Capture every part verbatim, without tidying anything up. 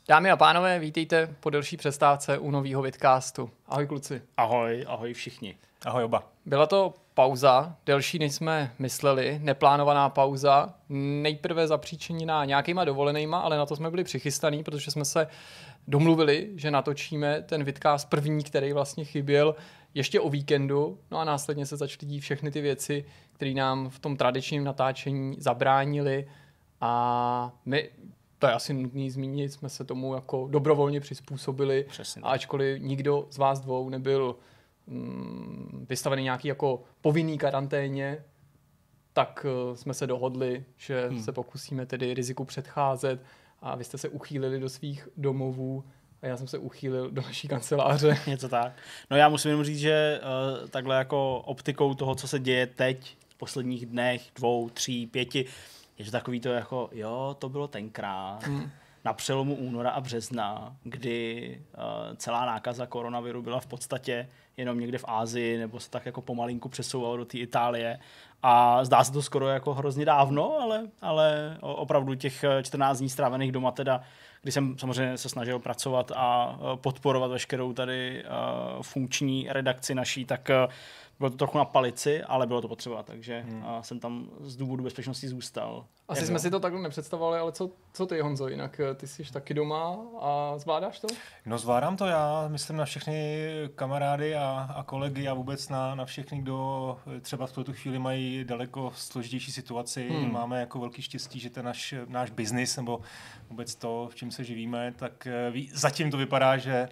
Dámy a pánové, vítejte po delší přestávce u nového vidcastu. Ahoj kluci. Ahoj, ahoj všichni. Ahoj oba. Byla to pauza, delší než jsme mysleli, neplánovaná pauza, nejprve zapříčiněná nějakýma dovolenýma, ale na to jsme byli přichystaný, protože jsme se domluvili, že natočíme ten vidcast první, který vlastně chyběl ještě o víkendu, no a následně se začaly dít všechny ty věci, které nám v tom tradičním natáčení zabránily a my... To je asi nutný zmínit, jsme se tomu jako dobrovolně přizpůsobili. Přesně. A ačkoliv nikdo z vás dvou nebyl mm, vystavený nějaký jako povinný karanténě, tak uh, jsme se dohodli, že hmm. se pokusíme tedy riziku předcházet a vy jste se uchýlili do svých domovů a já jsem se uchýlil do naší kanceláře. Něco tak. No já musím jenom říct, že uh, takhle jako optikou toho, co se děje teď v posledních dnech, dvou, tří, pěti, je to takový to jako, jo, to bylo tenkrát, hmm. na přelomu února a března, kdy uh, celá nákaza koronaviru byla v podstatě jenom někde v Asii, nebo se tak jako pomalinku přesouvalo do té Itálie. A zdá se to skoro jako hrozně dávno, ale, ale opravdu těch čtrnáct dní strávených doma teda, kdy jsem samozřejmě se snažil pracovat a podporovat veškerou tady uh, funkční redakci naší, tak uh, bylo to trochu na palici, ale bylo to potřeba, takže hmm. uh, jsem tam z důvodu bezpečnosti zůstal. Asi jsme si to takhle nepředstavovali, ale co, co ty, Honzo, jinak ty jsi taky doma a zvládáš to? No zvládám to já, myslím na všechny kamarády a, a kolegy a vůbec na, na všechny, kdo třeba v tuto chvíli mají daleko složitější situaci. Hmm. Máme jako velký štěstí, že ten náš, náš biznis nebo vůbec to, v čím se živíme, tak zatím to vypadá, že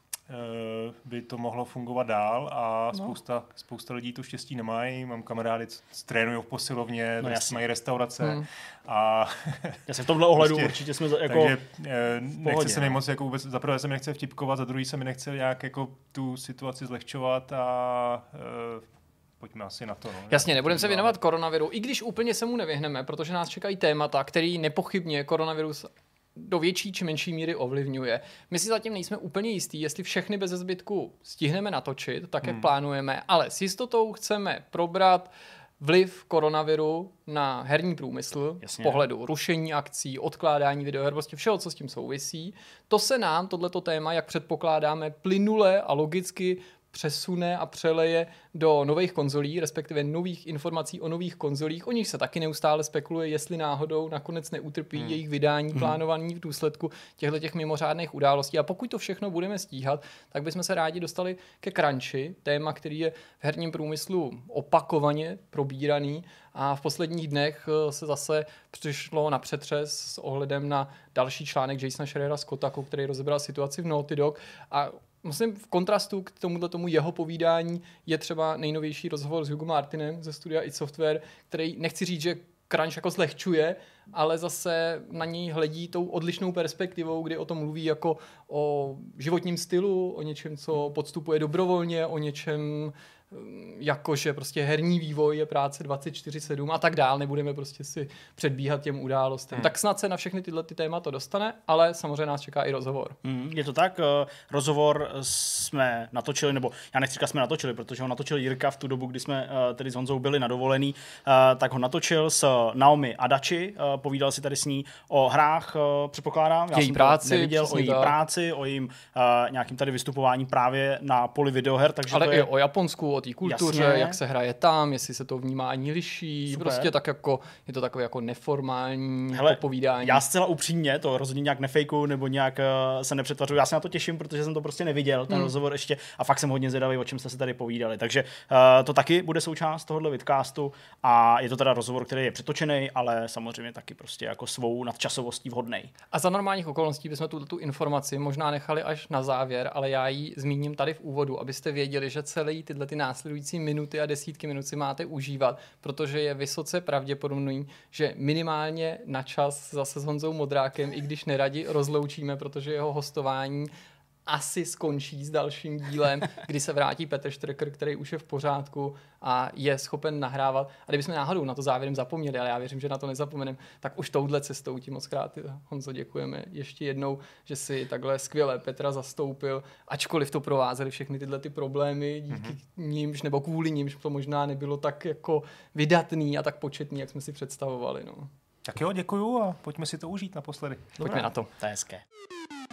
by to mohlo fungovat dál a no. spousta, spousta lidí to štěstí nemají. Mám kamarády, co trénují v posilovně, no mají restaurace. Hmm. A já se v tomhle ohledu prostě, určitě jsme jako takže nechce pohodě, se mi moc jako vůbec, za prvé se mi nechce vtipkovat, za druhý se mi nechce nějak jako tu situaci zlehčovat a uh, pojďme asi na to. No. Jasně, nebudeme se věnovat koronaviru, i když úplně se mu nevyhneme, protože nás čekají témata, který nepochybně koronavirus do větší či menší míry ovlivňuje. My si zatím nejsme úplně jistí, jestli všechny bez zbytku stihneme natočit, tak jak hmm. plánujeme, ale s jistotou chceme probrat vliv koronaviru na herní průmysl, Jasně. z pohledu rušení akcí, odkládání videoher, prostě všeho, co s tím souvisí. To se nám, tohleto téma, jak předpokládáme, plynule a logicky přesune a přeleje do nových konzolí, respektive nových informací o nových konzolích. O nich se taky neustále spekuluje, jestli náhodou nakonec neutrpí hmm. jejich vydání hmm. plánovaný v důsledku těchto mimořádných událostí. A pokud to všechno budeme stíhat, tak bychom se rádi dostali ke crunchi, téma, který je v herním průmyslu opakovaně probíraný a v posledních dnech se zase přišlo na přetřes s ohledem na další článek Jasona Schreiera Scotta, který rozebral situaci v Naughty Dog a myslím, v kontrastu k tomuto tomu jeho povídání je třeba nejnovější rozhovor s Hugo Martinem ze studia id Software, který nechci říct, že crunch jako zlehčuje, ale zase na něj hledí tou odlišnou perspektivou, kdy o tom mluví jako o životním stylu, o něčem, co podstupuje dobrovolně, o něčem jakože prostě herní vývoj je práce dvacet čtyři sedm a tak dál, nebudeme prostě si předbíhat těm událostem. Hmm. Tak snad se na všechny tyhle ty témata dostane, ale samozřejmě nás čeká i rozhovor. Hmm, je to tak, rozhovor jsme natočili, nebo já nechci říkat jsme natočili, protože ho natočil Jirka v tu dobu, kdy jsme tedy s Honzou byli na dovolený, tak ho natočil s Naomi Adachi, povídal si tady s ní o hrách, předpokládám, já její jsem práci, neviděl, o její tak. práci, o jejím nějakým tady vystupování právě na poli videoher, takže ale to i je o Japonsku, o té kultuře, jasně. jak se hraje tam, jestli se to vnímání liší, Super. prostě tak jako, je to takové jako neformální Hele, popovídání. Já zcela upřímně, to rozhodně nějak nefejkuju nebo nějak uh, se nepřetvařuju, já se na to těším, protože jsem to prostě neviděl, ten hmm. rozhovor ještě a fakt jsem hodně zvědavý, o čem jste se tady povídali, takže uh, to taky bude součást tohohle vidcastu a je to teda rozhovor, který je přetočený, ale samozřejmě taky prostě jako svou nadčasovostí vhodnej. A za normálních okolností bychom tuto informaci možná nechali až na závěr, ale já ji zmíním tady v úvodu, abyste věděli, že celý tyhle ty následující minuty a desítky minut si máte užívat, protože je vysoce pravděpodobný, že minimálně na čas zase s Honzou Modrákem, i když neradi rozloučíme, protože jeho hostování asi skončí s dalším dílem, kdy se vrátí Petr Štreker, který už je v pořádku a je schopen nahrávat. A kdybychom náhodou na to závěrem zapomněli, ale já věřím, že na to nezapomeneme, tak už touhle cestou ti moc krát, Honzo, děkujeme ještě jednou, že si takhle skvěle Petra zastoupil, ačkoliv to provázely všechny tyhle ty problémy, díky mm-hmm. nímž, nebo kvůli nímž to možná nebylo tak jako vydatný a tak početný, jak jsme si představovali. No. Tak jo, děkuju a pojďme si to užít naposledy. Pojďme na to. To je hezké.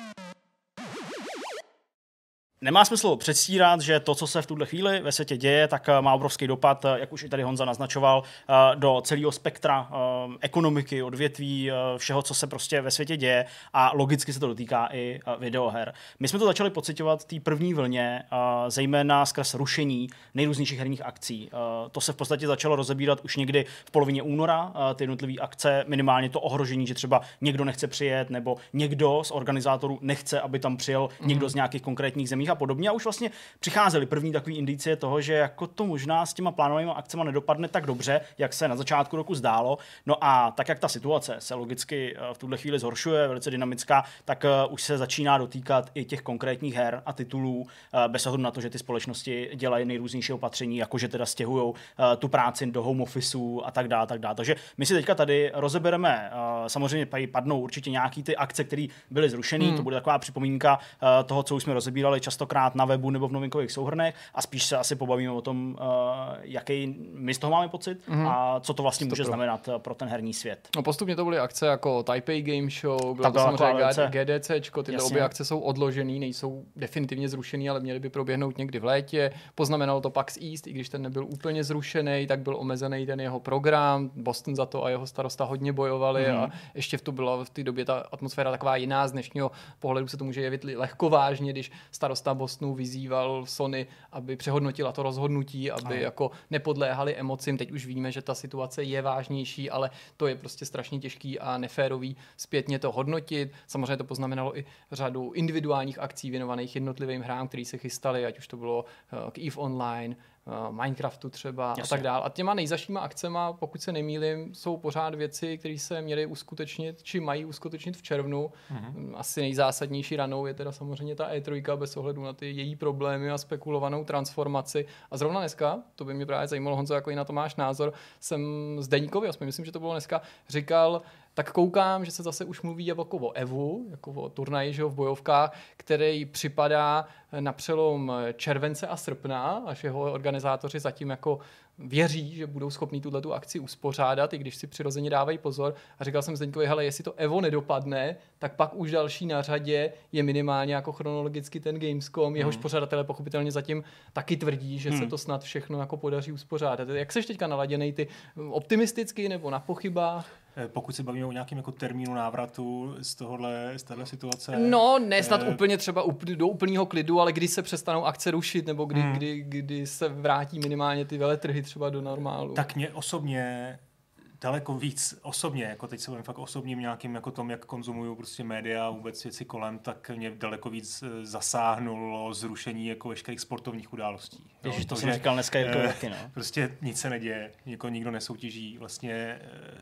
Nemá smysl předstírat, že to, co se v tuhle chvíli ve světě děje, tak má obrovský dopad, jak už i tady Honza naznačoval, do celého spektra ekonomiky, odvětví, všeho, co se prostě ve světě děje a logicky se to dotýká i videoher. My jsme to začali pociťovat v té první vlně, zejména skrz rušení nejrůznějších herních akcí. To se v podstatě začalo rozebírat už někdy v polovině února, ty jednotlivé akce, minimálně to ohrožení, že třeba někdo nechce přijet nebo někdo z organizátorů nechce, aby tam přijel mm. někdo z nějakých konkrétních zemí a podobně. A už vlastně přicházely první takový indicie toho, že jako to možná s těma plánovanými akcemi nedopadne tak dobře, jak se na začátku roku zdálo. No a tak, jak ta situace se logicky v tuhle chvíli zhoršuje, velice dynamická, tak už se začíná dotýkat i těch konkrétních her a titulů, bez ohledu na to, že ty společnosti dělají nejrůznější opatření, jakože teda stěhují tu práci do home officeu a tak dále, tak dále. Takže my si teďka tady rozebereme, samozřejmě padnou určitě nějaký ty akce, které byly zrušeny, hmm. to bude taková připomínka toho, co už jsme rozebírali častokrát na webu nebo v novinkových souhrnech a spíš se asi pobavíme o tom, uh, jaký my z toho máme pocit mm-hmm. a co to vlastně může pro. znamenat pro ten herní svět. No postupně to byly akce jako Taipei Game Show, byla to samozřejmě GDCčko, tyhle obě akce jsou odložený, nejsou definitivně zrušený, ale měly by proběhnout někdy v létě. Poznamenalo to PAX East, i když ten nebyl úplně zrušený, tak byl omezený ten jeho program. Boston za to a jeho starosta hodně bojovali mm-hmm. a ještě v tu byla v té době ta atmosféra taková jiná, z dnešního pohledu se to může jevit lehkovážně, když starosta Bostonu vyzýval Sony, aby přehodnotila to rozhodnutí, aby Aha. jako nepodléhali emocím. Teď už víme, že ta situace je vážnější, ale to je prostě strašně těžký a neférový zpětně to hodnotit. Samozřejmě to poznamenalo i řadu individuálních akcí věnovaných jednotlivým hrám, které se chystaly, ať už to bylo k EVE Online, Minecraftu třeba Jasně. a tak dál. A těma nejzašíma akcema, pokud se nemýlím, jsou pořád věci, které se měly uskutečnit, či mají uskutečnit v červnu. Mm-hmm. Asi nejzásadnější ranou je teda samozřejmě ta E tři bez ohledu na ty její problémy a spekulovanou transformaci. A zrovna dneska, to by mě právě zajímalo, Honzo, jako i na to máš názor, jsem Zdeňkovi, aspoň myslím, že to bylo dneska, říkal, tak koukám, že se zase už mluví jako o Evu, jako o turnaji, že jo, v bojovkách, který připadá na přelom července a srpna, až jeho organizátoři zatím jako věří, že budou schopní tuhletu akci uspořádat, i když si přirozeně dávají pozor. A říkal jsem Zdeňkovi, hele, jestli to Evo nedopadne, tak pak už další na řadě je minimálně jako chronologicky ten Gamescom. Jehož hmm. pořadatelé pochopitelně zatím taky tvrdí, že hmm. se to snad všechno jako podaří uspořádat. Jak seš teďka naladěnej, ty optimisticky nebo na pochybách? Pokud se bavíme o nějakém jako termínu návratu z tohohle, z téhle situace. No, ne snad eh... úplně třeba do úplného klidu, ale kdy se přestanou akce rušit, nebo kdy, hmm. kdy, kdy se vrátí minimálně ty veletrhy třeba do normálu. Tak mě osobně daleko víc osobně, jako teď se bavím fakt osobním nějakým jako tom, jak konzumuju prostě média a vůbec věci kolem, tak mě daleko víc zasáhnulo zrušení jako veškerých sportovních událostí. Ježiš, to, to jsem že, říkal dneska jako eh, taky, no. Prostě nic se neděje, nikdo, nikdo nesoutěží, vlastně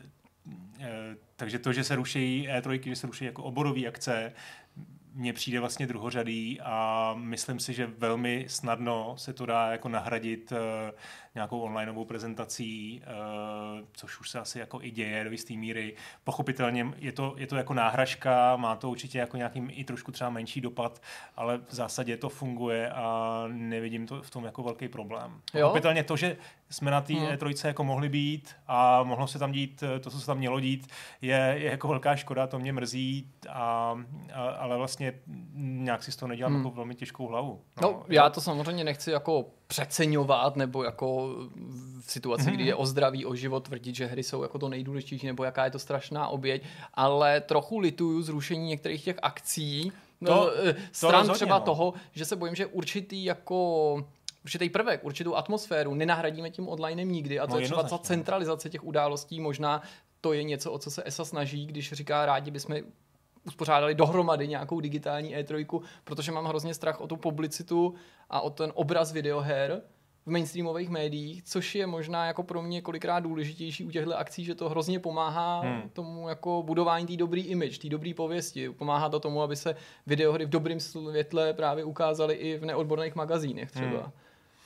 eh, takže to, že se ruší E tři, že se ruší jako oborové akce, mně přijde vlastně druhořadý a myslím si, že velmi snadno se to dá jako nahradit uh, nějakou onlineovou prezentací, uh, což už se asi jako i děje do jisté míry. Pochopitelně je to, je to jako náhražka, má to určitě jako nějaký i trošku třeba menší dopad, ale v zásadě to funguje a nevidím to v tom jako velký problém. Pochopitelně to, že jsme na té hmm. E tři jako mohli být a mohlo se tam dít to, co se tam mělo dít, je, je jako velká škoda, to mě mrzí, a, a, ale vlastně nějak si z toho nedělám hmm. jako velmi těžkou hlavu. No, no, já to samozřejmě nechci jako přeceňovat, nebo jako v situaci, hmm. kdy je o zdraví, o život tvrdit, že hry jsou jako to nejdůležitější, nebo jaká je to strašná oběť, ale trochu lituju zrušení některých těch akcí, to, no, stran to rozhodně, třeba no. toho, že se bojím, že určitý jako určitý prvek, určitou atmosféru nenahradíme tím onlinem nikdy a to no, je třeba ta centralizace těch událostí, možná to je něco, o co se E S A snaží, když říká, rádi bychom uspořádali dohromady nějakou digitální E tři, protože mám hrozně strach o tu publicitu a o ten obraz videoher v mainstreamových médiích, což je možná jako pro mě kolikrát důležitější u těchto akcí, že to hrozně pomáhá hmm. tomu jako budování té dobrý image, té dobrý pověsti. Pomáhá to tomu, aby se videohry v dobrém světle právě ukázaly i v neodborných magazínech třeba. Hmm.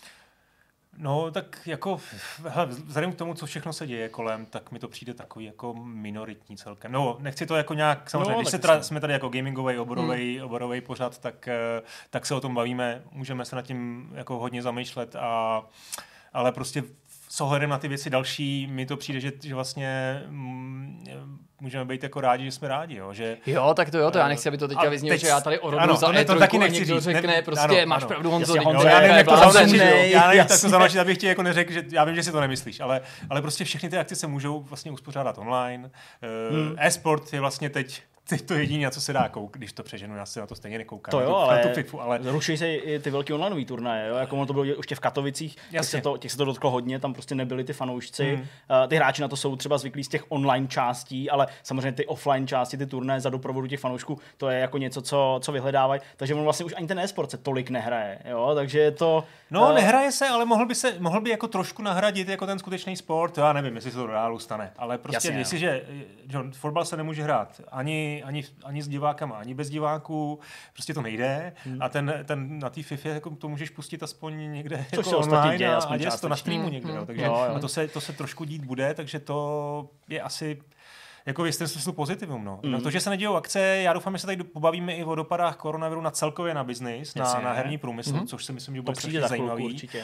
No, tak jako, hele, vzhledem k tomu, co všechno se děje kolem, tak mi to přijde takový jako minoritní celkem. No, nechci to jako nějak, samozřejmě, no, když se teda, jsme tady jako gamingový, oborový, hmm. oborový pořad, tak, tak se o tom bavíme, můžeme se nad tím jako hodně zamýšlet, a, ale prostě s ohledem na ty věci další, mi to přijde, že, že vlastně mm, můžeme být jako rádi, že jsme rádi, jo, že... Jo, tak to jo, to já nechci, aby to teďka vyznělo, teď, že já tady orovnu za E tři a někdo řekne, ne, prostě ano, máš ano. pravdu, Honzo, Jasně, Honzo, já nevím, jak to založit, já nevím, tak to jasně. založit, abych ti jako neřekl, že já vím, že si to nemyslíš, ale, ale prostě všechny ty akce se můžou vlastně uspořádat online. Hmm. E-sport je vlastně teď Teď to jediné, na co se dá koukat, když to přeženu, já se na to stejně nekoukám. To jo, to, ale, to FIFU, ale ruší se i ty velký onlineový turnaje, jo? Jako ono to bylo už tě v Katovicích, těch se, to, těch se to dotklo hodně, tam prostě nebyli ty fanoušci. Hmm. Uh, ty hráči na to jsou třeba zvyklí z těch online částí, ale samozřejmě ty offline části, ty turnaje za doprovodu těch fanoušků, to je jako něco, co, co vyhledávají. Takže on vlastně už ani ten e-sport se tolik nehraje, jo? Takže je to... No, uh, nehraje se, ale mohl by se mohl by jako trošku nahradit jako ten skutečný sport. Já nevím, jestli se to do reálu stane, ale prostě jestliže John, fotbal se nemůže hrát ani, ani, ani s divákama, ani bez diváků, prostě to nejde. Hmm. A ten, ten na té FIFA jako to můžeš pustit aspoň někde což jako se online děje, a, a děje to na streamu hmm. někde. Hmm. Jo. Takže jo, jo. A to se, to se trošku dít bude, takže to je asi jako v jistém smyslu pozitivum. No. Mm. No, to, že se nedějou akce, já doufám, že se tady pobavíme i o dopadách koronaviru na celkově na biznis, na, na herní průmysl, mm. což si myslím, že bude strašně zajímavý. Určitě.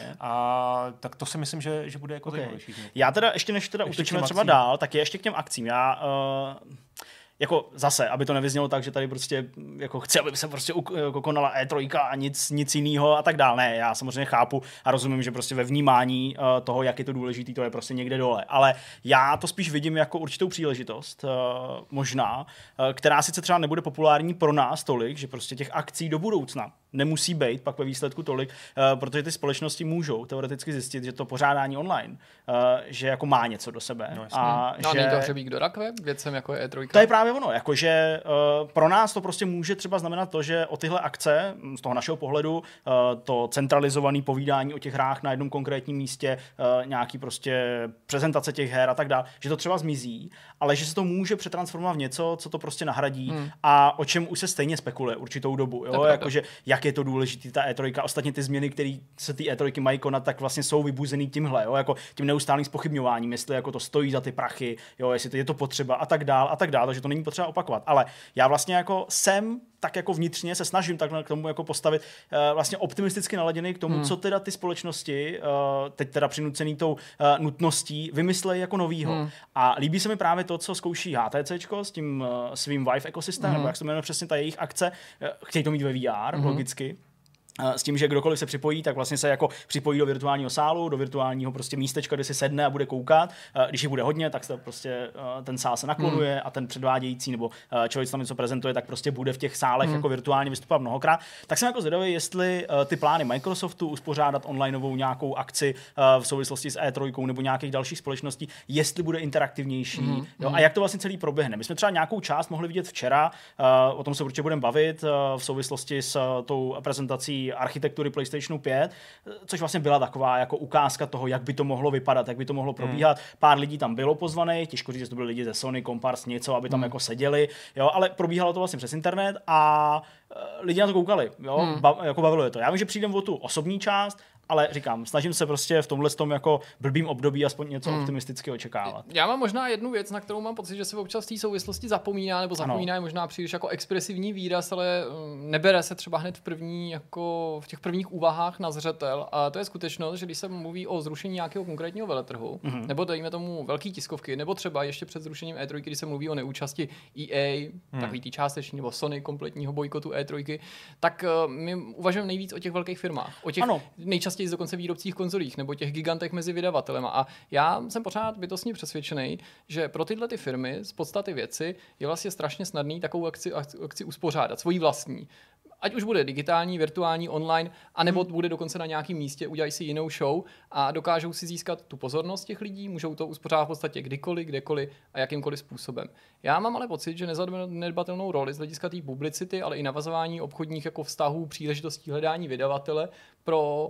A tak to si myslím, že, že bude jako okay. zajímavější. Já teda ještě než teda utečeme třeba dál, tak je ještě k těm akcím. Já uh... Jako zase, aby to nevyznělo tak, že tady prostě jako chci, aby se prostě jako konala E tři a nic, nic jiného a tak dále. Ne, já samozřejmě chápu a rozumím, že prostě ve vnímání uh, toho, jak je to důležitý, to je prostě někde dole. Ale já to spíš vidím jako určitou příležitost, uh, možná, uh, která sice třeba nebude populární pro nás tolik, že prostě těch akcí do budoucna nemusí být pak ve výsledku tolik, uh, protože ty společnosti můžou teoreticky zjistit, že to pořádání online, uh, že jako má něco do sebe. No, a no, že... není to hřebík do rakve věcem jako E tři? To je právě ono, jakože uh, pro nás to prostě může třeba znamenat to, že o tyhle akce, z toho našeho pohledu, uh, to centralizované povídání o těch hrách na jednom konkrétním místě, uh, nějaký prostě prezentace těch her a tak dále, že to třeba zmizí, ale že se to může přetransformovat v něco, co to prostě nahradí hmm. a o čem už se stejně spekuluje určitou dobu, jo, jakože jak je to důležitý ta E tři, ostatně ty změny, které se ty E tři mají konat, tak vlastně jsou vybuzený tímhle, jo, jako tím neustálým zpochybňováním, jestli jako to stojí za ty prachy, jo, jestli to je to potřeba a tak dál a tak dál, takže to není potřeba opakovat, ale já vlastně jako jsem tak jako vnitřně se snažím takhle k tomu jako postavit uh, vlastně optimisticky naladěný k tomu, hmm. co teda ty společnosti, uh, teď teda přinucený tou uh, nutností, vymyslejí jako novýho. Hmm. A líbí se mi právě to, co zkouší HTCčko s tím uh, svým Vive ekosystémem, hmm. nebo jak se to jmenuje přesně ta jejich akce, uh, chtějí to mít ve V R, hmm. logicky. S tím, že kdokoliv se připojí, tak vlastně se jako připojí do virtuálního sálu, do virtuálního prostě místečka, kde si sedne a bude koukat. Když jich bude hodně, tak se prostě ten sál se naklonuje hmm. a ten předvádějící nebo člověk, co tam něco prezentuje, tak prostě bude v těch sálech hmm. jako virtuálně vystupovat mnohokrát. Tak jsem jako zvědavý, jestli ty plány Microsoftu uspořádat onlineovou nějakou akci v souvislosti s E tři nebo nějakých dalších společností, jestli bude interaktivnější, hmm. jo, a jak to vlastně celý proběhne. My jsme třeba nějakou část mohli vidět včera, o tom se určitě budeme bavit v souvislosti s tou prezentací architektury PlayStationu pět, což vlastně byla taková jako ukázka toho, jak by to mohlo vypadat, jak by to mohlo probíhat. Hmm. Pár lidí tam bylo pozvaných, těžko říct, že to byli lidi ze Sony, Compars, něco, aby tam hmm. jako seděli, jo, ale probíhalo to vlastně přes internet a uh, lidi na to koukali, jo, hmm. ba- jako bavilo je to. Já vím, že přijdem o tu osobní část, ale říkám, snažím se prostě v tomhle tom jako blbým období aspoň něco hmm. optimisticky očekávat. Já mám možná jednu věc, na kterou mám pocit, že se občas v té souvislosti zapomíná, nebo zapomíná je možná příliš jako expresivní výraz, ale nebere se třeba hned v první, jako v těch prvních úvahách na zřetel. A to je skutečnost, že když se mluví o zrušení nějakého konkrétního veletrhu, hmm. nebo dejme tomu velký tiskovky, nebo třeba ještě před zrušením E tři, když se mluví o neúčasti E A, hmm. takový tý částečný, nebo Sony kompletního bojkotu E tři, tak uh, my uvažujeme nejvíc o těch velkých firmách, o těch nejčastěji dokonce výrobcích konzolích nebo těch gigantech mezi vydavatelema. A já jsem pořád bytostně přesvědčený, že pro tyhle ty firmy z podstaty věci je vlastně strašně snadný takovou akci, akci uspořádat, svoji vlastní. Ať už bude digitální, virtuální, online, anebo hmm. bude dokonce na nějakém místě, udělají si jinou show a dokážou si získat tu pozornost těch lidí, můžou to uspořádat v podstatě kdykoliv, kdekoliv a jakýmkoliv způsobem. Já mám ale pocit, že nezanedbatelnou roli z hlediska té publicity, ale i navazování obchodních jako vztahů, příležitostí hledání vydavatele pro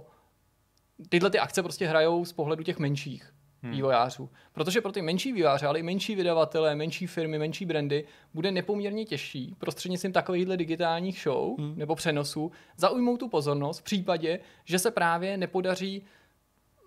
tyhle ty akce prostě hrajou z pohledu těch menších hmm. vývojářů. Protože pro ty menší vývojáře, ale i menší vydavatele, menší firmy, menší brandy bude nepoměrně těžší prostřednictvím takovýchhle digitálních show hmm. nebo přenosů zaujmout tu pozornost v případě, že se právě nepodaří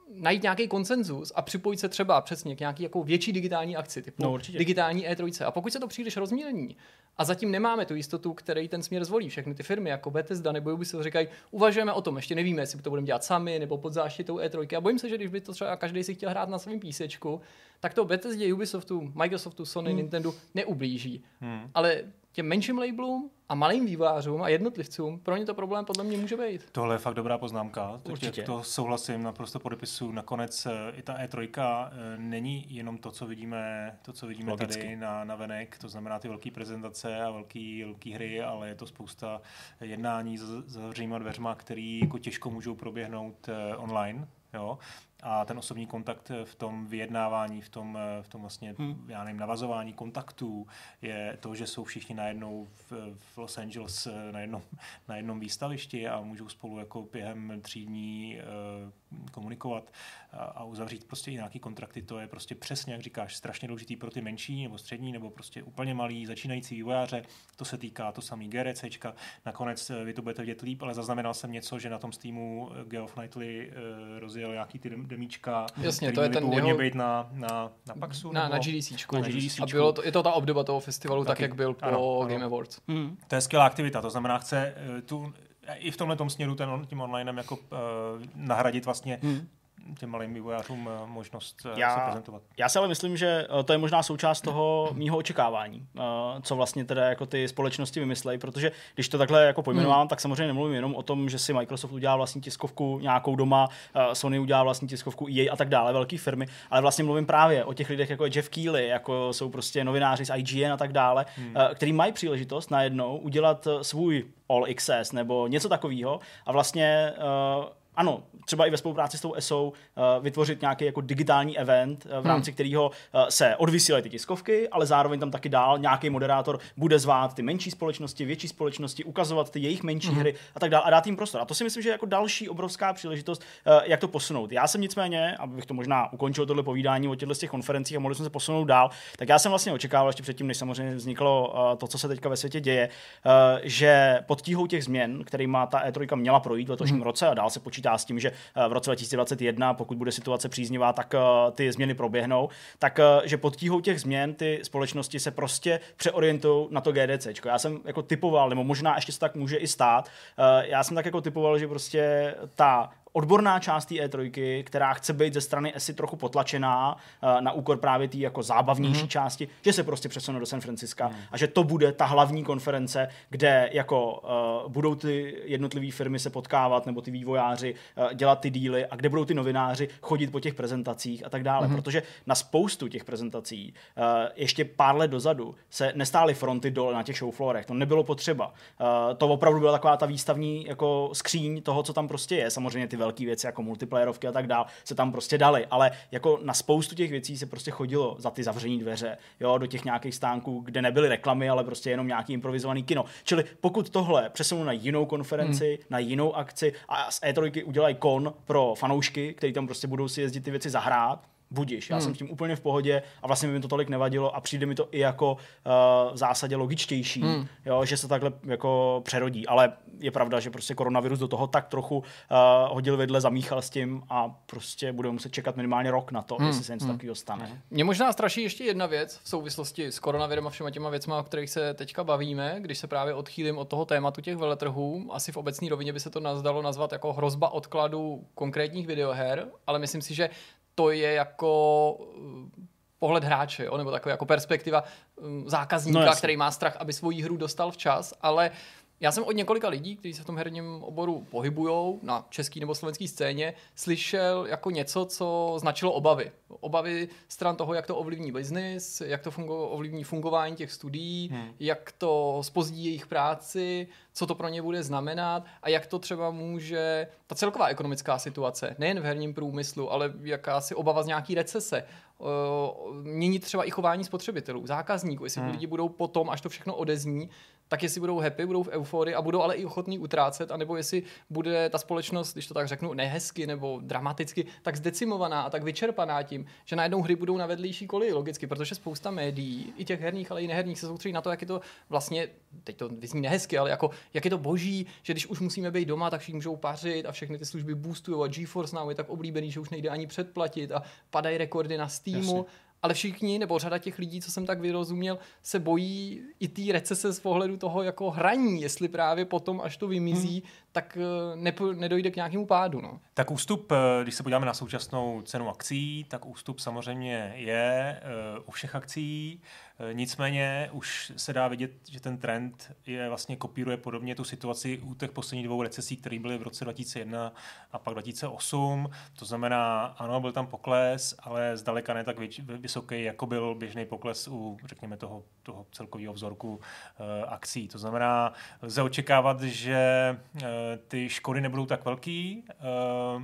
najít nějaký konsenzus a připojit se třeba přesně k nějaký jako větší digitální akci, typu no, digitální E tři. A pokud se to příliš rozmělní a zatím nemáme tu jistotu, který ten směr zvolí, všechny ty firmy jako Bethesda nebo Ubisoft říkají, uvažujeme o tom, ještě nevíme, jestli to budeme dělat sami nebo pod záštitou E tři. A bojím se, že když by to třeba každý si chtěl hrát na svém písečku, tak to Bethesdě, Ubisoftu, Microsoftu, Sony, hmm. Nintendo neublíží. Hmm. Ale těm menším labelům a malým vývojářům a jednotlivcům pro ně to problém podle mě může být. Tohle je fakt dobrá poznámka. Určitě. To souhlasím, naprosto podepisuju. Nakonec i ta E tři není jenom to, co vidíme, to, co vidíme Logicky. tady na, na venek, to znamená ty velké prezentace a velké velké hry, ale je to spousta jednání za zavřenýma dveřma, které jako těžko můžou proběhnout online. Jo? A ten osobní kontakt v tom vyjednávání, v tom, v tom vlastně, hmm. já nevím, navazování kontaktů je to, že jsou všichni najednou v, v Los Angeles na jednom, na jednom výstavišti a můžou spolu jako během tří dní uh, komunikovat a, a uzavřít prostě i nějaký kontrakty. To je prostě přesně, jak říkáš, strašně důležitý pro ty menší nebo střední nebo prostě úplně malý začínající vývojáře. To se týká to samý GRCčka. Nakonec vy to budete vidět líp, ale zaznamenal jsem něco, že na tom Steamu Geoff Knightley uh, rozjel nějaký ty demíčka, jasně, to je ten původně jeho... být na, na, na Paxu? Na, nebo? na GDCčku. Na GDCčku. A bylo to, je to ta obdoba toho festivalu, Taky, tak jak byl po ano, Game ano. Awards. Hmm. To je skvělá aktivita, to znamená, chce tu, i v tomhletom směru ten, tím onlinem jako uh, nahradit vlastně hmm. těm malým vývojářům možnost já, se prezentovat. Já si ale myslím, že to je možná součást toho mýho očekávání, co vlastně teda jako ty společnosti vymyslejí, protože když to takhle jako pojmenovám, hmm. tak samozřejmě nemluvím jenom o tom, že si Microsoft udělá vlastní tiskovku nějakou doma, Sony udělá vlastní tiskovku E A a tak dále, velké firmy, ale vlastně mluvím právě o těch lidech jako je Jeff Keighley, jako jsou prostě novináři z I G N a tak dále, hmm. který mají příležitost najednou udělat svůj All Access nebo něco takového a vlastně ano, třeba i ve spolupráci s tou E S O uh, vytvořit nějaký jako digitální event, uh, v rámci hmm. kterého uh, se odvysílají ty tiskovky, ale zároveň tam taky dál nějaký moderátor bude zvát ty menší společnosti, větší společnosti, ukazovat ty jejich menší hmm. hry a tak dále a dát jim prostor. A to si myslím, že je jako další obrovská příležitost, uh, jak to posunout. Já jsem nicméně, abych to možná ukončil tohle povídání o těchto z těch konferencích a mohli jsme se posunout dál, tak já jsem vlastně očekával ještě předtím, než samozřejmě vzniklo uh, to, co se teďka ve světě děje, uh, že pod tíhou těch změn, kterýma ta E tři měla projít v letošním hmm. roce a dál se počítá s tím, že v roce dva tisíce dvacet jedna, pokud bude situace příznivá, tak uh, ty změny proběhnou, tak uh, že pod tíhou těch změn ty společnosti se prostě přeorientují na to GDCčko. Já jsem jako typoval, nebo možná ještě se tak může i stát, uh, já jsem tak jako typoval, že prostě ta odborná část té E tři, která chce být ze strany E S I trochu potlačená uh, na úkor právě té jako zábavnější mm-hmm. části, že se prostě přesune do San Francisca mm. a že to bude ta hlavní konference, kde jako uh, budou ty jednotlivé firmy se potkávat nebo ty vývojáři uh, dělat ty díly a kde budou ty novináři chodit po těch prezentacích a tak dále, mm-hmm. protože na spoustu těch prezentací uh, ještě pár let dozadu se nestály fronty dole na těch showfloorech, to nebylo potřeba. Uh, to opravdu byla taková ta výstavní jako skříň toho, co tam prostě je. Samozřejmě ty velké věci jako multiplayerovky a tak dál se tam prostě daly, ale jako na spoustu těch věcí se prostě chodilo za ty zavřený dveře, jo, do těch nějakých stánků, kde nebyly reklamy, ale prostě jenom nějaký improvizovaný kino. Čili pokud tohle přesunu na jinou konferenci, hmm. na jinou akci a z E tři udělají kon pro fanoušky, kteří tam prostě budou si jezdit ty věci zahrát, budiš. Já hmm. jsem s tím úplně v pohodě a vlastně mi to tolik nevadilo a přijde mi to i jako uh, v zásadě logičtější, hmm. jo, že se takhle jako přerodí. Ale je pravda, že prostě koronavirus do toho tak trochu uh, hodil vedle, zamíchal s tím a prostě budeme muset čekat minimálně rok na to, hmm. jestli se něco hmm. takového stane. Mě možná straší ještě jedna věc v souvislosti s koronavirem a všema těma věcma, o kterých se teďka bavíme, když se právě odchýlím od toho tématu těch veletrhů. Asi v obecné rovině by se to dalo nazvat jako hrozba odkladu konkrétních videoher, ale myslím si, že to je jako pohled hráče, jo? Nebo taková jako perspektiva zákazníka, no který má strach, aby svoji hru dostal včas, ale já jsem od několika lidí, kteří se v tom herním oboru pohybujou na české nebo slovenské scéně, slyšel jako něco, co značilo obavy. Obavy stran toho, jak to ovlivní biznis, jak to fungo, ovlivní fungování těch studií, hmm. jak to zpozdí jejich práci, co to pro ně bude znamenat a jak to třeba může ta celková ekonomická situace, nejen v herním průmyslu, ale jakási obava z nějaký recese, uh, měnit třeba i chování spotřebitelů, zákazníků, jestli hmm. lidi budou potom, až to všechno odezní, tak jestli budou happy, budou v euforii a budou ale i ochotní utrácet, anebo jestli bude ta společnost, když to tak řeknu, nehezky nebo dramaticky, tak zdecimovaná a tak vyčerpaná tím, že najednou hry budou na vedlejší koleji logicky, protože spousta médií, i těch herních, ale i neherních, se soustředí na to, jak je to vlastně, teď to vyzní nehezky, ale jako, jak je to boží, že když už musíme být doma, tak všichni můžou pařit a všechny ty služby boostují a GeForce Now je tak oblíbený, že už nejde ani předplatit a padají rekordy na Steamu. Jasně. Ale všichni, nebo řada těch lidí, co jsem tak vyrozuměl, se bojí i té recese z pohledu toho jako hraní, jestli právě potom, až to vymizí, hmm. tak nepo, nedojde k nějakému pádu. No. Tak ústup, když se podíváme na současnou cenu akcí, tak ústup samozřejmě je uh, u všech akcí. Uh, nicméně už se dá vidět, že ten trend je vlastně kopíruje podobně tu situaci u těch posledních dvou recesí, které byly v roce dva tisíce jedna a pak dva tisíce osm. To znamená, ano, byl tam pokles, ale zdaleka ne tak věč, vysoký, jako byl běžný pokles u, řekněme, toho, toho celkového vzorku uh, akcí. To znamená, lze očekávat, že uh, ty škody nebudou tak velký. Uh,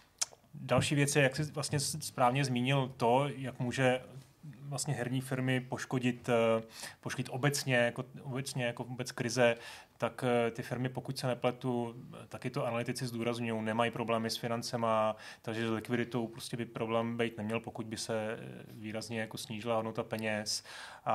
další věc je, jak jsi vlastně správně zmínil to, jak může vlastně herní firmy poškodit, uh, poškodit obecně, jako, obecně jako vůbec krize, tak uh, ty firmy, pokud se nepletu, taky to analytici zdůrazňují, nemají problémy s financema, takže s likviditou prostě by problém být neměl, pokud by se výrazně jako snížila hodnota peněz.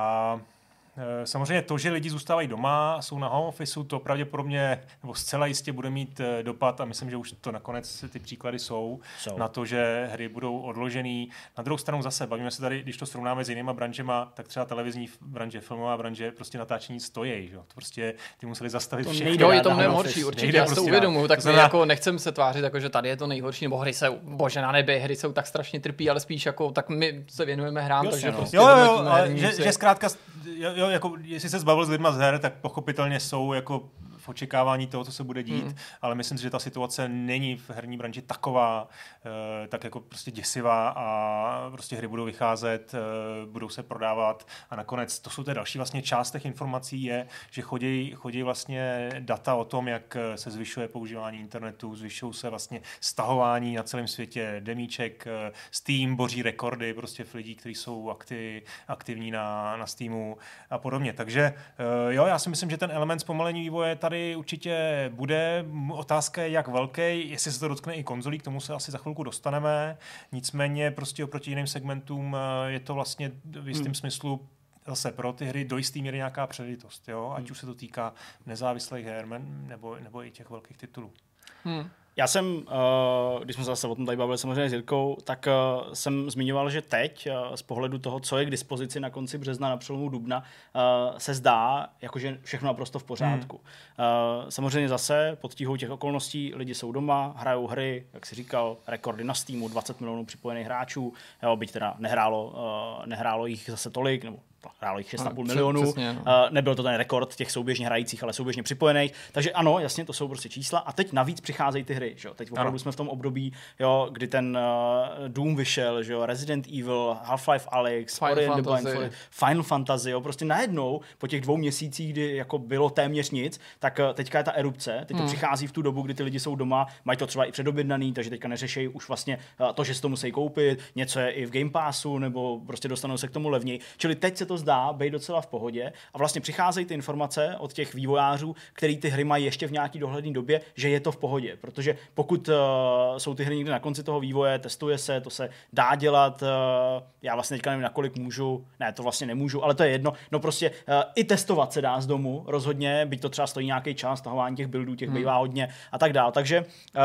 A samozřejmě to, že lidi zůstávají doma a jsou na home officeu, to pravděpodobně nebo zcela jistě bude mít dopad a myslím, že už to nakonec ty příklady jsou, jsou. na to, že hry budou odložený. Na druhou stranu zase, bavíme se tady, když to srovnáme s jinýma branžema, tak třeba televizní branže, filmová branže, prostě natáčení stojí, že? To prostě ty museli zastavit to všechno. Nejde, je to nejhorší, určitě, nejde, já si to prostě uvědomuji, tak znamená... jako nechcem se tvářit, jako, že tady je to nejhorší, nebo hry se, bože na nebi, hry jsou tak strašně trpí, ale spíš jako, tak my se věnujeme hrám, jo, takže no. prostě jo, jo, ale že, že zkrátka, jo, jo, jako, jestli se zbavil s lidma z her, tak pochopitelně jsou jako v očekávání toho, co se bude dít, mm. ale myslím si, že ta situace není v herní branži taková, e, tak jako prostě děsivá a prostě hry budou vycházet, e, budou se prodávat a nakonec to jsou té další vlastně část těch informací je, že chodí, chodí vlastně data o tom, jak se zvyšuje používání internetu, zvyšují se vlastně stahování na celém světě, demíček, Steam boří rekordy prostě v lidí, kteří jsou aktiv, aktivní na, na Steamu a podobně. Takže jo, já si myslím, že ten element zpomalení vývoje tady určitě bude. Otázka je, jak velký, jestli se to dotkne i konzolí, k tomu se asi za chvilku dostaneme. Nicméně prostě oproti jiným segmentům je to vlastně v jistém hmm. smyslu zase pro ty hry do jistý míry nějaká předitost, jo? Ať hmm. už se to týká nezávislých her nebo, nebo i těch velkých titulů. Hmm. Já jsem, uh, když jsme se zase o tom tady bavili samozřejmě s Jirkou, tak uh, jsem zmiňoval, že teď uh, z pohledu toho, co je k dispozici na konci března, na přelomu dubna, uh, se zdá, jakože všechno naprosto v pořádku. Hmm. Uh, samozřejmě zase pod tíhou těch okolností lidi jsou doma, hrajou hry, jak jsi říkal, rekordy na Steamu, dvacet milionů připojených hráčů, jo, byť teda nehrálo, uh, nehrálo jich zase tolik, nebo hrálo jich šest a půl milionů. Přesně, no. uh, nebyl to ten rekord těch souběžně hrajících, ale souběžně připojených. Takže ano, jasně, to jsou prostě čísla. A teď navíc přicházejí ty hry. Že? Teď opravdu ano. jsme v tom období, jo, kdy ten uh, Doom vyšel, že jo, Resident Evil, Half-Life Alyx, Final Ori and Fantasy. the Blind Forest, Final Fantasy, jo, prostě najednou po těch dvou měsících, kdy jako bylo téměř nic, tak uh, teďka je ta erupce. Teď hmm. to přichází v tu dobu, kdy ty lidi jsou doma, mají to třeba i předobjednaný, takže teďka neřešejí už vlastně uh, to, že si to musí koupit, něco je i v Game Passu, nebo prostě dostanou se k tomu levněji. Čili teď se to zdá být docela v pohodě a vlastně přicházejí ty informace od těch vývojářů, který ty hry mají ještě v nějaký dohledné době, že je to v pohodě, protože pokud uh, jsou ty hry někde na konci toho vývoje, testuje se, to se dá dělat, uh, já vlastně teďka nevím, nakolik můžu, ne, to vlastně nemůžu, ale to je jedno, no prostě uh, i testovat se dá z domu, rozhodně, byť to třeba stojí nějaký čas, tahování těch buildů, těch hmm. bývá hodně a tak dál, takže, uh,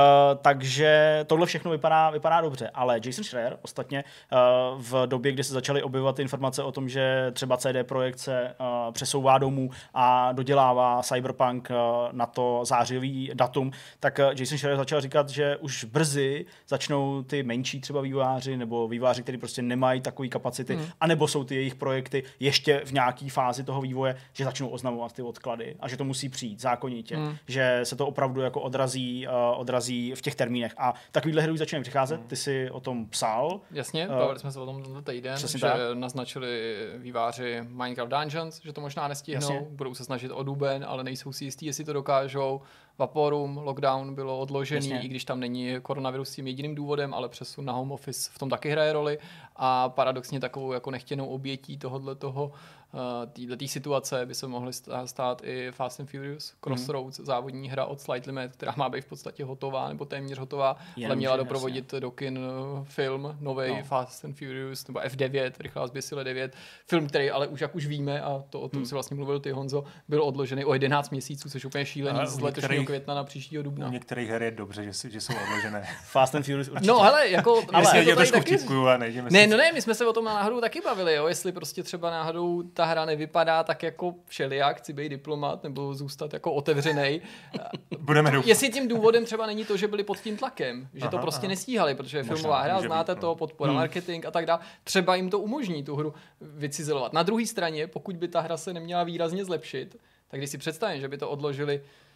takže tohle všechno vypadá, vypadá dobře, ale Jason Schreier ostatně uh, v době, kdy se začaly objevovat informace o tom, že třeba C D Projekt se uh, přesouvá domů a dodělává Cyberpunk uh, na to zářivý datum, tak uh, Jason Schreier začal říkat, že už brzy začnou ty menší třeba vývojáři nebo vývojáři, kteří prostě nemají takové kapacity, mm. anebo jsou ty jejich projekty ještě v nějaké fázi toho vývoje, že začnou oznamovat ty odklady a že to musí přijít zákonitě, mm. že se to opravdu jako odrazí, uh, odrazí v těch termínech. A takovýhle hry už začínají přicházet, ty si o tom psal. Jasně, bavili uh, jsme se o tom tento týden, že tak. naznačili vývojáři vývojáři Minecraft Dungeons, že to možná nestihnou, Jasně. budou se snažit o duben, ale nejsou si jistí, jestli to dokážou. Vaporum, lockdown bylo odložený, Jasně. i když tam není koronavirus tím jediným důvodem, ale přesun na home office v tom taky hraje roli a paradoxně takovou jako nechtěnou obětí tohohle toho této situace by se mohly stát i Fast and Furious, Crossroads, mm. závodní hra od Slight Limit, která má být v podstatě hotová nebo téměř hotová, Jenom ale měla doprovodit jasně. do kin film, novej no. Fast and Furious, nebo F devět, Rychlá zběsile devět, film, který ale už jak už víme, a to o tom mm. si vlastně mluvil ty, Honzo, byl odložený o jedenáct měsíců, což je úplně šílený z letošního května na příštího dubna. U některých her je dobře, že, že jsou odložené. Fast and Furious určitě. No hele, jako... ale je to trošku vtipkuju a nejdeme Ne, no ne, my jsme se o tom náhodou taky bavili, jo, jestli prostě třeba náhodou ta hra nevypadá tak jako všelijak, chci být diplomat nebo zůstat jako otevřenej. Budeme doufat. Jestli tím důvodem třeba není to, že byli pod tím tlakem, že aha, to prostě aha. nestíhali, protože je filmová hra, znáte být, to, podpora hmm. marketing a tak dále. Třeba jim to umožní tu hru vycizelovat. Na druhé straně, pokud by ta hra se neměla výrazně zlepšit, tak když si představím, že by to odložili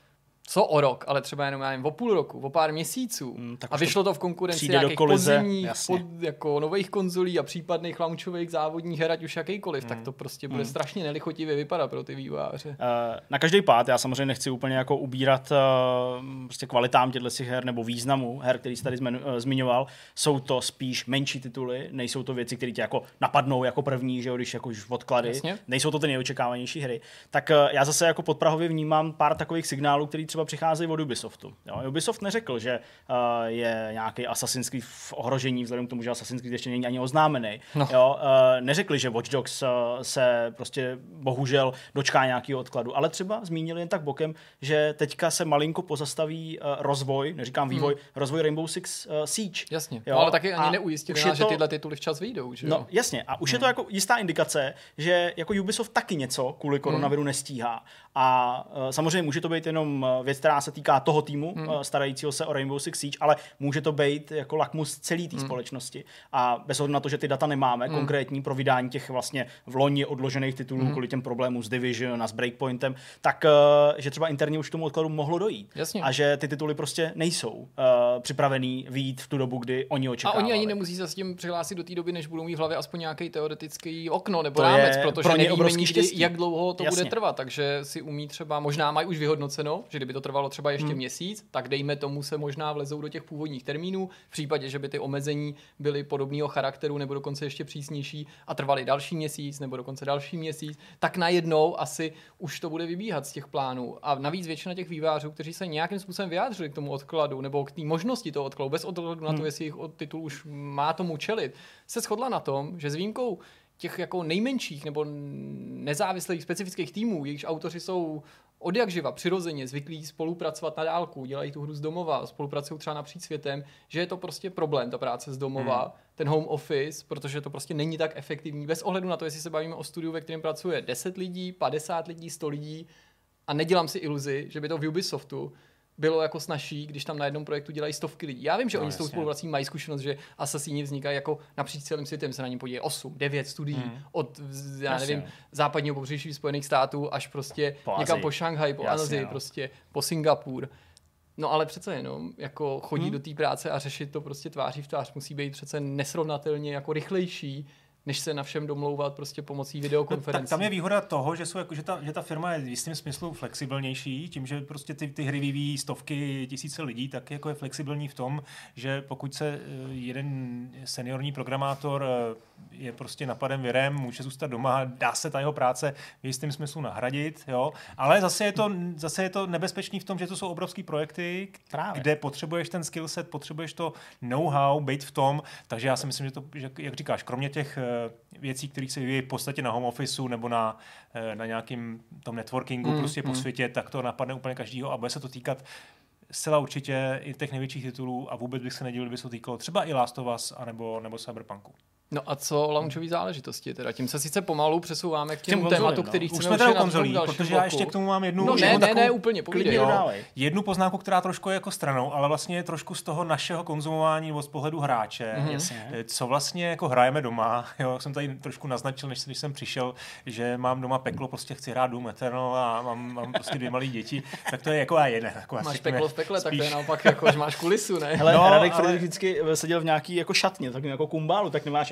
co o rok, ale třeba jenom já nevím, o půl roku, o pár měsíců hmm, a vyšlo to v konkurenci nějakých podzimních, pod, jako nových konzolí a případných launchových závodních her, ať už jakýkoliv, hmm. tak to prostě bude hmm. strašně nelichotivě vypadat pro ty vývojáře. Uh, na každý pád, já samozřejmě nechci úplně jako ubírat uh, prostě kvalitám těchto her nebo významu her, který jsi tady zmenu, uh, zmiňoval, jsou to spíš menší tituly, nejsou to věci, které tě jako napadnou jako první, že jo, když jako už odklady, Jasně. nejsou to ty nejočekávanější hry. Tak uh, já zase jako podprahově vnímám pár takových signálů, který třeba přicházejí od Ubisoftu. Jo? Ubisoft neřekl, že uh, je nějaký Assassin's Creed v ohrožení, vzhledem k tomu, že Assassin's Creed ještě není ani oznámený. No. Jo? Uh, neřekli, že Watch Dogs uh, se prostě bohužel dočká nějakého odkladu, ale třeba zmínili jen tak bokem, že teďka se malinko pozastaví uh, rozvoj, neříkám vývoj, hmm. rozvoj Rainbow Six uh, Siege. Jasně, no, ale taky ani neujistili nás, to... že tyhle tituly včas vyjdou. Že? No jasně, a už hmm. je to jako jistá indikace, že jako Ubisoft taky něco kvůli koronaviru hmm. nestíhá. A uh, samozřejmě může to být jenom věc, která se týká toho týmu, hmm. uh, starajícího se o Rainbow Six Siege, ale může to být jako lakmus celé té hmm. společnosti. A bez ohledu na to, že ty data nemáme, hmm. konkrétní pro vydání těch vlastně v loni odložených titulů hmm. kvůli těm problémům s Division a s Breakpointem, tak uh, že třeba interně už k tomu odkladu mohlo dojít. Jasně. A že ty tituly prostě nejsou uh, připravený vyjít v tu dobu, kdy oni očekávali. A oni ani nemusí se s tím přihlásit do té doby, než budou mít v hlavě aspoň nějaký teoretický okno nebo rámec, protože pro nevíme nikdy, jak dlouho to Jasně. bude trvat, takže si umí třeba, možná mají už vyhodnoceno, že kdyby to trvalo třeba ještě hmm. měsíc, tak dejme tomu se možná vlezou do těch původních termínů, v případě, že by ty omezení byly podobného charakteru nebo dokonce ještě přísnější a trvaly další měsíc nebo dokonce další měsíc, tak najednou asi už to bude vybíhat z těch plánů. A navíc většina těch vývojářů, kteří se nějakým způsobem vyjádřili k tomu odkladu nebo k té možnosti toho odkladu, bez odkladu na to, hmm. jestli jejich titul už má tomu čelit, se shodla na tom, že s výjimkou těch jako nejmenších nebo nezávislých specifických týmů, jejichž autoři jsou od jak živa přirozeně zvyklí spolupracovat na dálku, dělají tu hru z domova, spolupracují třeba napříč světem, že je to prostě problém, ta práce z domova, hmm. ten home office, protože to prostě není tak efektivní, bez ohledu na to, jestli se bavíme o studiu, ve kterém pracuje deset lidí, padesát lidí, sto lidí a nedělám si iluzi, že by to v Ubisoftu bylo jako snazší, když tam na jednom projektu dělají stovky lidí. Já vím, že no, oni s tou spoluprací mají zkušenost, že Assassini vznikají jako napříč celým světem, se na něm podíje osm, devět studií hmm. od, já jasně. nevím, západního pobřeží Spojených států až prostě po někam Azii. Po Šanghaj, po Asii, no. prostě po Singapur. No ale přece jenom jako chodí hmm. do té práce a řešit to prostě tváří v tvář musí být přece nesrovnatelně jako rychlejší, než se na všem domlouvat prostě pomocí videokonferencí. No, tak tam je výhoda toho, že, jsou jako, že, ta, že ta firma je v jistém smyslu flexibilnější, tím, že prostě ty, ty hry vyvíjí stovky, tisíce lidí, tak jako je flexibilní v tom, že pokud se jeden seniorní programátor je prostě napaden virem, může zůstat doma, dá se ta jeho práce v jistém smyslu nahradit, jo? Ale zase je to, zase je to nebezpečný v tom, že to jsou obrovský projekty, Právě. kde potřebuješ ten skillset, potřebuješ to know-how, být v tom, takže já si myslím, že to, že, jak říkáš, kromě těch věcí, kterých se vyvíjí v podstatě na home officeu nebo na, na nějakým tom networkingu mm, prostě mm. po světě, tak to napadne úplně každýho a bude se to týkat zcela určitě i těch největších titulů a vůbec bych se nedivil, kdyby se to týkalo třeba i Last of Us anebo, nebo Cyberpunku. No a co launchové záležitosti? Teda tím se sice pomalu přesouváme k těm konzoli, tématu, no. který chceme už jsme teda konzolí, protože já ještě k tomu mám jednu, no, jednu ne, takovou, ne, ne, úplně povídej, jednu poznámku, která trošku je jako stranou, ale vlastně je trošku z toho našeho konzumování nebo z pohledu hráče. Mm-hmm. Co vlastně jako hrajeme doma. Jo, jak jsem tady trošku naznačil, než, než jsem přišel, že mám doma peklo, prostě chci hrát Doom Eternal a mám, mám prostě dvě malé děti, tak to je jako a jeden. Jako máš peklo v pekle, spíš. Tak to je naopak jako, že máš kulisu, ne? Hele, no, Radek ale... vždycky seděl v nějaký jako šatně, tak jako kumbálu, tak nemáš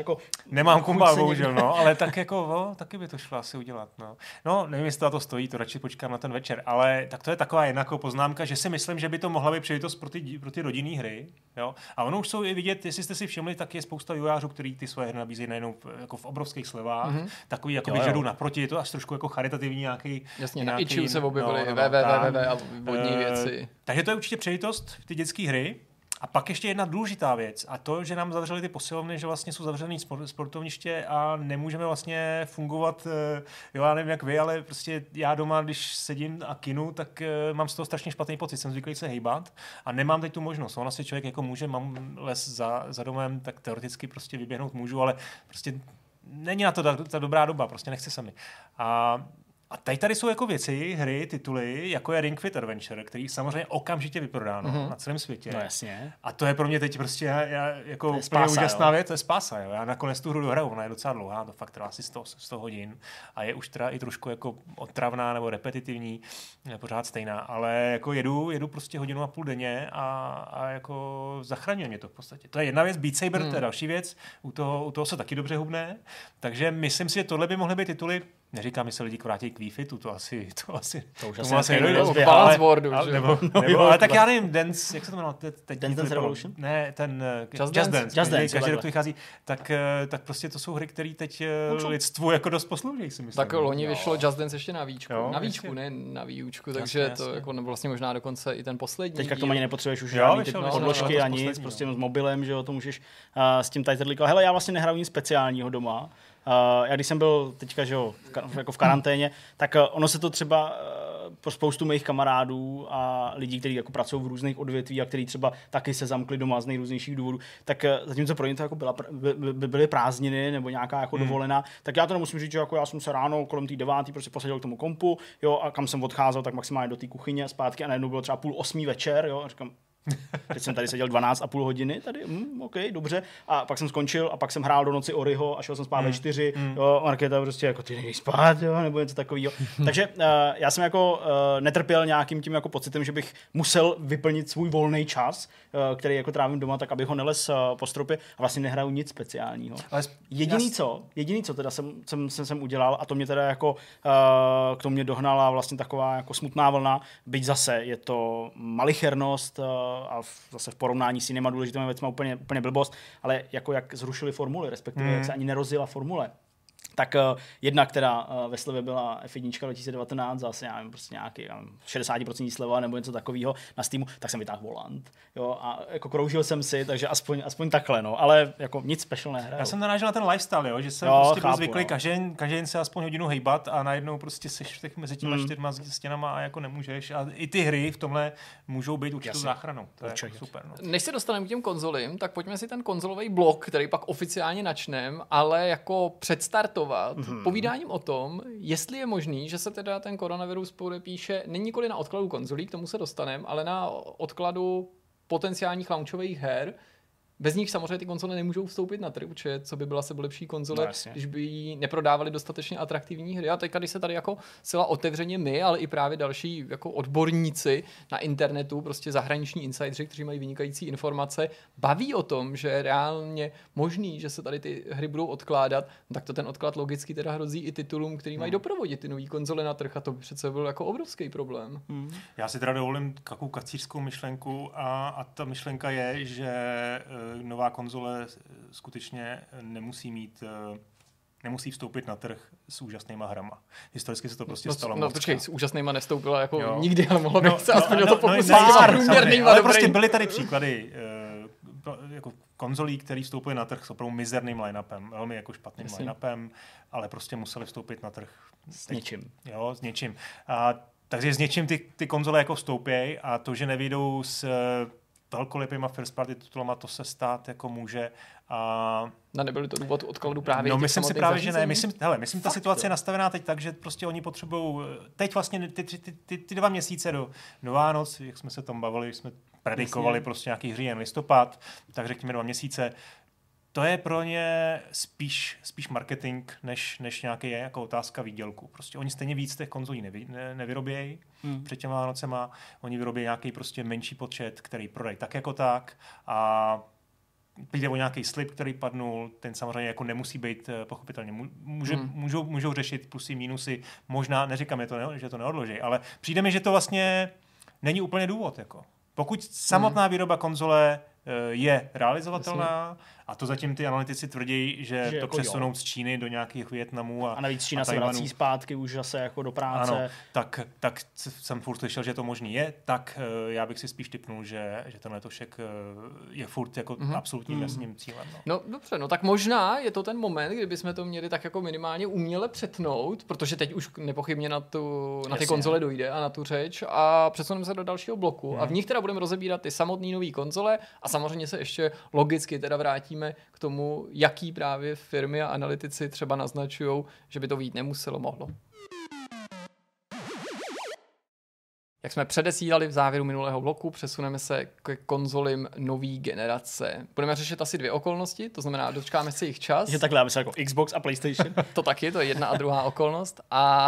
jako... Nemám kumba, bohužel, no, ale tak jako, no, taky by to šlo asi udělat, no. No, nevím, jestli to stojí, to radši počkám na ten večer, ale tak to je taková jedna jako poznámka, že si myslím, že by to mohla být příležitost pro ty, pro ty rodinné hry, jo. A ono už jsou i vidět, jestli jste si všimli, tak je spousta vývojářů, kteří ty svoje hry nabízejí najednou jako v obrovských slevách, mm-hmm. takový jako vyžadu naproti, je to až trošku jako charitativní nějaký. Jasně, na Itchu se objevily no, no, www a vodní uh, věci. Takže to je určitě příležitost, ty dětské hry. A pak ještě jedna důležitá věc a to, že nám zavřeli ty posilovny, že vlastně jsou zavřený sportovniště a nemůžeme vlastně fungovat, jo, já nevím jak vy, ale prostě já doma, když sedím a kinu, tak mám z toho strašně špatný pocit, jsem zvyklý se hejbat a nemám teď tu možnost. Ono si člověk jako může, mám les za, za domem, tak teoreticky prostě vyběhnout můžu, ale prostě není na to ta, ta dobrá doba, prostě nechce se mi. A A teď tady jsou jako věci, hry, tituly, jako je Ring Fit Adventure, který samozřejmě okamžitě vyprodáno mm-hmm. na celém světě. No jasně. A to je pro mě teď prostě já, já, jako to je spása, úžasná věc, to je spása. Jo. Já nakonec tu hru dohraju, ona je docela dlouhá, to fakt trvá asi sto, sto hodin a je už teda i trošku jako otravná nebo repetitivní, je pořád stejná, ale jako jedu, jedu prostě hodinu a půl denně a, a jako zachraňuje mě to v podstatě. To je jedna věc, Beat Saber, mm. to je další věc, u toho, u toho se taky dobře hubne, takže myslím si, že tohle by mohly být tituly. Neříkám, že se lidi vrátí k Wii-Fitu, to asi, to asi, to už asi nedojde. Balance boardu, ale, nebo, nebo, nebo, ale tak já nevím, Dance, jak se to jmenuje? Dance Dance Revolution? Ne, ten Just, Just Dance, Dance, Just Dance každý rok to vychází, tak, tak prostě to jsou hry, které teď Můžu. lidstvu jako dost poslouží, si myslím. Tak loni vyšlo Just Dance ještě na Víčku, jo, na Víčku, ne na Výučku, takže jasně, to jasně. jako vlastně možná dokonce i ten poslední. Teďka k tomu ani nepotřebuješ už žádný typ podložky a nic, prostě s mobilem, že jo, to můžeš s tím tady klikovat. Hele, já vlastně nehraju nic speciálního doma. Uh, já když jsem byl teďka, že jo, v, jako v karanténě, tak uh, ono se to třeba uh, pro spoustu mých kamarádů a lidí, kteří jako pracují v různých odvětví a kteří třeba taky se zamkli doma z nejrůznějších důvodů, tak uh, zatímco pro ně to jako byla, by, by byly prázdniny nebo nějaká jako hmm. dovolená, tak já to nemusím říct, že jako já jsem se ráno kolem té devátý prostě posadil k tomu kompu, jo, a kam jsem odcházel, tak maximálně do té kuchyně zpátky a najednou bylo třeba půl osmý večer, jo, a říkám, teď jsem tady seděl dvanáct a půl hodiny, tady, mm, ok, dobře. A pak jsem skončil a pak jsem hrál do noci Oriho a šel jsem spát mm. ve čtyři. Mm. Jo, Markéta prostě jako, ty nejdeš spát, jo, nebo něco takového. Takže uh, já jsem jako uh, netrpěl nějakým tím jako pocitem, že bych musel vyplnit svůj volný čas, uh, který jako trávím doma, tak abych ho neles uh, po stropě a vlastně nehraju nic speciálního. Ale jediný jas... co, jediný co teda jsem, jsem, jsem, jsem udělal a to mě teda jako uh, k tomu mě dohnala vlastně taková jako smutná vlna, byť zase je to malichernost, uh, a v, zase v porovnání s jinýma důležitými věcmi úplně, úplně blbost, ale jako jak zrušili formuly, respektive mm. jak se ani nerozjela formule. Tak uh, jedna, která uh, ve slevě byla F jedna dva tisíce devatenáct, zase já nevím, prostě nějaký já nevím, šedesát procent sleva nebo něco takového na Steamu, tak jsem vytáhl volant. Jo, a jako kroužil jsem si, takže aspoň, aspoň takhle, no, ale jako nic special nehraju. Já jsem narážel na ten lifestyle, jo, že jsem jo, prostě chápu, byl zvyklý každý, každý den se aspoň hodinu hejbat a najednou prostě seš mezi těma mm. čtyřma stěnama a jako nemůžeš. A i ty hry v tomhle můžou být určitou záchranou. To je super. No. Než se dostaneme k těm konzolím, tak pojďme si ten konzolový blok, který pak oficiálně načnem, ale jako předstartovat. Mm-hmm. Povídáním o tom, jestli je možný, že se teda ten koronavirus podepíše není nikoli na odkladu konzolí, k tomu se dostaneme, ale na odkladu potenciálních launchových her. Bez nich samozřejmě ty konzole nemůžou vstoupit na trh, protože co by byla sebelepší konzole, no, když by jí neprodávali dostatečně atraktivní hry. A teďka, když se tady jako zcela otevřeně my, ale i právě další jako odborníci na internetu, prostě zahraniční insidři, kteří mají vynikající informace, baví o tom, že je reálně možný, že se tady ty hry budou odkládat, no tak to ten odklad logicky teda hrozí i titulům, který mají doprovodit ty nový konzole na trh a to by přece byl jako obrovský problém. Hmm. Já si teda dovolím takovou kacířskou myšlenku a, a ta myšlenka je, že nová konzole skutečně nemusí mít, nemusí vstoupit na trh s úžasnýma hrama. Historicky se to prostě no, stalo. No počkej, s úžasnýma nestoupila jako jo. nikdy, ale mohlo by no, se no, aspoň no, o to pokusit no, s průměrnýma. Ale prostě byly tady příklady uh, jako konzolí, které vstoupily na trh s opravdu mizerným line-upem, velmi jako špatným Jasně. line-upem, ale prostě museli vstoupit na trh. S teď. něčím. Jo, s něčím. A, takže s něčím ty, ty konzole jako vstoupějí a to, že nevyjdou s velkolepýma first party titulama, to se stát jako může. A no nebyl to důvod odkladu právě No myslím si právě, zařízení? že ne. Myslím, hele, myslím ta situace je nastavená teď tak, že prostě oni potřebují teď vlastně ty, ty, ty, ty, ty dva měsíce do, do Vánoc, jak jsme se tam bavili, jsme predikovali Jasně. prostě nějaký říjen, listopad, tak řekněme dva měsíce. To je pro ně spíš, spíš marketing, než, než nějaký je jako otázka výdělku. Prostě oni stejně víc těch konzolí nevy, ne, nevyrobějí hmm. před těma Vánocema. Oni vyrobí nějaký prostě menší počet, který prodají tak jako tak. A přijde o nějaký slib, který padnul, ten samozřejmě jako nemusí být pochopitelně. Může, hmm. můžou, můžou řešit plusy, mínusy, možná, neříkám, je to ne, že to neodloží, ale přijde mi, že to vlastně není úplně důvod. Jako. Pokud samotná hmm. výroba konzole je realizovatelná, Jasně. a to zatím ty analytici tvrdí, že, že to jako přesunou jo. z Číny do nějakých Vietnamů. A, a navíc Čína a se vrací zpátky už zase jako do práce. Ano, tak, tak jsem furt slyšel, že to možný je, tak uh, já bych si spíš tipnul, že, že ten letošek uh, je furt jako mm-hmm. absolutním mm-hmm. jasným cílem. No. no dobře, no tak možná je to ten moment, kdyby jsme to měli tak jako minimálně uměle přetnout, protože teď už nepochybně na, tu, na ty konzole dojde a na tu řeč a přesuneme se do dalšího bloku mm. a v nich teda budeme rozebírat ty samotné nové konzole a samozřejmě se ještě logicky teda vrátíme k tomu, jaký právě firmy a analytici třeba naznačují, že by to vyjít nemuselo, mohlo. Jak jsme předesílali v závěru minulého bloku, přesuneme se k konzolím nový generace. Budeme řešit asi dvě okolnosti, to znamená, dočkáme si jich čas. Je takhle, myslím, jako Xbox a PlayStation. To taky, to je jedna a druhá okolnost.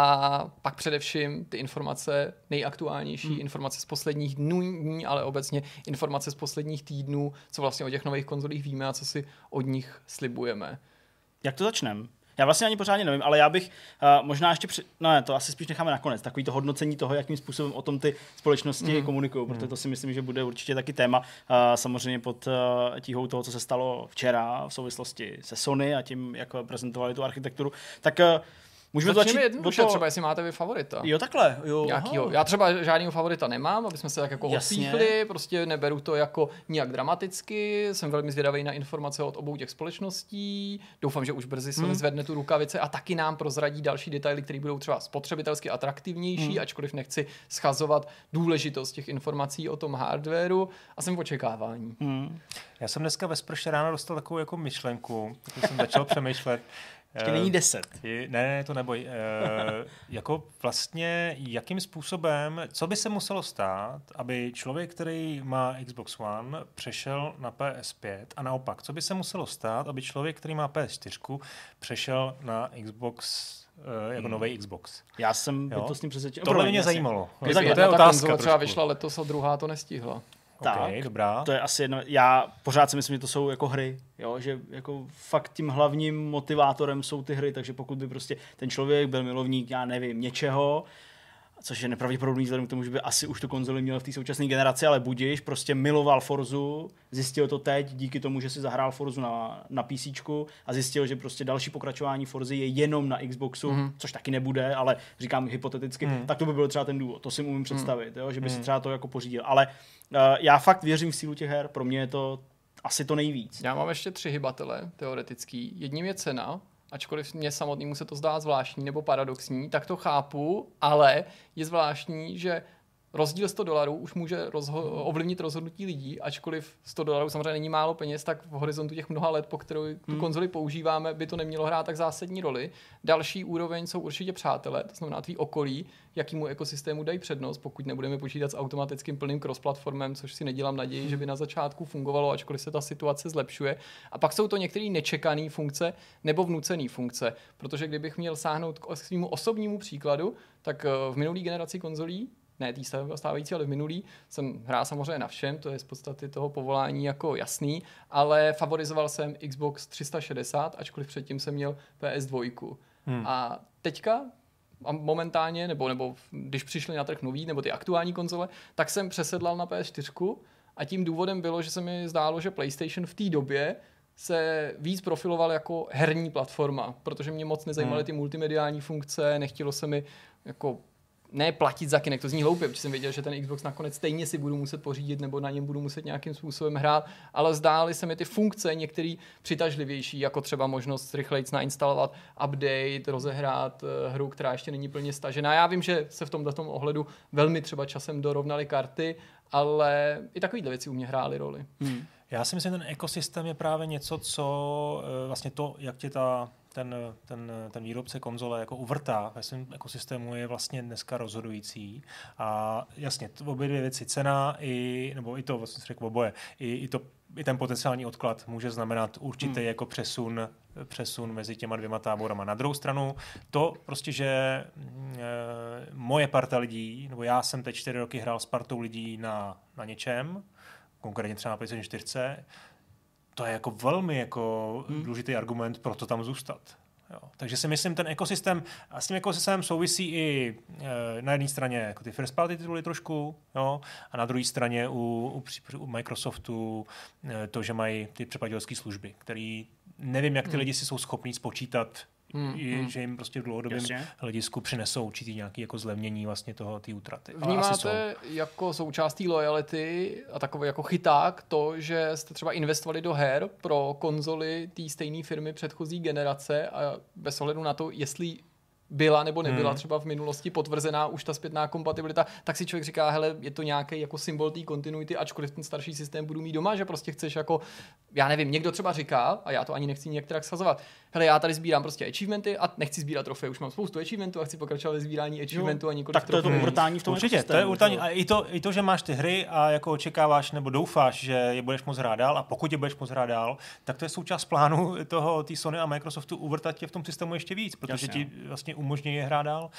A pak především ty informace, nejaktuálnější hmm. informace z posledních dní, ale obecně informace z posledních týdnů, co vlastně o těch nových konzolích víme a co si od nich slibujeme. Jak to začneme? Já vlastně ani pořádně nevím, ale já bych uh, možná ještě při... No ne, to asi spíš necháme nakonec. Takový to hodnocení toho, jakým způsobem o tom ty společnosti mm. komunikují, protože to si myslím, že bude určitě taky téma. Uh, samozřejmě pod uh, tíhou toho, co se stalo včera v souvislosti se Sony a tím, jak prezentovali tu architekturu. Tak uh, můžeme začít jednoduše, to... třeba jestli máte vy favorita. Jo, takhle. Jo, Nějakýho. Já třeba žádného favorita nemám, aby jsme se tak jako odpíchli, prostě neberu to jako nijak dramaticky, jsem velmi zvědavý na informace od obou těch společností, doufám, že už brzy se hmm. zvedne tu rukavice a taky nám prozradí další detaily, které budou třeba spotřebitelsky atraktivnější, hmm. ačkoliv nechci schazovat důležitost těch informací o tom hardwaru a jsem v očekávání. Hmm. Já jsem dneska ve sprše ráno dostal takovou jako myšlenku, protože jsem začal přemýšlet. Ještě není deset. Ne, ne, to neboj. E, jako vlastně, jakým způsobem, co by se muselo stát, aby člověk, který má Xbox One, přešel na P S pět a naopak, co by se muselo stát, aby člověk, který má P S čtyři, přešel na Xbox jako hmm. nový Xbox. Já jsem to s tím přesvědčil. Tohle mě zajímalo. Kdyby tak, jedna ta konzole třeba vyšla letos a druhá to nestihla. Tak, okay, dobrá. To je asi jedno. Já pořád si myslím, že to jsou jako hry, jo? Že jako fakt tím hlavním motivátorem jsou ty hry, takže pokud by prostě ten člověk byl milovník, já nevím, něčeho, což je nepravděpodobný vzhledem k tomu, že by asi už tu konzoli měl v té současné generaci, ale budiš, prostě miloval Forzu, zjistil to teď díky tomu, že si zahrál Forzu na, na PCčku a zjistil, že prostě další pokračování Forzy je jenom na Xboxu, mm. což taky nebude, ale říkám hypoteticky, mm. tak to by byl třeba ten důvod, to si umím představit, mm. jo? Že by mm. si třeba to jako pořídil, ale uh, já fakt věřím v sílu těch her, pro mě je to asi to nejvíc. Já mám ještě tři hybatele teoretický, jedním je cena, ačkoliv mě samotnému se to zdá zvláštní nebo paradoxní, tak to chápu, ale je zvláštní, že rozdíl sto dolarů už může rozho- ovlivnit rozhodnutí lidí, ačkoliv sto dolarů samozřejmě není málo peněz, tak v horizontu těch mnoha let, po kterou tu hmm. konzoli používáme, by to nemělo hrát tak zásadní roli. Další úroveň jsou určitě přátelé, to znamená tvý okolí, jakýmu ekosystému dají přednost, pokud nebudeme počítat s automatickým plným cross-platformem, což si nedělám naději, hmm. že by na začátku fungovalo, ačkoliv se ta situace zlepšuje. A pak jsou to některé nečekané funkce nebo vnucené funkce, protože kdybych měl sáhnout k svému osobnímu příkladu, tak v minulý generaci konzolí, ne tý stávající, ale v minulý, jsem hrál samozřejmě na všem, to je z podstaty toho povolání jako jasný, ale favorizoval jsem Xbox tři sta šedesát, ačkoliv předtím jsem měl P S dva. Hmm. A teďka a momentálně, nebo, nebo když přišly na trh nový, nebo ty aktuální konzole, tak jsem přesedlal na P S čtyři a tím důvodem bylo, že se mi zdálo, že PlayStation v té době se víc profiloval jako herní platforma, protože mě moc nezajímaly ty multimediální funkce, nechtělo se mi jako ne platit za Kinect, to zní hloupě, protože jsem věděl, že ten Xbox nakonec stejně si budu muset pořídit nebo na něm budu muset nějakým způsobem hrát, ale zdály se mi ty funkce některé přitažlivější, jako třeba možnost rychleji nainstalovat update, rozehrát uh, hru, která ještě není plně stažená. Já vím, že se v tomto ohledu velmi třeba časem dorovnaly karty, ale i takovýhle věci u mě hrály roli. Hmm. Já si myslím, že ten ekosystém je právě něco, co vlastně to, jak tě ta Ten, ten, ten výrobce konzole jako uvrtá ve svém ekosystému je vlastně dneska rozhodující. A jasně, obě dvě věci, cena i, nebo i to, vlastně řekl oboje, i, i, to, i ten potenciální odklad může znamenat určitý hmm. jako přesun, přesun mezi těma dvěma táborama. Na druhou stranu to prostě, že e, moje parta lidí, nebo já jsem teď čtyři roky hrál s partou lidí na, na něčem, konkrétně třeba na PlayStation čtyři, to je jako velmi jako hmm. důležitý argument pro to tam zůstat. Jo. Takže si myslím, ten ekosystém, a s tím ekosystémem souvisí i e, na jedné straně jako ty first party tituly trošku, jo, a na druhé straně u, u, u Microsoftu e, to, že mají ty překladatelské služby, který nevím, jak ty hmm. lidi si jsou schopní spočítat, Hmm, i, hmm. že jim prostě v dlouhodobém hledisku přinesou určitý nějaký jako zlevnění vlastně toho té útraty. Vnímáte jako součást té loyalty a takový jako chyták to, že jste třeba investovali do her pro konzoly té stejné firmy předchozí generace a bez ohledu na to, jestli byla nebo nebyla hmm. třeba v minulosti potvrzená už ta zpětná kompatibilita, tak si člověk říká, hele, je to nějaký jako symbol té kontinuity, ačkoliv ten starší systém budu mít doma, že prostě chceš jako, já nevím, někdo třeba říká, a já to ani nechci některak schazovat, hele, já tady sbírám prostě achievementy a nechci sbírat trofeje, už mám spoustu achievementů a chci pokračovat ve sbírání achievementů a nikoliv tak to je to uvrtání v tom určitě, systému, to je urtání, a i to, i to, že máš ty hry a jako očekáváš nebo doufáš, že je budeš moc hrát dál a pokud je budeš moc hrát dál, tak to je součást plánu toho té Sony a Microsoftu uvrtat tě v tom systému ještě víc, protože Jasně. ti vlastně umožní je hrát dál.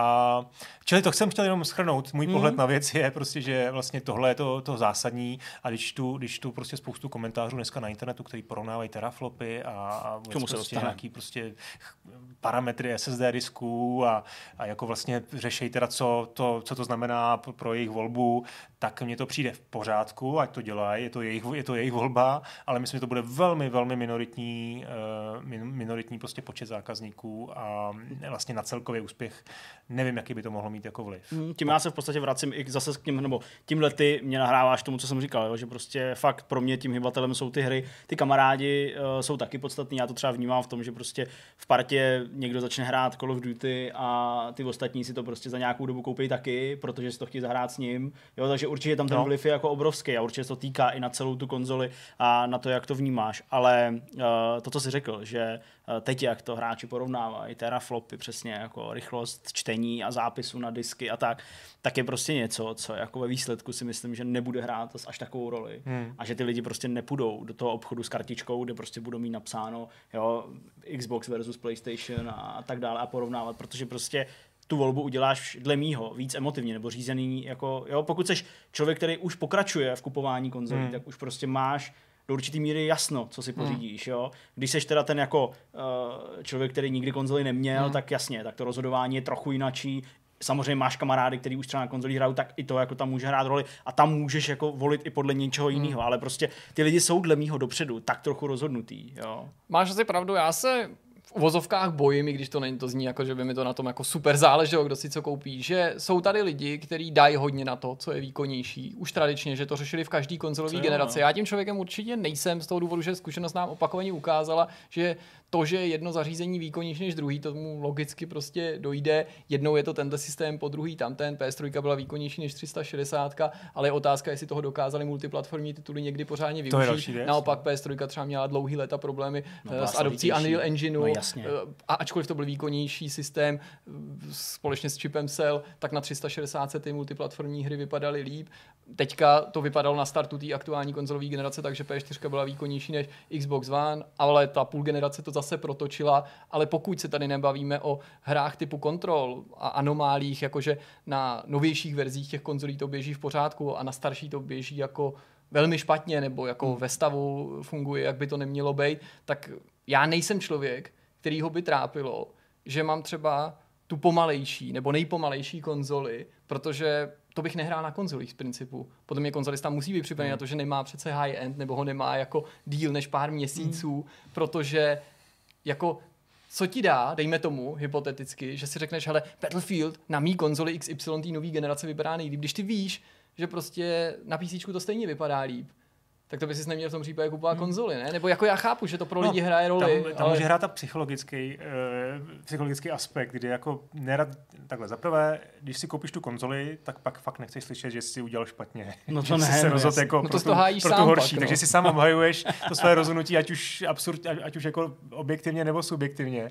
A čili to jsem chtěl jenom shrnout. Můj mm. pohled na věc je prostě, že vlastně tohle je to, to zásadní a když tu, když tu prostě spoustu komentářů dneska na internetu, který porovnávají teraflopy a, a prostě nějaký prostě parametry S S D disků a, a jako vlastně řešejí teda, co to, co to znamená pro, pro jejich volbu, tak mně to přijde v pořádku, ať to dělají, je to jejich, je to jejich volba, ale myslím, že to bude velmi, velmi minoritní, uh, minoritní prostě počet zákazníků a vlastně na celkový úspěch nevím, jaký by to mohlo mít jako vliv. Hmm, tím já se v podstatě vracím i zase k těm, nebo tímhle ty mě nahráváš tomu, co jsem říkal, jo, že prostě fakt pro mě tím hybatelem jsou ty hry, ty kamarádi uh, jsou taky podstatní, já to třeba vnímám v tom, že prostě v partě někdo začne hrát Call of Duty a ty ostatní si to prostě za nějakou dobu koupí taky, protože si to chtějí zahrát s ním, jo, takže určitě tam ten no. vliv je jako obrovský a určitě se to týká i na celou tu konzoli a na to, jak to vnímáš, ale uh, to, co jsi řekl, že uh, teď, jak to hráči porovnávají, teraflopy, přesně jako rychlost čtení a zápisu na disky a tak, tak je prostě něco, co jako ve výsledku si myslím, že nebude hrát až takovou roli hmm. a že ty lidi prostě nepůjdou do toho obchodu s kartičkou, kde prostě budou mít napsáno, jo, Xbox versus PlayStation a tak dále a porovnávat, protože prostě tu volbu uděláš dle mýho víc emotivně nebo řízený, jako, jo, pokud seš člověk, který už pokračuje v kupování konzolí, hmm. tak už prostě máš do určitý míry jasno, co si pořídíš, jo. Když seš teda ten jako uh, člověk, který nikdy konzoli neměl, hmm. tak jasně, tak to rozhodování je trochu jinačí. Samozřejmě máš kamarády, který už třeba na konzoli hrajou, tak i to jako tam může hrát roli a tam můžeš jako volit i podle něčeho jiného, hmm. ale prostě ty lidi jsou dle mýho dopředu tak trochu rozhodnutý, jo. Máš asi pravdu, já se v uvozovkách bojím, i když to není, to zní jako, že by mi to na tom jako super záleželo, kdo si co koupí, že jsou tady lidi, kteří dají hodně na to, co je výkonnější. Už tradičně, že to řešili v každé konzolové generaci. Já tím člověkem určitě nejsem z toho důvodu, že zkušenost nám opakovaně ukázala, že to, že jedno zařízení výkonnější než druhý, tomu logicky prostě dojde. Jednou je to tenhle systém, po druhý tamten. P S tři byla výkonnější než tři sta šedesát, ale je otázka, jestli toho dokázali multiplatformní tituly někdy pořádně využít. Naopak P S tři třeba měla dlouhý léta problémy no, s adopcí Unreal Engineu. No, a ačkoliv to byl výkonnější systém společně s čipem Cell, tak na tři sta šedesát ty multiplatformní hry vypadaly líp. Teďka to vypadalo na startu té aktuální konzolové generace, takže P S čtyři byla výkonnější než Xbox One, ale ta půl generace to zase protočila. Ale pokud se tady nebavíme o hrách typu Control a anomálích, jakože na novějších verzích těch konzolí to běží v pořádku a na starší to běží jako velmi špatně nebo jako hmm. ve stavu funguje, jak by to nemělo být, tak já nejsem člověk, kterýho by trápilo, že mám třeba tu pomalejší nebo nejpomalejší konzoli, protože to bych nehrál na konzolích z principu. Potom mě konzolista musí být připravený mm. na to, že nemá přece high-end nebo ho nemá jako díl než pár měsíců, mm. protože jako co ti dá, dejme tomu hypoteticky, že si řekneš, hele, Battlefield na mý konzoli X Y té nový generace vypadá nejlíp, když ty víš, že prostě na PCčku to stejně vypadá líp. Tak to by si neměl v tom případě kupovat hmm. konzoli, ne? Nebo jako já chápu, že to pro lidi no, hraje roli. Tam, tam ale... může hrát ta psychologický, uh, psychologický aspekt, kdy jako nerad, takhle zaprvé, když si koupíš tu konzoli, tak pak fakt nechceš slyšet, že jsi udělal špatně. No to ne, se rozhodl jako no pro, to tu, pro tu horší, pak, no. Takže si sám obhajuješ to své rozhodnutí, ať už absurd, ať už jako objektivně nebo subjektivně.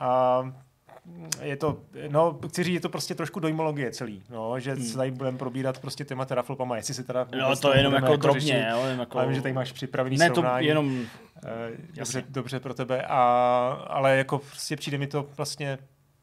A je to, no, chci říct, je to prostě trošku dojmologie celý, no, že hmm. se tady budeme probírat prostě těma teraflopama, jestli si teda... No, to je jenom jako drobně, jo, jako... Ale vím, že tady máš připravený ne, srovnání. To jenom... Dobře, dobře pro tebe, a, ale jako prostě přijde mi to vlastně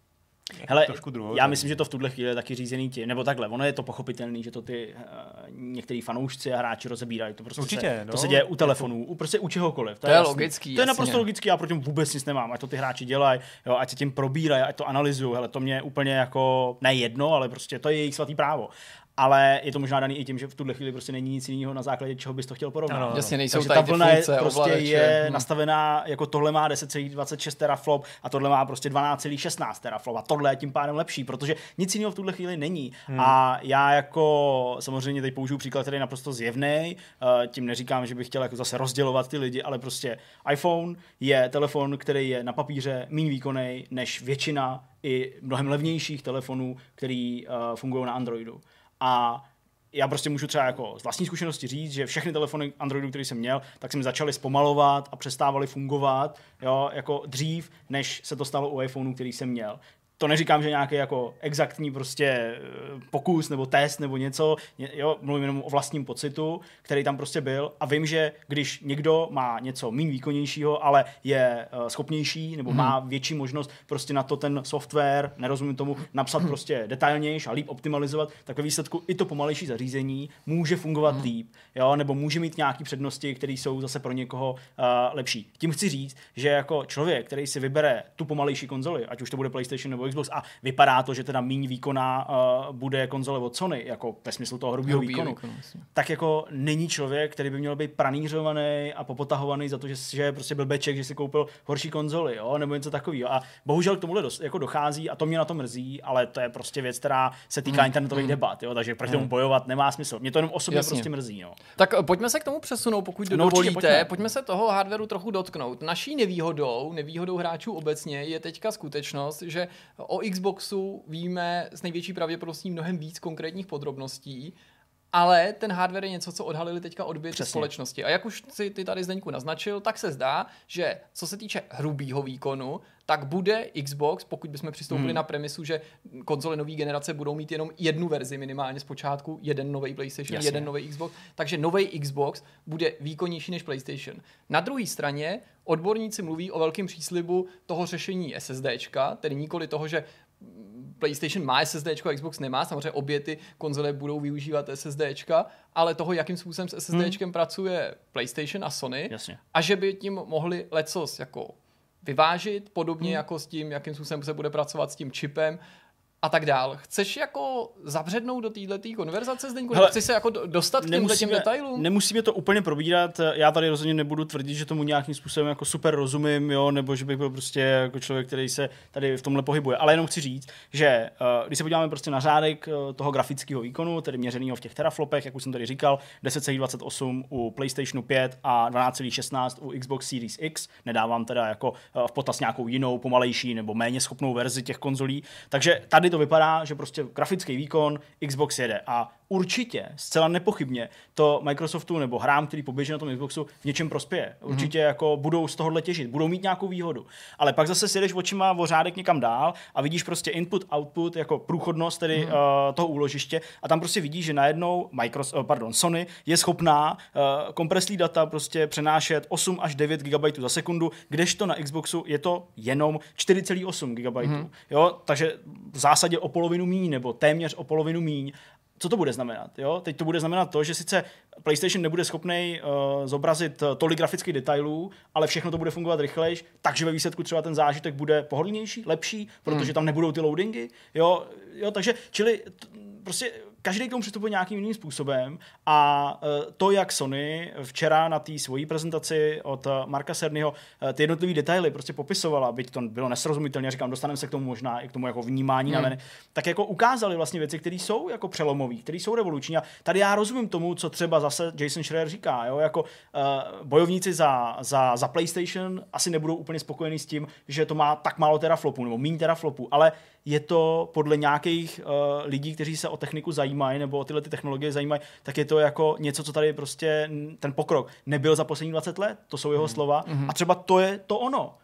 Hele, trošku druhou. Já myslím, že to v tuhle chvíli je taky řízený tím, nebo takhle, ono je to pochopitelný, že to ty uh, některý fanoušci a hráči rozebírají. To prostě Určitě, se, no. to se děje u telefonů, u prostě u čehokoliv. To je, je logický. To je naprosto logický, já proti tomu vůbec nic nemám, ať to ty hráči dělají, jo, ať se tím probírají, ať to analyzují, hele, to mě úplně jako ne jedno, ale prostě to je jejich svatý právo. Ale je to možná daný i tím, že v tuhle chvíli prostě není nic jiného, na základě čeho bys to chtěl porovnat. Ano, jasně, nejsou takže tady ta vlna funkce, je, prostě je hmm. nastavená, jako tohle má deset celá dvacet šest teraflop a tohle má prostě dvanáct celá šestnáct teraflop a tohle je tím pádem lepší, protože nic jiného v tuhle chvíli není. Hmm. A já jako samozřejmě teď použiju příklad, který je naprosto zjevný, tím neříkám, že bych chtěl jako zase rozdělovat ty lidi, ale prostě iPhone je telefon, který je na papíře méně výkonný než většina i mnohem levnějších telefonů, který uh, fungují na Androidu. A já prostě můžu třeba jako z vlastní zkušenosti říct, že všechny telefony Androidu, které jsem měl, tak se mi začaly zpomalovat a přestávaly fungovat, jo, jako dřív, než se to stalo u iPhoneu, který jsem měl. To neříkám, že nějaký jako exaktní prostě pokus nebo test nebo něco, jo, mluvím jenom o vlastním pocitu, který tam prostě byl a vím, že když někdo má něco méně výkonnějšího, ale je uh, schopnější nebo hmm. má větší možnost prostě na to ten software, nerozumím tomu, napsat prostě detailnější a líp optimalizovat, tak ve výsledku i to pomalejší zařízení může fungovat hmm. líp, jo, nebo může mít nějaké přednosti, které jsou zase pro někoho uh, lepší. Tím chci říct, že jako člověk, který si vybere tu pomalejší konzoli, ať už to bude PlayStation nebo Xbox a vypadá to, že teda méně výkonná uh, bude konzole od Sony, jako ve smyslu toho hrubého výkonu, výkonu tak jako není člověk, který by měl být pranířovaný a popotahovaný za to, že, že je prostě blbeček, že si koupil horší konzoli, jo, nebo něco takového. A bohužel k tomuhle dos, jako dochází a to mě na to mrzí, ale to je prostě věc, která se týká mm. internetových mm. debat, jo, takže proti tomu mm. bojovat nemá smysl. Mě to jenom osobně Jasně. prostě mrzí, no. Tak pojďme se k tomu přesunout, pokud no, dovolíte. Pojďme. pojďme se toho hardwareu trochu dotknout. Naší nevýhodou, nevýhodou hráčů obecně je teďka skutečnost, že o Xboxu víme s největší pravděpodobností mnohem víc konkrétních podrobností, ale ten hardware je něco, co odhalili teďka odběrci společnosti. A jak už si ty tady Zdeňku naznačil, tak se zdá, že co se týče hrubýho výkonu, tak bude Xbox, pokud bychom přistoupili hmm. na premisu, že konzole nové generace budou mít jenom jednu verzi minimálně zpočátku, jeden nový PlayStation, Jasně. jeden nový Xbox, takže nový Xbox bude výkonnější než PlayStation. Na druhé straně odborníci mluví o velkém příslibu toho řešení SSDčka, tedy nikoli toho, že PlayStation má SSDčko, Xbox nemá, samozřejmě obě ty konzole budou využívat SSDčka, ale toho, jakým způsobem s SSDčkem hmm. pracuje PlayStation a Sony Jasně. a že by tím mohli lecos jako vyvážit, podobně hmm. jako s tím, jakým způsobem se bude pracovat s tím čipem a tak dál. Chceš jako zabřednout do této konverzace, Zdeňku? Hele, chceš se jako dostat k těmhle těm detailům? Nemusíme to úplně probírat. Já tady rozhodně nebudu tvrdit, že tomu nějakým způsobem jako super rozumím, jo, nebo že bych byl prostě jako člověk, který se tady v tomhle pohybuje. Ale jenom chci říct, že uh, když se podíváme prostě na řádek uh, toho grafického výkonu, tedy měřenýho v těch teraflopech, jak už jsem tady říkal, deset celá dvacet osm u PlayStationu pět a dvanáct celá šestnáct u Xbox Series X. Nedávám teda jako uh, v potaz nějakou jinou, pomalejší nebo méně schopnou verzi těch konzolí. Takže tady to vypadá, že prostě grafický výkon Xbox jede a určitě, zcela nepochybně, to Microsoftu nebo hrám, který poběží na tom Xboxu, v něčem prospěje. Určitě mm-hmm. jako budou z tohohle těžit, budou mít nějakou výhodu. Ale pak zase si jdeš očima o řádek někam dál a vidíš prostě input, output, jako průchodnost tedy mm-hmm. uh, toho úložiště a tam prostě vidíš, že najednou Microsoft, uh, pardon, Sony je schopná uh, kompreslí data prostě přenášet osm až devět gigabajtů za sekundu, kdežto na Xboxu je to jenom čtyři celá osm gigabajtů. Mm-hmm. Jo, takže v zásadě o polovinu míň nebo téměř o polovinu míň. Co to bude znamenat? Jo? Teď to bude znamenat to, že sice PlayStation nebude schopný uh, zobrazit uh, tolik grafických detailů, ale všechno to bude fungovat rychlejš, takže ve výsledku třeba ten zážitek bude pohodlnější, lepší, protože hmm. tam nebudou ty loadingy. Jo? Jo, takže, čili t- prostě každý k tomu přistupuje nějakým jiným způsobem a uh, to, jak Sony včera na té svojí prezentaci od uh, Marka Cernyho uh, ty jednotlivé detaily prostě popisovala, byť to bylo nesrozumitelně, říkám, dostaneme se k tomu možná i k tomu jako vnímání hmm. na mene, tak jako ukázali vlastně věci, které jsou jako přelomové, které jsou revoluční. A tady já rozumím tomu, co třeba zase Jason Schreier říká, jo, jako uh, bojovníci za, za, za PlayStation asi nebudou úplně spokojení s tím, že to má tak málo teraflopů nebo méně teraflopů, ale je to podle nějakých uh, lidí, kteří se o techniku zajímají nebo o tyhle ty technologie zajímají, tak je to jako něco, co tady prostě ten pokrok nebyl za poslední dvacet let, to jsou jeho mm. slova mm-hmm. a třeba to je to ono.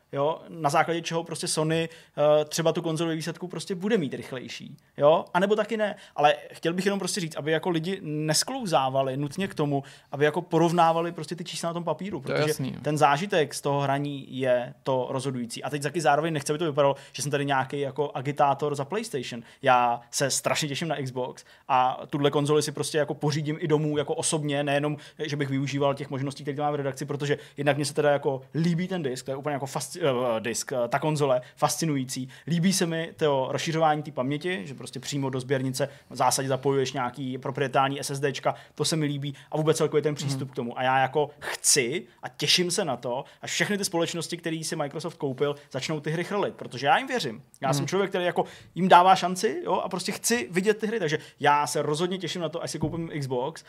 jo, na základě čeho prostě Sony uh, třeba tu konzoli výsledku prostě bude mít rychlejší, jo, anebo taky ne, ale chtěl bych jenom prostě říct, aby jako lidi nesklouzávali nutně k tomu, aby jako porovnávali prostě ty čísla na tom papíru, protože to jasný, ten zážitek z toho hraní je to rozhodující. A teď taky zároveň nechci, aby to vypadalo, že jsem tady nějaký jako agitátor za PlayStation. Já se strašně těším na Xbox a tuhle konzoli si prostě jako pořídím i domů jako osobně, nejenom, že bych využíval těch možností, které mám v redakci, protože jednak mě se teda jako líbí ten disk, to je úplně jako fasc- uh, disk, uh, ta konzole, fascinující. Líbí se mi to rozšiřování té paměti, že prostě přímo do sběrnice v zásadě zapojuješ nějaký proprietární SSDčka, to se mi líbí a vůbec celkově ten přístup mm. k tomu. A já jako chci a těším se na to, až všechny ty společnosti, které si Microsoft koupil, začnou ty hry chrlit, protože já jim věřím. Já hmm. jsem člověk, který jako jim dává šanci, jo, a prostě chci vidět ty hry, takže já se rozhodně těším na to, až si koupím Xbox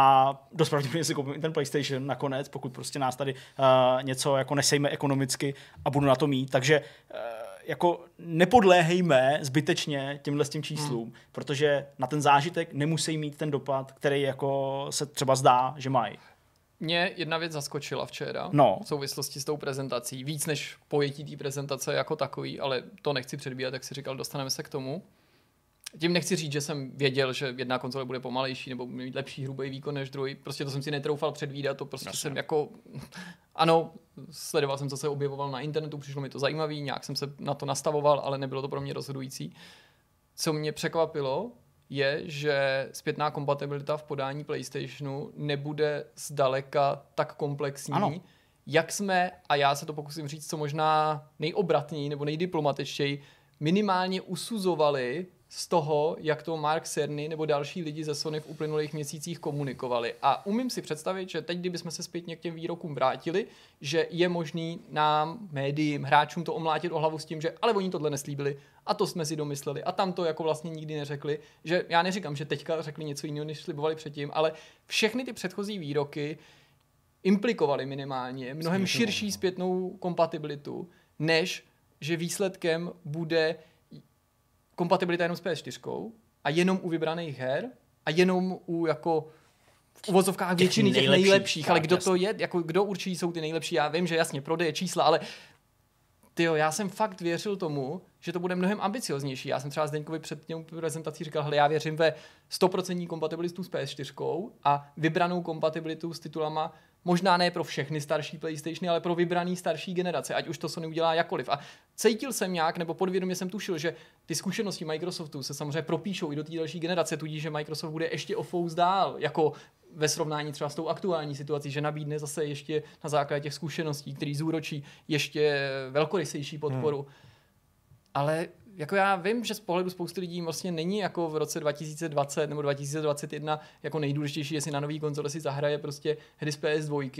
a dost pravděpodobně si koupím i ten PlayStation nakonec, pokud prostě nás tady uh, něco jako nesejme ekonomicky a budu na to mít, takže uh, jako nepodléhejme zbytečně těmhle s tím číslům, hmm. protože na ten zážitek nemusí mít ten dopad, který jako se třeba zdá, že mají. Mě jedna věc zaskočila včera no. v souvislosti s tou prezentací. Víc než pojetí té prezentace jako takový, ale to nechci předbíhat, jak si říkal, dostaneme se k tomu. Tím nechci říct, že jsem věděl, že jedna konzole bude pomalejší nebo bude mít lepší hrubý výkon než druhý. Prostě to jsem si netroufal předvídat, to prostě Jasně. jsem jako... Ano, sledoval jsem, co se objevoval na internetu, přišlo mi to zajímavý, nějak jsem se na to nastavoval, ale nebylo to pro mě rozhodující. Co mě překvapilo, je, že zpětná kompatibilita v podání PlayStationu nebude zdaleka tak komplexní, ano. jak jsme, a já se to pokusím říct, co možná nejobratněji nebo nejdiplomatičtěji, minimálně usuzovali z toho, jak to Mark Cerny nebo další lidi ze Sony v uplynulých měsících komunikovali. A umím si představit, že teď, kdybychom se zpětně k těm výrokům vrátili, že je možný nám, médiím, hráčům to omlátit o hlavu s tím, že ale oni tohle neslíbili a to jsme si domysleli a tam to jako vlastně nikdy neřekli, že já neříkám, že teďka řekli něco jiného, než slibovali předtím, ale všechny ty předchozí výroky implikovaly minimálně mnohem širší zpětnou kompatibilitu, než že výsledkem bude kompatibilita jenom s P S čtyři a jenom u vybraných her a jenom u jako v uvozovkách většiny těch nejlepších, nejlepších ale kdo jasný. to je, jako kdo určitě jsou ty nejlepší, já vím, že jasně prodeje čísla, ale tyjo, já jsem fakt věřil tomu, že to bude mnohem ambicioznější. Já jsem třeba Zdeňkovi před těm prezentací říkal, hele, já věřím ve sto procent kompatibilitu s P S čtyři a vybranou kompatibilitu s titulama možná ne pro všechny starší PlayStationy, ale pro vybraný starší generace, ať už to Sony udělá jakkoliv. A cítil jsem nějak, nebo podvědomě jsem tušil, že ty zkušenosti Microsoftu se samozřejmě propíšou i do té další generace, tudíž, že Microsoft bude ještě o fous dál, jako ve srovnání třeba s tou aktuální situací, že nabídne zase ještě na základě těch zkušeností, který zúročí ještě velkorysejší podporu. Hmm. Ale jako já vím, že z pohledu spousty lidí vlastně není jako v roce dva tisíce dvacet nebo dva tisíce dvacet jedna jako nejdůležitější, jestli na nový konzole si zahraje prostě hry z P S dva,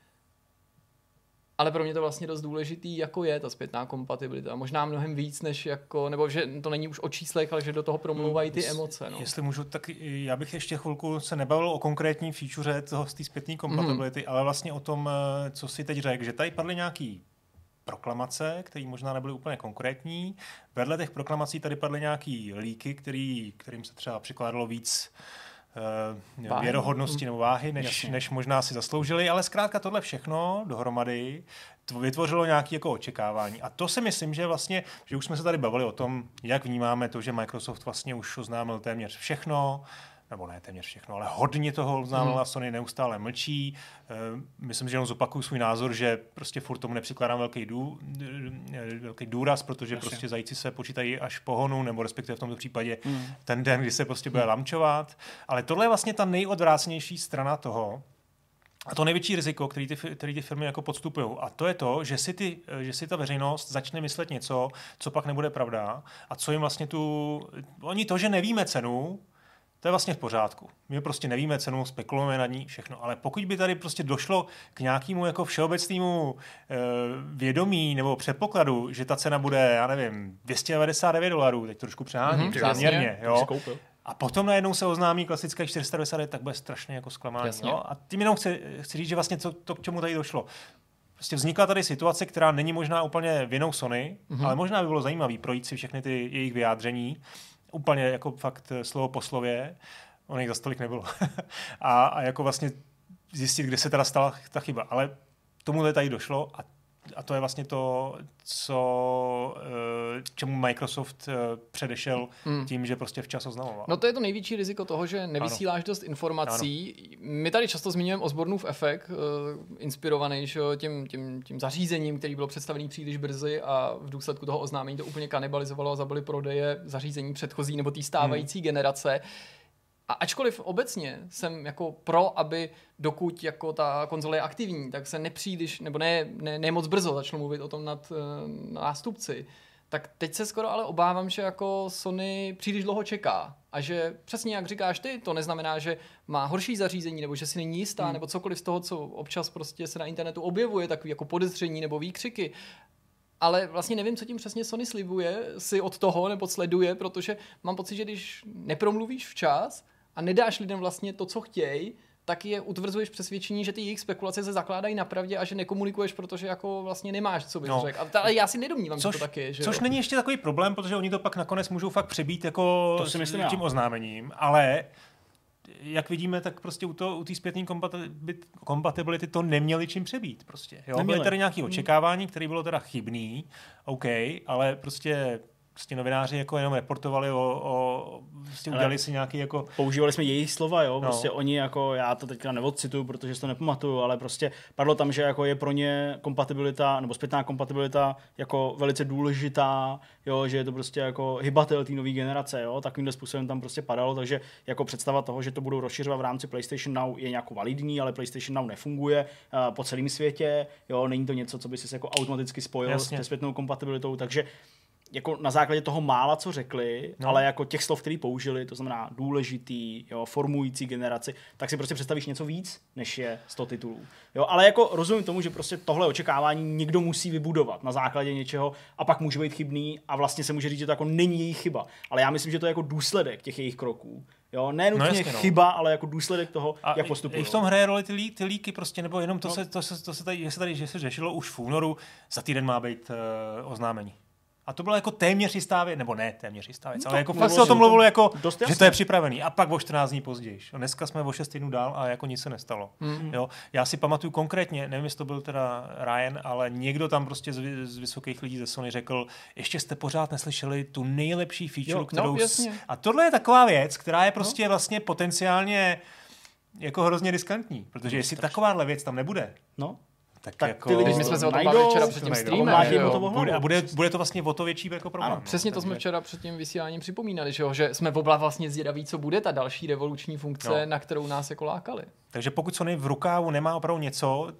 ale pro mě to vlastně dost důležitý, jako je ta zpětná kompatibilita. Možná mnohem víc, než jako, nebo že to není už o číslech, ale že do toho promlouvají ty emoce. No. Jestli můžu, tak já bych ještě chvilku se nebavil o konkrétní feature toho z té zpětné kompatibility, mm. ale vlastně o tom, co si teď řekl, že tady padly nějaký proklamace, které možná nebyly úplně konkrétní. Vedle těch proklamací tady padly nějaký líky, který, kterým se třeba přikládalo víc uh, věrohodnosti nebo váhy, než, než možná si zasloužili, ale zkrátka tohle všechno dohromady vytvořilo nějaké jako očekávání. A to si myslím, že vlastně, že už jsme se tady bavili o tom, jak vnímáme to, že Microsoft vlastně už oznámil téměř všechno, nebo ne téměř všechno, ale hodně toho oznámila, hmm. Sony neustále mlčí. Myslím, že jenom zopakuju svůj názor, že prostě furt tomu nepřikládám velký, dů, velký důraz, protože Jasně. prostě zajíci se počítají až pohonu, nebo respektive v tomto případě hmm. ten den, kdy se prostě bude hmm. lamčovat. Ale tohle je vlastně ta nejodvrácnější strana toho, a to největší riziko, který ty, který ty firmy jako podstupují. A to je to, že si, ty, že si ta veřejnost začne myslet něco, co pak nebude pravda a co jim vlastně tu... Oni to, že nevíme cenu, to je vlastně v pořádku. My prostě nevíme cenu, spekulujeme na ní, všechno. Ale pokud by tady prostě došlo k nějakému jako všeobecnému e, vědomí nebo předpokladu, že ta cena bude, já nevím, dvě stě devadesát devět dolarů, teď trošku přeháním, mm-hmm, záměrně, jo. A potom najednou se oznámí klasické čtyři sta devadesát devět, tak bude strašně jako zklamání. Jo? A tím jenom chci, chci říct, že vlastně to, to, k čemu tady došlo. Prostě vznikla tady situace, která není možná úplně vinou Sony, mm-hmm. ale možná by bylo zajímavé projít si všechny ty jejich vyjádření, úplně jako fakt slovo po slově, ono jich za stolik nebylo. a, a jako vlastně zjistit, kde se teda stala ta chyba. Ale tomu tady došlo a a to je vlastně to, co, čemu Microsoft předešel hmm. tím, že prostě včas oznamoval. No to je to největší riziko toho, že nevysíláš ano. dost informací. Ano. My tady často zmiňujeme Osbornův efekt, inspirovaný že, tím, tím, tím zařízením, který bylo představený příliš brzy a v důsledku toho oznámení to úplně kanibalizovalo a zabili prodeje zařízení předchozí nebo té stávající hmm. generace. A ačkoliv obecně jsem jako pro, aby dokud jako ta konzole je aktivní, tak se nepříliš, nebo ne, ne, ne moc brzo začnu mluvit o tom nad uh, nástupci, tak teď se skoro ale obávám, že jako Sony příliš dlouho čeká a že přesně jak říkáš ty, to neznamená, že má horší zařízení nebo že si není jistá, hmm. nebo cokoliv z toho, co občas prostě se na internetu objevuje, takový jako podezření nebo výkřiky. Ale vlastně nevím, co tím přesně Sony slibuje si od toho nebo sleduje, protože mám pocit, že když nepromluvíš včas a nedáš lidem vlastně to, co chtějí, tak je utvrzuješ přesvědčení, že ty jejich spekulace se zakládají na pravdě a že nekomunikuješ, protože jako vlastně nemáš, co bys no. řekl. Ale já si nedomnívám, což, že to tak je. Že což jo? není ještě takový problém, protože oni to pak nakonec můžou fakt přebít jako to si myslím, tím já. oznámením, ale jak vidíme, tak prostě u té u zpětné kompatibility to neměli čím přebít. Prostě. Jo? Byly tady nějaké očekávání, které bylo teda chybný, OK, ale prostě Prostě novináři jako jenom reportovali o, o prostě udělali si nějaký jako... Používali jsme jejich slova, jo, prostě no. Oni jako, já to teďka neodcituju, protože si to nepamatuju, ale prostě padlo tam, že jako je pro ně kompatibilita, nebo zpětná kompatibilita jako velice důležitá, jo, že je to prostě jako hybatel té nové generace, jo, takovýmhle způsobem tam prostě padalo, takže jako představa toho, že to budou rozšiřovat v rámci PlayStation Now je nějak validní, ale PlayStation Now nefunguje uh, po celém světě, jo, není to něco, co by si jako automaticky spojil s zpětnou kompatibilitou, takže jako na základě toho mála, co řekli, no. ale jako těch slov, který použili, to znamená důležitý, jo, formující generaci, tak si prostě představíš něco víc, než je sto titulů. Jo, ale jako rozumím tomu, že prostě tohle očekávání někdo musí vybudovat na základě něčeho a pak může být chybný a vlastně se může říct, že to jako není jejich chyba. Ale já myslím, že to je jako důsledek těch jejich kroků. Jo, ne nutně no jasně, no. chyba, ale jako důsledek toho, a jak postupují. I v tom hraje roli ty, lí, ty líky prostě, nebo jenom to, no. se, to, se, to se tady, že se tady že se řešilo už v únoru, za týden má být uh, oznámení. A to bylo jako téměř jistá věc, nebo ne téměř jistá věc, no, ale jako fakt se o tom mluvilo, jako, že to je připravený. A pak o čtrnáct dní později. Dneska jsme o šest týdnů dál a jako nic se nestalo. Mm-hmm. Jo? Já si pamatuju konkrétně, nevím, jestli to byl teda Ryan, ale někdo tam prostě z, z vysokých lidí ze Sony řekl, ještě jste pořád neslyšeli tu nejlepší feature, jo, kterou... No, s... A tohle je taková věc, která je prostě no. vlastně potenciálně jako hrozně riskantní, protože no, jestli strašný. Takováhle věc tam nebude, no. Tak, tak jako, ty lidi, my jsme se o tom bavili včera před tím streamem. Bude, a bude, bude to vlastně o to větší jako problém. Ano, přesně no, to takže... jsme včera před tím vysíláním připomínali, že, jo, že jsme obla vlastně zvědaví, co bude ta další revoluční funkce, no. na kterou nás jako lákali. Takže pokud Sony v rukávu nemá opravdu něco,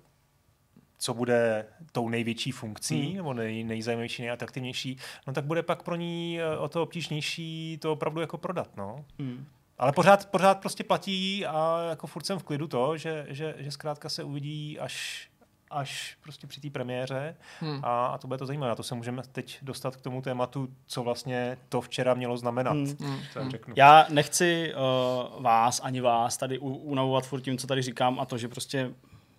co bude tou největší funkcí, hmm. nebo nej, nejzajímavější, nejatraktivnější, no tak bude pak pro ní o to obtížnější to opravdu jako prodat, no. Hmm. Ale pořád, pořád prostě platí a jako furt jsem v klidu to, že, že, že zkrátka se uvidí až až prostě při té premiéře hmm. a, a to bude to zajímavé. A to se můžeme teď dostat k tomu tématu, co vlastně to včera mělo znamenat. Hmm. Hmm. Co já, řeknu. Já nechci uh, vás ani vás tady unavovat furt tím, co tady říkám a to, že prostě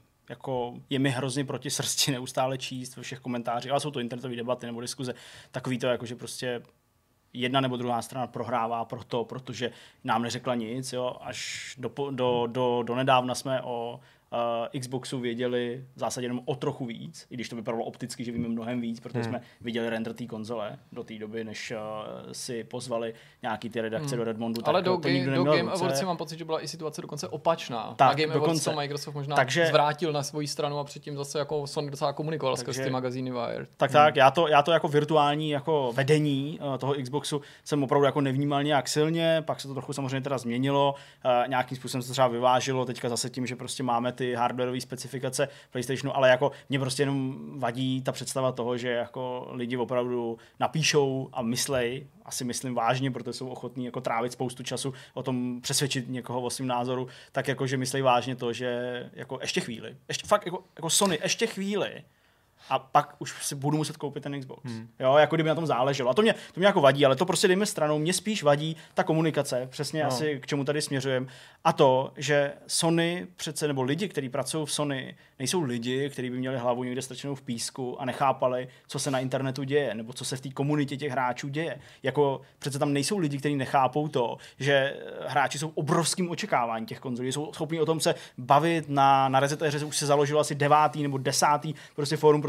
jako je mi hrozně proti srsti neustále číst ve všech komentářích, ale jsou to internetové debaty nebo diskuze, takový to jako, že prostě jedna nebo druhá strana prohrává proto, protože nám neřekla nic, jo, až do, do, do, do nedávna jsme o Uh, Xboxu věděli v zásadě jenom o trochu víc, i když to vypadalo opticky, že víme mnohem víc, protože hmm. jsme viděli render té konzole do té doby, než uh, si pozvali nějaký ty redakce hmm. do Redmondu. Ale tak do, to ga- do Game Awards mám pocit, že byla i situace dokonce opačná. Tak, na Game dokonce. Awards to Microsoft možná Takže, zvrátil na svoji stranu a předtím zase jako Sony docela komunikoval skrz ty magazíny Wired. Tak hmm. tak, já to, já to jako virtuální jako vedení uh, toho Xboxu jsem opravdu jako nevnímal nějak silně, pak se to trochu samozřejmě teda změnilo, uh, nějakým způsobem se třeba vyvážilo, teďka zase tím, že prostě máme ty hardwareové specifikace PlayStationu, ale jako mě prostě jenom vadí ta představa toho, že jako lidi opravdu napíšou a myslej, asi myslím vážně, protože jsou ochotní jako trávit spoustu času o tom přesvědčit někoho o svým názoru, tak jako, že myslej vážně to, že jako ještě chvíli, ještě fakt jako, jako Sony, ještě chvíli a pak už si budu muset koupit ten Xbox. Hmm. Jo, jako kdyby na tom záleželo. A to mě, to mě jako vadí, ale to prostě dejme stranou. Mě spíš vadí ta komunikace, přesně no. asi k čemu tady směřujeme. A to, že Sony přece, nebo lidi, kteří pracují v Sony, nejsou lidi, kteří by měli hlavu někde strčenou v písku a nechápali, co se na internetu děje, nebo co se v té komunitě těch hráčů děje. Jako přece tam nejsou lidi, kteří nechápou to, že hráči jsou obrovským očekáváním těch konzolí, jsou schopni o tom se bavit na, na Resetéře, už se založilo asi devátý nebo desátý prostě fórum pro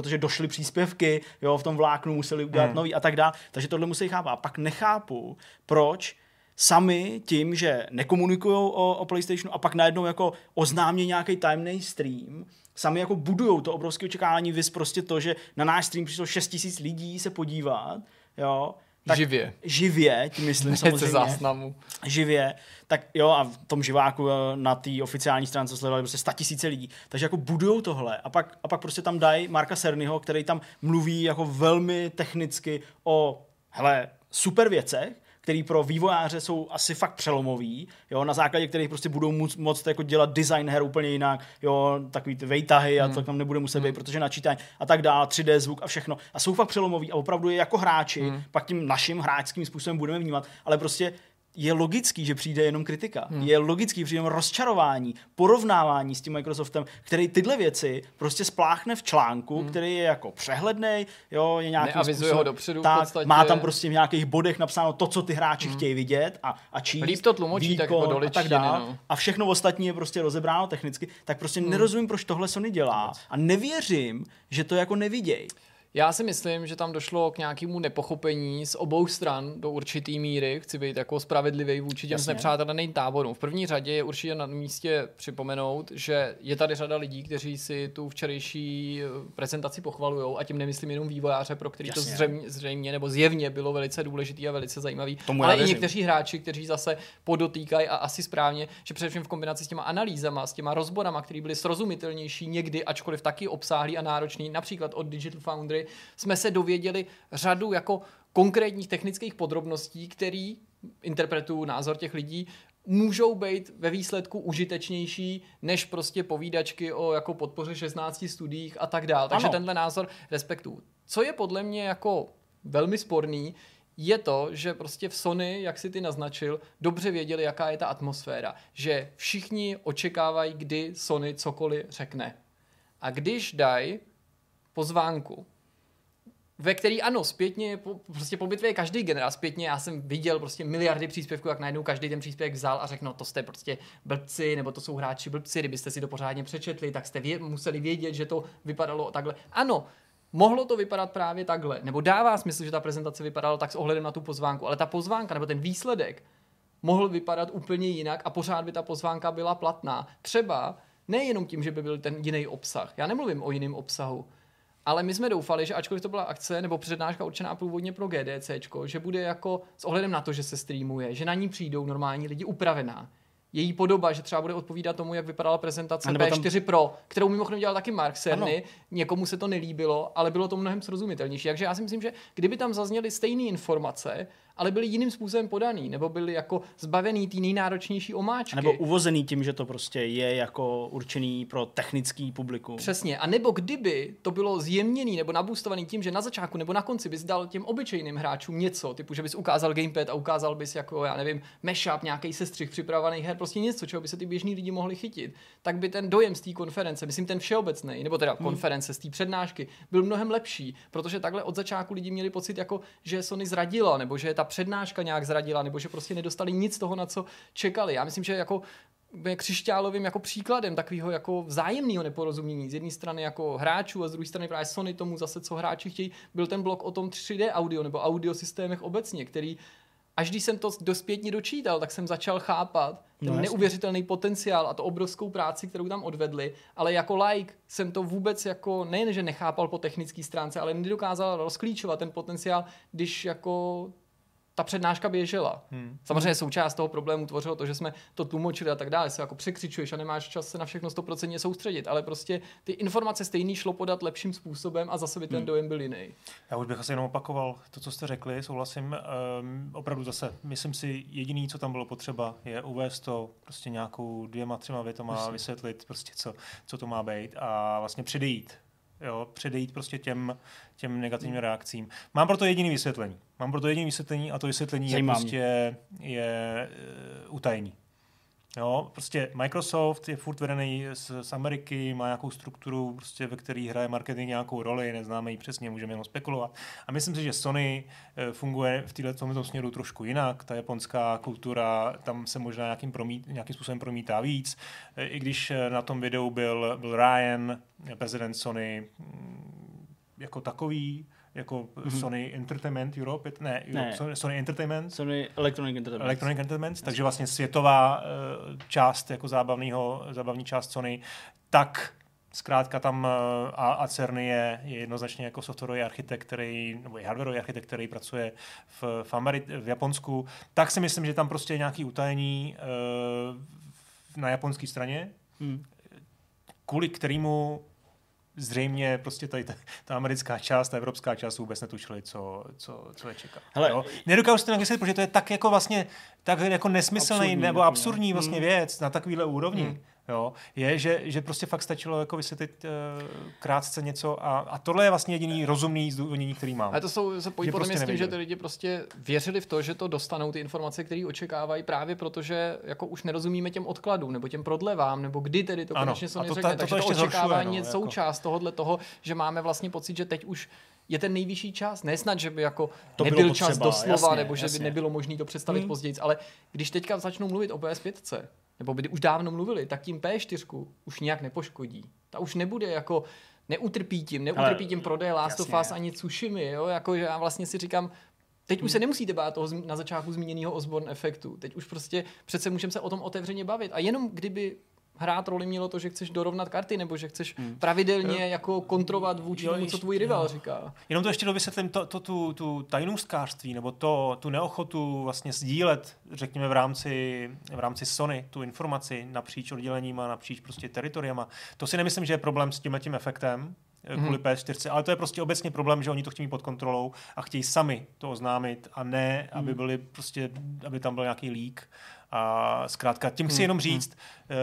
protože došly příspěvky, jo, v tom vláknu museli udělat hmm. nový a tak dále, takže tohle musí chápat. A pak nechápu, proč sami tím, že nekomunikujou o, o PlayStationu a pak najednou jako oznámí nějaký tajemný stream, sami jako budujou to obrovské očekávání, vys prostě to, že na náš stream přišlo šest tisíc lidí se podívat, jo. Tak živě. Živě, tím myslím samozřejmě. záznamu. Živě. Tak jo, a v tom živáku na té oficiální stránce sledovali prostě sto tisíce lidí. Takže jako budujou tohle a pak, a pak prostě tam dají Marka Cernyho, který tam mluví jako velmi technicky o hele, super věcech, který pro vývojáře jsou asi fakt přelomový, jo, na základě kterých prostě budou moc, moct jako dělat design her úplně jinak, jo, takový ty vejtahy a hmm. to tam nebude muset být, hmm. protože načítají a tak dále, tři dé zvuk a všechno. A jsou fakt přelomový a opravdu je jako hráči, hmm. pak tím naším hráčským způsobem budeme vnímat, ale prostě je logický, že přijde jenom kritika. Hmm. Je logický, že přijde jenom rozčarování, porovnávání s tím Microsoftem, který tyhle věci prostě spláchne v článku, hmm. který je jako přehlednej, jo, je nějaký neavizuje ho dopředu tak, v podstatě. Má tam prostě v nějakých bodech napsáno to, co ty hráči hmm. chtějí vidět a, a číst. Líp to tlumočí, výkon, tak jako do a tak dále. No. A všechno ostatní je prostě rozebráno technicky, tak prostě hmm. nerozumím, proč tohle Sony dělá a nevěřím, že to jako nevidějí. Já si myslím, že tam došlo k nějakému nepochopení z obou stran do určitý míry. Chci být jako spravedlivý vůči těm znepřáteleným táborům. V první řadě je určitě na místě připomenout, že je tady řada lidí, kteří si tu včerejší prezentaci pochvalujou a tím nemyslím jenom vývojáře, pro který Jasně. to zřejmě, zřejmě nebo zjevně bylo velice důležitý a velice zajímavý. Tomu ale i někteří hráči, kteří zase podotýkají a asi správně, že především v kombinaci s těma analýzama, s těma rozborama, které byly srozumitelnější někdy, ačkoliv taky obsáhlý a náročný, například od Digital Foundry, jsme se dověděli řadu jako konkrétních technických podrobností, který, interpretuju názor těch lidí, můžou být ve výsledku užitečnější než prostě povídačky o jako podpoře šestnácti studiích a tak dál. Takže ano. tenhle názor respektuju. Co je podle mě jako velmi sporný, je to, že prostě v Sony, jak si ty naznačil, dobře věděli, jaká je ta atmosféra. Že všichni očekávají, kdy Sony cokoliv řekne. A když dají pozvánku, ve který ano, zpětně, po, prostě po bitvě je každý generál, zpětně já jsem viděl prostě miliardy příspěvků, jak najednou každý ten příspěvek vzal a řekl, no to jste prostě blbci, nebo to jsou hráči blbci, kdybyste si to pořádně přečetli, tak jste vě, museli vědět, že to vypadalo takhle. Ano, mohlo to vypadat právě takhle, nebo dává smysl, že ta prezentace vypadala tak s ohledem na tu pozvánku, ale ta pozvánka nebo ten výsledek mohl vypadat úplně jinak a pořád by ta pozvánka byla platná. Třeba nejenom tím, že by byl ten jiný obsah, já nemluvím o jiném obsahu, ale my jsme doufali, že ačkoliv to byla akce nebo přednáška určená původně pro GDCčko, že bude jako s ohledem na to, že se streamuje, že na ní přijdou normální lidi upravená. Její podoba, že třeba bude odpovídat tomu, jak vypadala prezentace P čtyři tam... Pro, kterou mimochodem dělal taky Mark Cerny. Někomu se to nelíbilo, ale bylo to mnohem srozumitelnější. Takže já si myslím, že kdyby tam zazněly stejné informace, ale byly jiným způsobem podaný, nebo byly jako zbavený té nejnáročnější omáčky. Nebo uvozený tím, že to prostě je jako určený pro technický publikum. Přesně. A nebo kdyby to bylo zjemněný nebo nabůstovaný tím, že na začátku nebo na konci bys dal těm obyčejným hráčům něco, typu, že bys ukázal gamepad a ukázal bys jako, já nevím, mashup, nějaký sestřih připravených her, prostě něco, čeho by se ty běžní lidi mohli chytit, tak by ten dojem z té konference, myslím ten všeobecný, nebo teda hmm. konference z té přednášky, byl mnohem lepší, protože takhle od začátku lidi měli pocit, jako, že Sony zradila, nebo že ta přednáška nějak zradila, nebo že prostě nedostali nic toho, na co čekali. Já myslím, že jako křišťálovým jako příkladem takového jako vzájemného neporozumění z jedné strany jako hráčů a z druhé strany právě Sony tomu zase, co hráči chtějí, byl ten blok o tom tři dé audio nebo audio systémech obecně, který až když jsem to dospětně dočítal, tak jsem začal chápat ten no, neuvěřitelný potenciál a to obrovskou práci, kterou tam odvedli, ale jako like jsem to vůbec jako nejen, že nechápal po technické stránce, ale nedokázal rozklíčovat ten potenciál, když jako ta přednáška běžela. Hmm. Samozřejmě součást toho problému tvořilo to, že jsme to tlumočili a tak dále, se jako překřičuješ a nemáš čas se na všechno sto procent soustředit, ale prostě ty informace stejný šlo podat lepším způsobem a zase by ten hmm. dojem byl jiný. Já už bych asi jenom opakoval to, co jste řekli, souhlasím. Um, opravdu zase, myslím si, jediný, co tam bylo potřeba, je uvést to prostě nějakou dvěma, třema větama, Myslím. vysvětlit prostě, co, co to má být a vlastně předejít. Jo, předejít prostě těm, těm negativním hmm. reakcím. Mám proto jediný vysvětlení. Mám proto jediný vysvětlení a to vysvětlení Zajímá je prostě je uh, utajený. Jo, prostě Microsoft je furt vedený z, z Ameriky, má nějakou strukturu, prostě, ve které hraje marketing nějakou roli, neznáme ji přesně, můžeme jenom spekulovat. A myslím si, že Sony uh, funguje v této směru trošku jinak. Ta japonská kultura tam se možná nějakým, promít, nějakým způsobem promítá víc. Uh, I když na tom videu byl, byl Ryan, prezident Sony, jako takový, jako mm-hmm. Sony Entertainment Europe, ne, ne. Sony, Sony Entertainment. Sony Electronic Entertainment. Electronic Entertainment, takže vlastně světová uh, část, jako zábavného, zábavní část Sony, tak zkrátka tam a, a Cerny je, je jednoznačně jako softwarový architekt, který, nebo i hardwarový architekt, který pracuje v, v, Ameri- v Japonsku, tak si myslím, že tam prostě je nějaký utajení uh, na japonské straně, hmm. kvůli kterému zřejmě prostě tady ta, ta americká část, ta evropská část vůbec netušili, co, co, co je čeká. Nedokážu si to vysvětlit, protože to je tak jako vlastně tak jako nesmyslný absurdní, nebo absurdní vlastně hmm. věc na takovýhle úrovni. Hmm. Jo, je, že, že prostě fakt stačilo jako vysvětlit uh, krátce něco a, a tohle je vlastně jediný rozumný zdůvodnění, který mám. A to jsou, se pojí podle mě s tím, že ty lidi prostě věřili v to, že to dostanou ty informace, které očekávají právě protože jako už nerozumíme těm odkladům nebo těm prodlevám, nebo kdy tedy to konečně Sony řekne. To, takže to, to očekávání je no, součást jako tohohle toho, že máme vlastně pocit, že teď už je ten nejvyšší čas. Ne snad, že by jako to nebyl potřeba, čas doslova, jasně, nebo že jasně. by nebylo možné to představit hmm. později, ale když teďka začnou mluvit o P S pět, nebo by už dávno mluvili, tak tím P čtyři už nějak nepoškodí. Ta už nebude jako, neutrpí tím, neutrpí tím prodej Last of Us ani Tsushimy, jo, jako že já vlastně si říkám, teď hmm. už se nemusíte bát toho na začátku zmíněného Osborne efektu. Teď už prostě přece můžeme se o tom otevřeně bavit. A jenom kdyby hrát roli mělo to, že chceš dorovnat karty, nebo že chceš hmm. pravidelně jako kontrovat vůči tomu, co tvůj rival říká. Jenom to ještě dovysvětlím, to, to, tu, tu tajnůstkářství, nebo to, tu neochotu vlastně sdílet, řekněme v rámci, v rámci Sony, tu informaci napříč odděleníma, napříč prostě teritoriama. To si nemyslím, že je problém s tímhletím efektem, kvůli hmm. P S čtyři, ale to je prostě obecně problém, že oni to chtějí mít pod kontrolou a chtějí sami to oznámit a ne, hmm. aby byli prostě, aby tam byl nějaký leak. A zkrátka, tím chci jenom říct, hmm.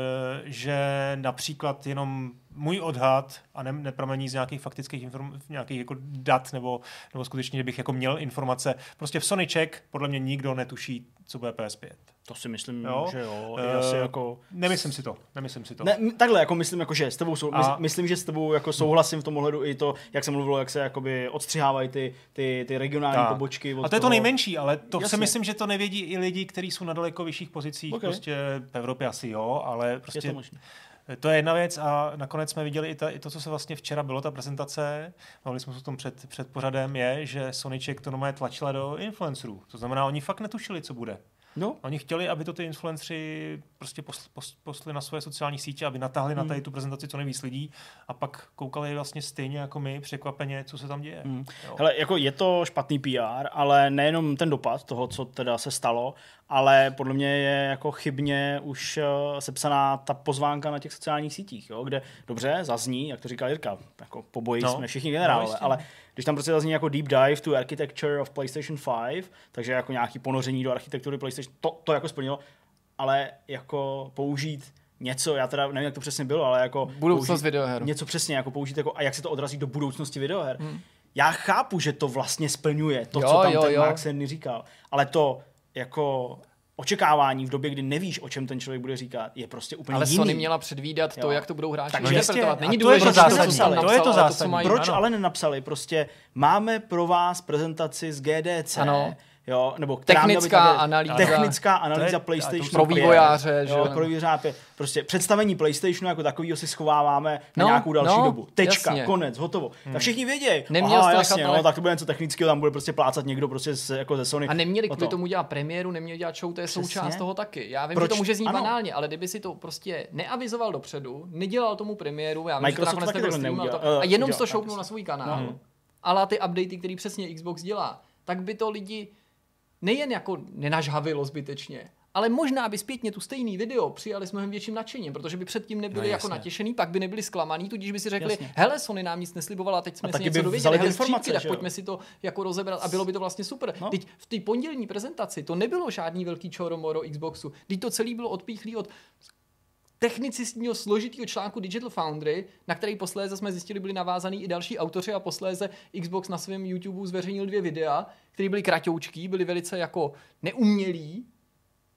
že například jenom můj odhad a ne, nepramení z nějakých faktických inform, nějakých jako dat nebo, nebo skutečně, že bych jako měl informace. Prostě v Sony Czech podle mě nikdo netuší, co bude P S pět. To si myslím, jo? že jo. Je uh, asi jako... Nemyslím si to. Nemyslím si to. Ne, takhle, jako myslím, jako, že s tebou sou... a... myslím, že s tebou jako souhlasím v tom ohledu i to, jak jsem mluvil, jak se jakoby odstřihávají ty, ty, ty regionální a. pobočky. A to je to nejmenší, ale to Jasně. si myslím, že to nevědí i lidi, kteří jsou na daleko vyšších pozicích. Okay. Prostě v Evropě asi jo, ale prostě... Je to možný. To je jedna věc a nakonec jsme viděli i, ta, i to, co se vlastně včera bylo, ta prezentace, mluvili jsme se o tom před, před pořadem, je, že Sonyček to normálně tlačila do influencerů. To znamená, oni fakt netušili, co bude. No. Oni chtěli, aby to ty influenceri prostě posl, pos, posli na svoje sociální sítě, aby natáhli hmm. na tady tu prezentaci co nejvíc lidí a pak koukali vlastně stejně jako my, překvapeně, co se tam děje. Hmm. Hele, jako je to špatný P R, ale nejenom ten dopad toho, co teda se stalo, ale podle mě je jako chybně už uh, sepsaná ta pozvánka na těch sociálních sítích, jo, kde dobře zazní, jak to říká Jirka, jako po boji no. jsme všichni generálové, no, ale když tam prostě zazní jako deep dive to architecture of PlayStation pět, takže jako nějaký ponoření do architektury PlayStation, to, to jako splnilo, ale jako použít něco, já teda nevím, jak to přesně bylo, ale jako budoucnost videoher. Něco přesně, jako použít jako, a jak se to odrazí do budoucnosti videoher. Hmm. Já chápu, že to vlastně splňuje to, jo, co tam jo, ten jo. Mark Cerny říkal, ale to jako očekávání v době, kdy nevíš, o čem ten člověk bude říkat, je prostě úplně ale jiný. Ale Sony měla předvídat jo. to, jak to budou hráči interpretovat. Není to, je to, zásadní. to je to zásadní. Proč ano. ale nenapsali? Prostě máme pro vás prezentaci z G D C, ano. Jo, nebo technická analýza, technická analýza PlayStation pro vývojáře, jo, pro vývojáře. Prostě představení PlayStationu jako takového si schováváme no, na nějakou další no, dobu. Tečka, jasně. Konec, hotovo. Hmm. Tak všichni vědějí. Aha, jasně, no, tak to bude něco technického, tam bude prostě plácat někdo prostě z, jako ze Sony. A neměli kvůli tomu dělat premiéru, neměli dělat show, to je Přesně. součást toho taky. Já vím, Proč? že to může znít ano. banálně, ale kdyby si to prostě neavizoval dopředu, nedělal tomu premiéru, já vím, Microsoft že to nakonec nebyl stream to, a jenom to šoupnul na svůj kanál. Ale ty updaty, který přesně Xbox dělá, tak by to lidi nejen jako nenažhavilo zbytečně, ale možná by zpětně tu stejný video přijali s mnohem větším nadšením, protože by předtím nebyli no, jako natěšený, pak by nebyli zklamaný, tudíž by si řekli, jasně. hele, Sony nám nic neslibovala, teď jsme a si něco dověděli, hele, skřípky, tak pojďme si to jako rozebrat a bylo by to vlastně super. No. Teď v té pondělní prezentaci to nebylo žádný velký čoromoro Xboxu, teď to celý bylo odpíchlý od technicistního složitýho článku Digital Foundry, na který posléze jsme zjistili, byli navázaný i další autoři a posléze Xbox na svém YouTube zveřejnil dvě videa, které byly kratoučký, byly velice jako neumělý,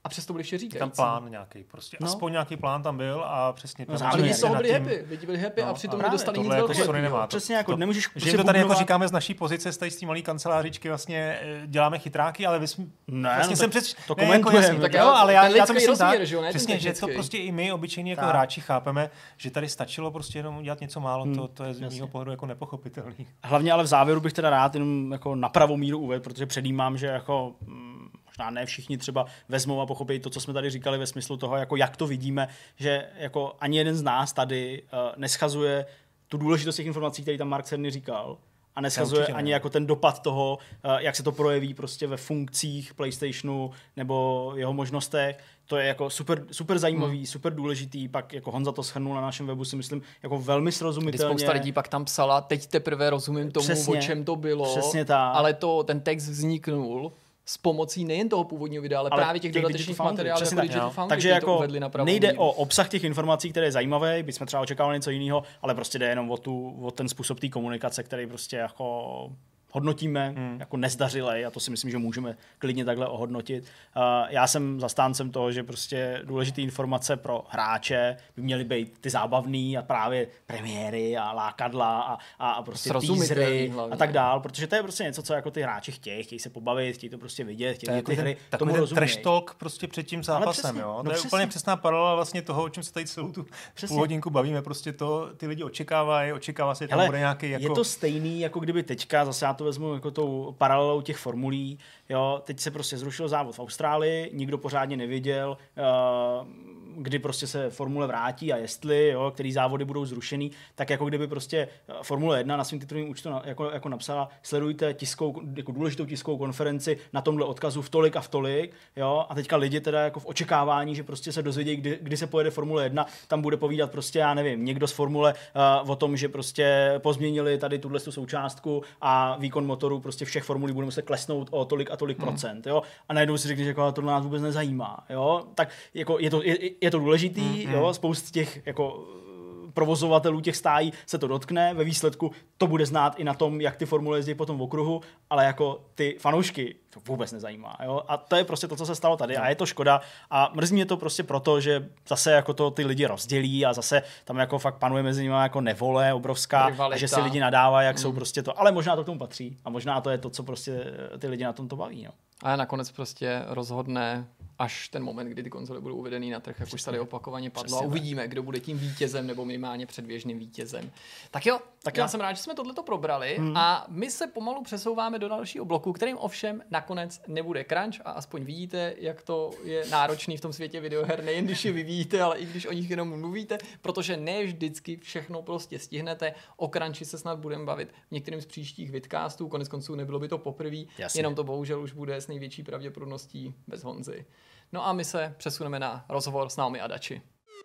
A přesto byli ještě říkající. Tam plán nějaký prostě. No. Aspoň nějaký plán tam byl a přesně... No, ale lidi z toho byli happy. Lidi byli happy no, a přitom nedostali nic velkého. Přesně jako nemůžeš... Že to tady jako říkáme z naší pozice, z té z té malé kancelářičky vlastně děláme chytráky, ale jsme... Ne, vlastně no jsem to, před... to komentujeme. Tak jo, ale já, já to myslím rozměr, tak, že jo, ne, přesně, že to prostě i my, obyčejní jako hráči, chápeme, že tady stačilo prostě jenom udělat něco málo, hmm, to, to je z mého pohledu jako nepochopitelný. Hlavně ale v závěru bych teda rád jenom jako na pravou míru uvedl, protože předjímám, že jako mm, možná ne všichni třeba vezmou a pochopí to, co jsme tady říkali ve smyslu toho, jako jak to vidíme, že jako ani jeden z nás tady uh, neschazuje tu důležitost těch informací, které tam Mark Cerny říkal, a neschazuje ani jako ten dopad toho, jak se to projeví prostě ve funkcích PlayStationu nebo jeho možnostech. To je jako super, super zajímavý, hmm. super důležitý. Pak jako Honza to shrnul na našem webu, si myslím, jako velmi srozumitelně. Kdy spousta lidí pak tam psala, teď teprve rozumím tomu, přesně, o čem to bylo, přesně tak. Ale to, ten text vzniknul s pomocí nejen toho původního videa, ale, ale právě těch, těch dodatečných materiálů, jako Digital Foundry, takže jako uvedli na pravou nejde míru. o obsah těch informací, které je zajímavé, bychom třeba očekávali něco jiného, ale prostě jde jenom o, tu, o ten způsob té komunikace, který prostě jako hodnotíme hmm. jako nezdařilej a to si myslím, že můžeme klidně takhle ohodnotit. Uh, já jsem zastáncem toho, že prostě důležité informace pro hráče by měly být ty zábavný a právě premiéry a lákadla a, a, a prostě teasery a tak dál, protože to je prostě něco, co jako ty hráči chtějí, chtějí se pobavit, chtějí to prostě vidět, chtějí ty hry tomu rozumějí. Trash talk prostě před tím zápasem, přesně, jo. To no je přesně. úplně přesná paralela vlastně toho, o čem se tady celou tu půl hodinku bavíme, prostě to ty lidi očekávají, očekává se, že tam bude nějaký jako... Je to stejný, jako kdyby teďka, zase já to vezmu jako tou paralelou těch formulí, jo, teď se prostě zrušil závod v Austrálii, nikdo pořádně nevěděl, uh, kdy prostě se Formule vrátí a jestli, jo, který závody budou zrušený, tak jako kdyby prostě Formule jedna na svým titulním účtu na, jako, jako napsala, sledujte tiskou, jako důležitou tiskovou konferenci na tomhle odkazu v tolik a v tolik, jo, a teďka lidi teda jako v očekávání, že prostě se dozvědějí, kdy, kdy se pojede Formule jedna, tam bude povídat prostě, já nevím, někdo z Formule uh, o tom, že prostě pozměnili tady tuhle součástku a výkon motoru prostě všech formulí bude muset klesnout o tolik a tolik hmm. procent, jo, a najednou si řekne, že jako to nás vůbec nezajímá, jo, tak jako je to, je, je to důležitý, mm, jo, spousta těch jako provozovatelů těch stájí se to dotkne, ve výsledku to bude znát i na tom, jak ty formule jezdí potom v okruhu, ale jako ty fanoušky to vůbec nezajímá, jo, a to je prostě to, co se stalo tady a je to škoda a mrzí mě to prostě proto, že zase jako to ty lidi rozdělí a zase tam jako fakt panuje mezi nimi jako nevole obrovská, rivalita. Že si lidi nadávají, jak mm. jsou prostě to, ale možná to k tomu patří a možná to je to, co prostě ty lidi na tom to baví, jo. A nakonec prostě rozhodne až ten moment, kdy ty konzole budou uvedený na trh, jak už tady opakovaně padlo. Přesně, a uvidíme, tak. Kdo bude tím vítězem nebo minimálně předběžným vítězem. Tak jo, tak já, já jsem rád, že jsme tohleto probrali hmm. a my se pomalu přesouváme do dalšího bloku, kterým ovšem nakonec nebude crunch a aspoň vidíte, jak to je náročný v tom světě videoher, nejen když je vyvíjíte, ale i když o nich jenom mluvíte, protože ne vždycky všechno prostě stihnete. O crunchi se snad budeme bavit v některým z příštích vidcastů, konec konců nebylo by to poprvé, jenom to bohužel už bude s největší pravděpodobností bez Honzy. No a my se přesuneme na rozhovor s Naomi Adachi.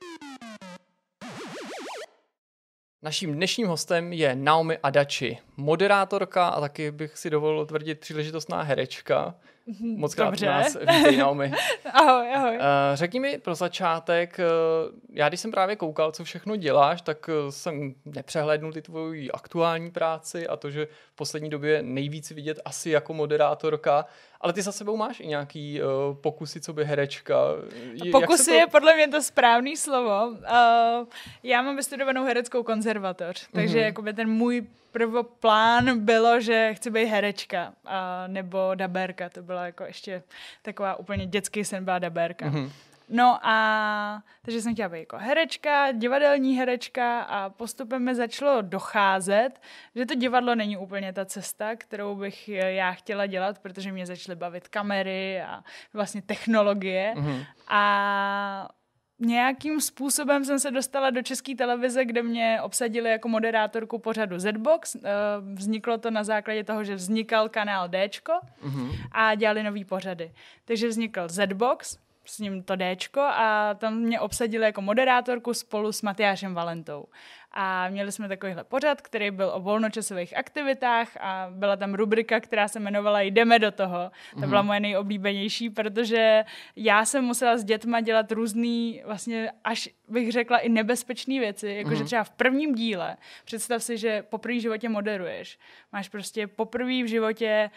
Naším dnešním hostem je Naomi Adachi, moderátorka a taky bych si dovolil tvrdit příležitostná herečka. Moc krát u nás. Vítej, Naomi. Ahoj, ahoj. Uh, řekni mi pro začátek, uh, já když jsem právě koukal, co všechno děláš, tak uh, jsem nepřehlédnul ty tvoji aktuální práci a to, že v poslední době nejvíc vidět asi jako moderátorka, ale ty za sebou máš i nějaký uh, pokusy, co by herečka. Pokusy to... je podle mě to správný slovo. Uh, já mám vystudovanou hereckou konzervatoř, takže mm-hmm. jakoby ten můj prvoplán bylo, že chci být herečka a, nebo dabérka. To byla jako ještě taková úplně dětský sen, byla dabérka. Mm-hmm. No a takže jsem chtěla být jako herečka, divadelní herečka a postupem mi začalo docházet, že to divadlo není úplně ta cesta, kterou bych já chtěla dělat, protože mě začaly bavit kamery a vlastně technologie. Mm-hmm. A nějakým způsobem jsem se dostala do České televize, kde mě obsadili jako moderátorku pořadu Z-Box. Vzniklo to na základě toho, že vznikal kanál Dčko mm-hmm. a dělali nový pořady. Takže vznikl Z-Box, s ním to Dčko a tam mě obsadili jako moderátorku spolu s Matyášem Valentou. A měli jsme takovýhle pořad, který byl o volnočasových aktivitách a byla tam rubrika, která se jmenovala Jdeme do toho. To byla moje nejoblíbenější, protože já jsem musela s dětma dělat různý, vlastně až bych řekla i nebezpečné věci, jakože třeba v prvním díle, představ si, že poprvé v životě moderuješ. Máš prostě poprvé v životě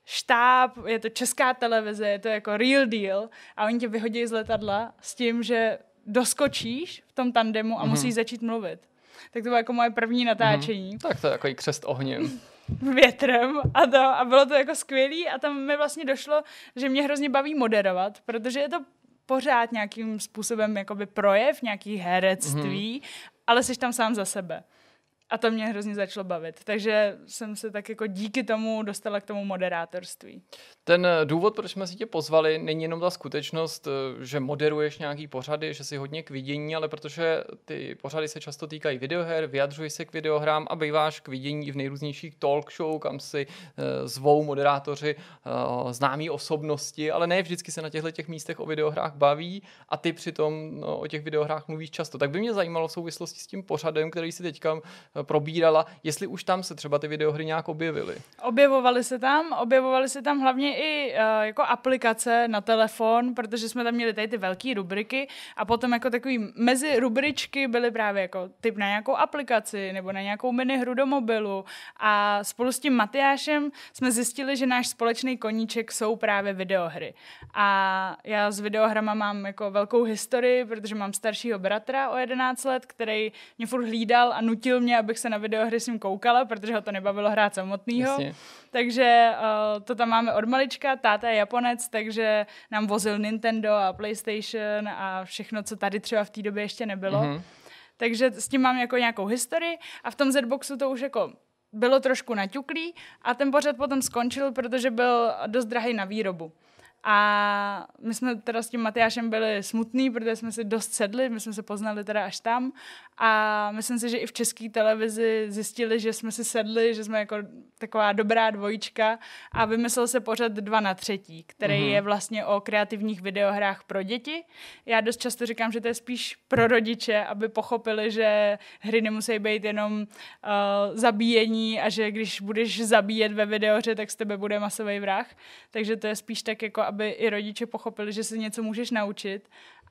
štáb, je to česká televize, je to jako real deal a oni tě vyhodí z letadla s tím, že doskočíš v tom tandemu a mm-hmm. musíš začít mluvit. Tak to bylo jako moje první natáčení. Mm-hmm. Tak to je jako i křest ohněm. Větrem a, to, a bylo to jako skvělý a tam mi vlastně došlo, že mě hrozně baví moderovat, protože je to pořád nějakým způsobem jakoby projev, nějaký herectví, mm-hmm. ale jsi tam sám za sebe. A to mě hrozně začalo bavit. Takže jsem se tak jako díky tomu dostala k tomu moderátorství. Ten důvod, proč jsme si tě pozvali, není jenom ta skutečnost, že moderuješ nějaký pořady, že jsi hodně k vidění, ale protože ty pořady se často týkají videoher, vyjadřuješ se k videohrám a býváš k vidění i v nejrůznějších talk show, kam si uh, zvou moderátoři uh, známí osobnosti, ale ne vždycky se na těchto těch místech o videohrách baví a ty přitom no, o těch videohrách mluvíš často. Tak by mě zajímalo v souvislosti s tím pořadem, který si teďka probírala, jestli už tam se třeba ty videohry nějak objevily. Objevovaly se tam, objevovaly se tam hlavně i uh, jako aplikace na telefon, protože jsme tam měli tady ty velké rubriky a potom jako takový mezi rubričky byly právě jako typ na nějakou aplikaci nebo na nějakou minihru do mobilu a spolu s tím Matyášem jsme zjistili, že náš společný koníček jsou právě videohry. A já s videohrama mám jako velkou historii, protože mám staršího bratra o jedenáct let, který mě furt hlídal a nutil mě, abych se na videohry s ním koukala, protože ho to nebavilo hrát samotnýho. Jasně. Takže uh, to tam máme od malička, táta je Japonec, takže nám vozil Nintendo a PlayStation a všechno, co tady třeba v té době ještě nebylo. Mm-hmm. Takže s tím mám jako nějakou historii a v tom Z-Boxu to už jako bylo trošku naťuklý a ten pořad potom skončil, protože byl dost drahý na výrobu. A my jsme teda s tím Matyášem byli smutný, protože jsme si dost sedli, my jsme se poznali teda až tam a myslím si, že i v české televizi zjistili, že jsme si sedli, že jsme jako taková dobrá dvojička a vymyslel se pořad dva na třetí, který mm-hmm. je vlastně o kreativních videohrách pro děti. Já dost často říkám, že to je spíš pro rodiče, aby pochopili, že hry nemusí být jenom uh, zabíjení a že když budeš zabíjet ve videohře, tak z tebe bude masový vrah. Takže to je spíš tak jako aby i rodiče pochopili, že se něco můžeš naučit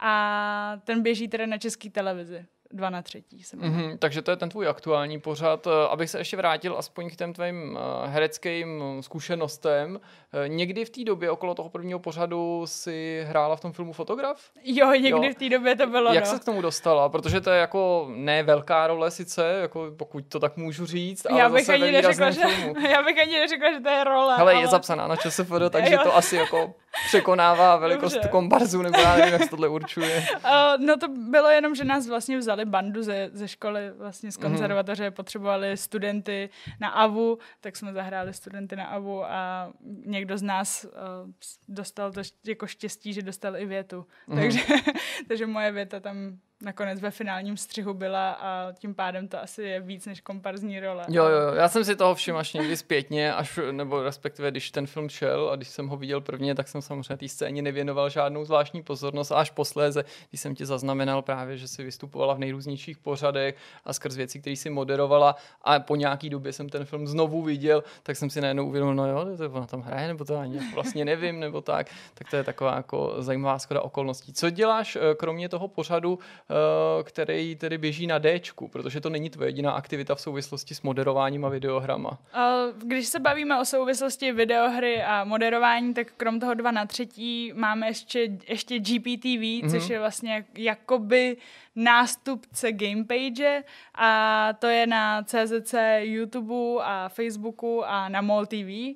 a ten běží teda na české televizi. Dva na třetí. Mm-hmm, takže to je ten tvůj aktuální pořad. Abych se ještě vrátil aspoň k těm tvým hereckým zkušenostem. Někdy v té době okolo toho prvního pořadu si hrála v tom filmu Fotograf? Jo, někdy jo. v té době to bylo. Jak no. se k tomu dostala? Protože to je jako ne velká role sice, jako pokud to tak můžu říct, ale já bych zase ani ve neřekla, filmu. Že, já bych ani neřekla, že to je role. Hele, ale... je zapsaná na ČSFD, takže to asi jako překonává velikost Dobře. kombarzu, nebo já nevím, jak se tohle určuje. Uh, no to bylo jenom, že nás vlastně vzali bandu ze, ze školy, vlastně z konzervatoře, mm. potřebovali studenty na A V U, tak jsme zahráli studenty na A V U a někdo z nás uh, dostal to jako štěstí, že dostal i větu. Mm. Takže, takže moje věta tam nakonec ve finálním střihu byla a tím pádem to asi je víc než komparzní role. Jo, jo, já jsem si toho všiml až někdy zpětně, až, nebo respektive když ten film šel a když jsem ho viděl prvně, tak jsem samozřejmě té scéně nevěnoval žádnou zvláštní pozornost a až posléze, když jsem tě zaznamenal právě, že jsi vystupovala v nejrůznějších pořadech a skrz věci, které si moderovala a po nějaký době jsem ten film znovu viděl, tak jsem si najednou uvědomil, no jo, to ona tam hraje, nebo to ani vlastně nevím, nebo tak, tak to je taková jako zajímavá shoda okolností. Co děláš kromě toho pořadu, který tedy běží na Dčku, protože to není tvoje jediná aktivita v souvislosti s moderováním a videohrama. Když se bavíme o souvislosti videohry a moderování, tak krom toho dva na třetí máme ještě, ještě G P T V, mm-hmm. což je vlastně jakoby nástupce Gamepage a to je na C Z C, YouTube a Facebooku a na MOL T V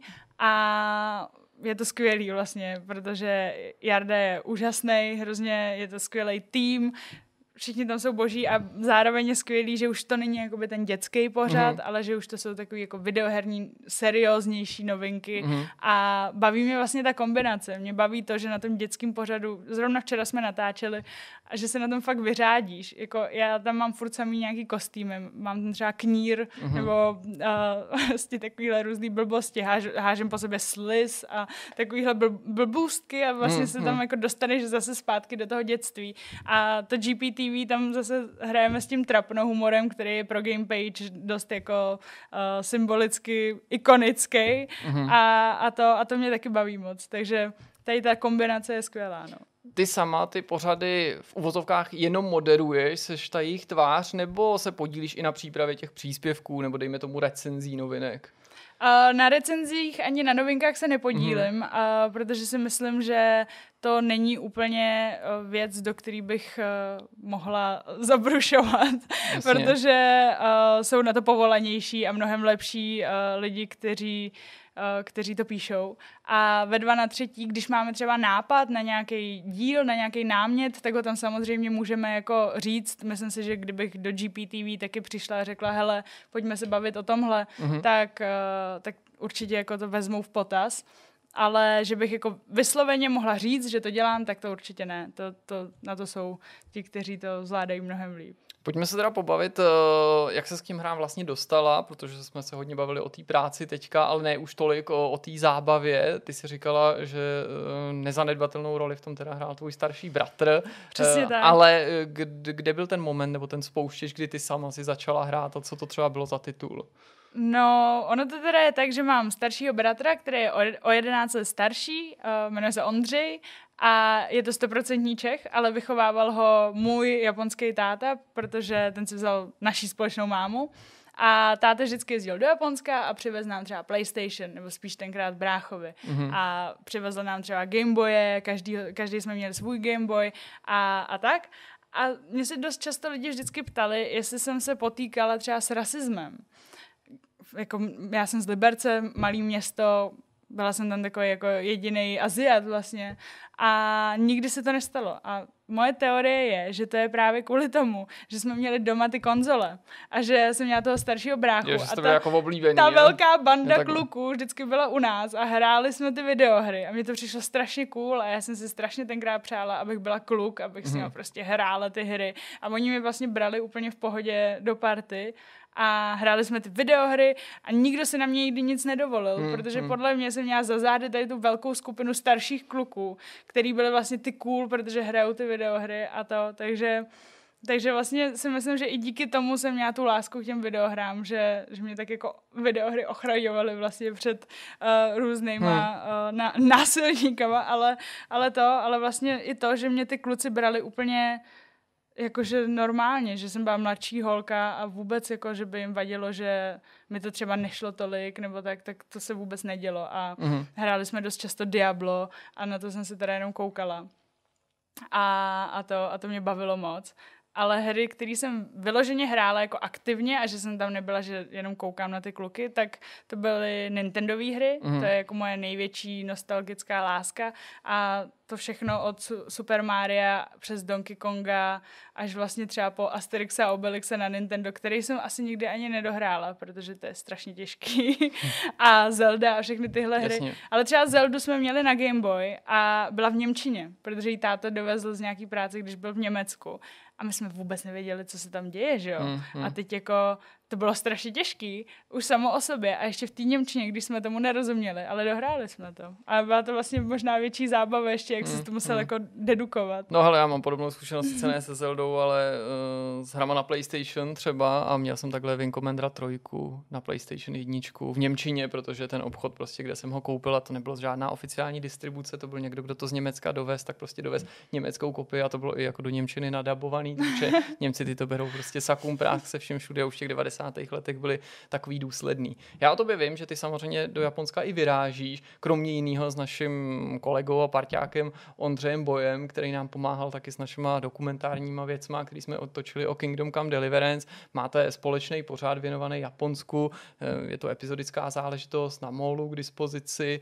a je to skvělý vlastně, protože Jarda je úžasný, hrozně je to skvělý tým, všichni tam jsou boží a zároveň je skvělý, že už to není jakoby ten dětský pořad, mm-hmm. ale že už to jsou takový jako videoherní, serióznější novinky mm-hmm. a baví mě vlastně ta kombinace. Mě baví to, že na tom dětském pořadu, zrovna včera jsme natáčeli, a že se na tom fakt vyřádíš. Jako já tam mám furt samý nějaký kostýmy, mám tam třeba knír, mm-hmm. nebo uh, vlastně takovýhle různý blbosti, Háž, hážem po sobě sliz a takovýhle bl- blbůstky a vlastně mm-hmm. se tam jako dostaneš zase zpátky do toho dětství. A to G P T V tam zase hrajeme s tím trapno humorem, který je pro Gamepage dost jako uh, symbolicky ikonický mm-hmm. a, a, to, a to mě taky baví moc. Takže tady ta kombinace je skvělá, no. Ty sama ty pořady v uvozovkách jenom moderuješ, seš ta jejich tvář, nebo se podílíš i na přípravě těch příspěvků, nebo dejme tomu recenzí novinek? Uh, na recenzích ani na novinkách se nepodílím, mm-hmm. uh, protože si myslím, že to není úplně uh, věc, do který bych uh, mohla zabrušovat, protože uh, jsou na to povolanější a mnohem lepší uh, lidi, kteří kteří to píšou. A ve dva na třetí, když máme třeba nápad na nějaký díl, na nějaký námět, tak ho tam samozřejmě můžeme jako říct. Myslím si, že kdybych do G P T V taky přišla a řekla, hele, pojďme se bavit o tomhle, mm-hmm. tak, tak určitě jako to vezmou v potaz. Ale že bych jako vysloveně mohla říct, že to dělám, tak to určitě ne. To, to, na to jsou ti, kteří to zvládají mnohem líp. Pojďme se teda pobavit, jak se s tím hrám vlastně dostala, protože jsme se hodně bavili o té práci teďka, ale ne už tolik o, o té zábavě. Ty jsi říkala, že nezanedbatelnou roli v tom teda hrál tvůj starší bratr. Přesně tak. Ale kde, kde byl ten moment nebo ten spouštěč, kdy ty sama si začala hrát a co to třeba bylo za titul? No, ono to teda je tak, že mám staršího bratra, který je o jedenáct let starší, uh, jmenuje se Ondřej a je to stoprocentní Čech, ale vychovával ho můj japonský táta, protože ten si vzal naší společnou mámu. A táta vždycky jezdil do Japonska a přivez nám třeba PlayStation, nebo spíš tenkrát bráchovi. Mm-hmm. A přivezl nám třeba Gameboye, každý, každý jsme měli svůj Gameboy a, a tak. A mě se dost často lidi vždycky ptali, jestli jsem se potýkala třeba s rasismem. Jako, já jsem z Liberce, malý město, byla jsem tam takový jako jediný Aziat vlastně a nikdy se to nestalo. A moje teorie je, že to je právě kvůli tomu, že jsme měli doma ty konzole a že jsem měla toho staršího bráchu. Je, že a to ta, jako oblíbený, ta jo? velká banda kluků vždycky byla u nás a hráli jsme ty videohry a mně to přišlo strašně cool a já jsem si strašně tenkrát přála, abych byla kluk, abych mm-hmm. s nimi prostě hrála ty hry a oni mi vlastně brali úplně v pohodě do party a hráli jsme ty videohry a nikdo si na mě nikdy nic nedovolil, hmm, protože hmm. podle mě jsem měla za zády tady tu velkou skupinu starších kluků, který byli vlastně ty cool, protože hrajou ty videohry a to, takže, takže vlastně si myslím, že i díky tomu jsem měla tu lásku k těm videohrám, že, že mě tak jako videohry ochraňovaly vlastně před uh, různýma hmm. uh, na, násilníkama, ale, ale to, ale vlastně i to, že mě ty kluci brali úplně jakože normálně, že jsem byla mladší holka a vůbec jako, že by jim vadilo, že mi to třeba nešlo tolik, nebo tak, tak to se vůbec nedělo a mm-hmm. hráli jsme dost často Diablo a na to jsem se teda jenom koukala. A, a, to, a to mě bavilo moc. Ale hry, které jsem vyloženě hrála jako aktivně a že jsem tam nebyla, že jenom koukám na ty kluky, tak to byly Nintendové hry, mm. to je jako moje největší nostalgická láska a to všechno od Super Maria přes Donkey Konga až vlastně třeba po Asterixa a Obelixe na Nintendo, který jsem asi nikdy ani nedohrála, protože to je strašně těžký. A Zelda a všechny tyhle hry. Jasně. Ale třeba Zeldu jsme měli na Game Boy a byla v němčině, protože jí táta dovezl z nějaký práce, když byl v Německu. A my jsme vůbec nevěděli, co se tam děje, že jo? Mm, mm. A teď jako to bylo strašně těžký, už samo o sobě a ještě v té němčině, když jsme tomu nerozuměli, ale dohráli jsme to. A byla to vlastně možná větší zábava ještě, jak mm, se to musel mm. jako dedukovat. No hele, já mám podobnou zkušenost, sice ne se Zeldou, ale uh, s hrama na PlayStation třeba a měl jsem takhle Wing Commandera trojku na PlayStation jedničku v němčině, protože ten obchod prostě, kde jsem ho koupil a to nebylo žádná oficiální distribuce, to byl někdo, kdo to z Německa dovez, tak prostě dovez německou kopii a to bylo i jako do němčiny nadabovaný, takže Němci ty to berou prostě sakum prach se všem všude, už v těch devadesátých letech byli takový důsledný. Já o tobě vím, že ty samozřejmě do Japonska i vyrážíš, kromě jiného s naším kolegou a parťákem Ondřejem Bojem, který nám pomáhal taky s našima dokumentárníma věcma, který jsme otočili o Kingdom Come Deliverance. Máte společný pořád věnovaný Japonsku, je to epizodická záležitost na Molu k dispozici.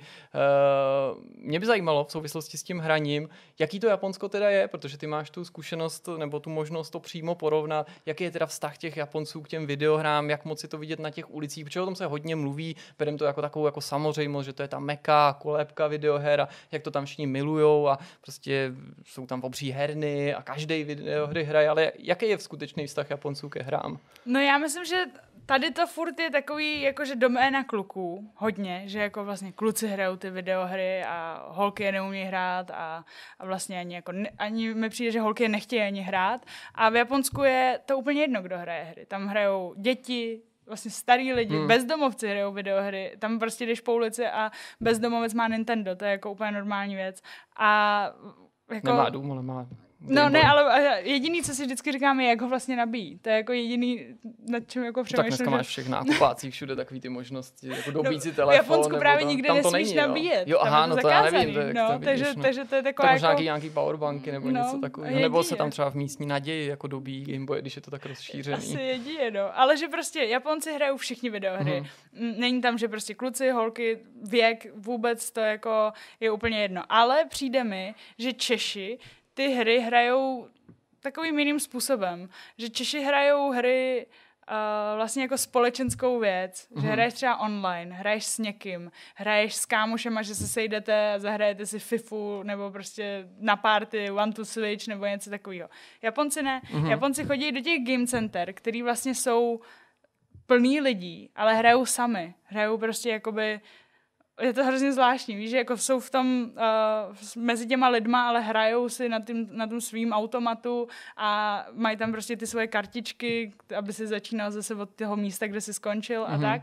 Mě by zajímalo v souvislosti s tím hraním, jaký to Japonsko teda je, protože ty máš tu zkušenost nebo tu možnost to přímo porovnat, jaký je teda vztah těch Japonců k těm videohrám, jak moc si to vidět na těch ulicích, protože o tom se hodně mluví, bereme to jako takovou jako samozřejmost, že to je ta meka, kolébka videoher a jak to tam všichni milujou a prostě jsou tam obří herny a každý videohry hraje, ale jaký je skutečný vztah Japonců ke hrám? No já myslím, že tady to furt je takový jakože doména kluků, hodně, že jako vlastně kluci hrajou ty videohry a holky je neumí hrát a, a vlastně ani, jako ne, ani mi přijde, že holky je nechtějí ani hrát a v Japonsku je to úplně jedno, kdo hraje hry. Tam hrajou děti, vlastně starý lidi, hmm. bezdomovci hrajou videohry, tam prostě jdeš po ulici a bezdomovec má Nintendo, to je jako úplně normální věc. A jako... Nemá dům, ale má No ne, ale jediný, co si vždycky říkáme, je, jak ho vlastně nabíjí. To je jako jediný, nad čím jako přemýšlím. Tak dneska že... máš všech nákupácích všude takový ty možnosti, jako dobít si no, telefon. V Japonsku právě to, nikde tam nesmíš to není, nabíjet. Jo, aha, no to já nevím. To, no, to takže, vidíš, no. takže to je taková tak jako... nějaký, nějaký powerbanky nebo no, něco takového. Nebo se tam třeba v místní naději jako dobíjí Gameboy, když je to tak rozšířený. Asi jedině, no. Ale že prostě Japonci hrajou všichni videohry. Hmm. Není tam, že prostě kluci, holky, věk, vůbec to jako je úplně jedno. Ale přijde mi, že Češi ty hry hrajou takovým jiným způsobem. Že Češi hrajou hry uh, vlastně jako společenskou věc. Mm-hmm. Že hraješ třeba online, hraješ s někým, hraješ s kámošema, že se sejdete a zahrajete si FIFU nebo prostě na party One to Switch nebo něco takového. Japonci ne. Mm-hmm. Japonci chodí do těch game center, který vlastně jsou plný lidí, ale hrajou sami. Hrajou prostě jakoby... Je to hrozně zvláštní, víš, že jako jsou v tom uh, mezi těma lidma, ale hrajou si na, tým, na tom svým automatu a mají tam prostě ty svoje kartičky, aby si začínal zase od toho místa, kde jsi skončil mm-hmm. a tak.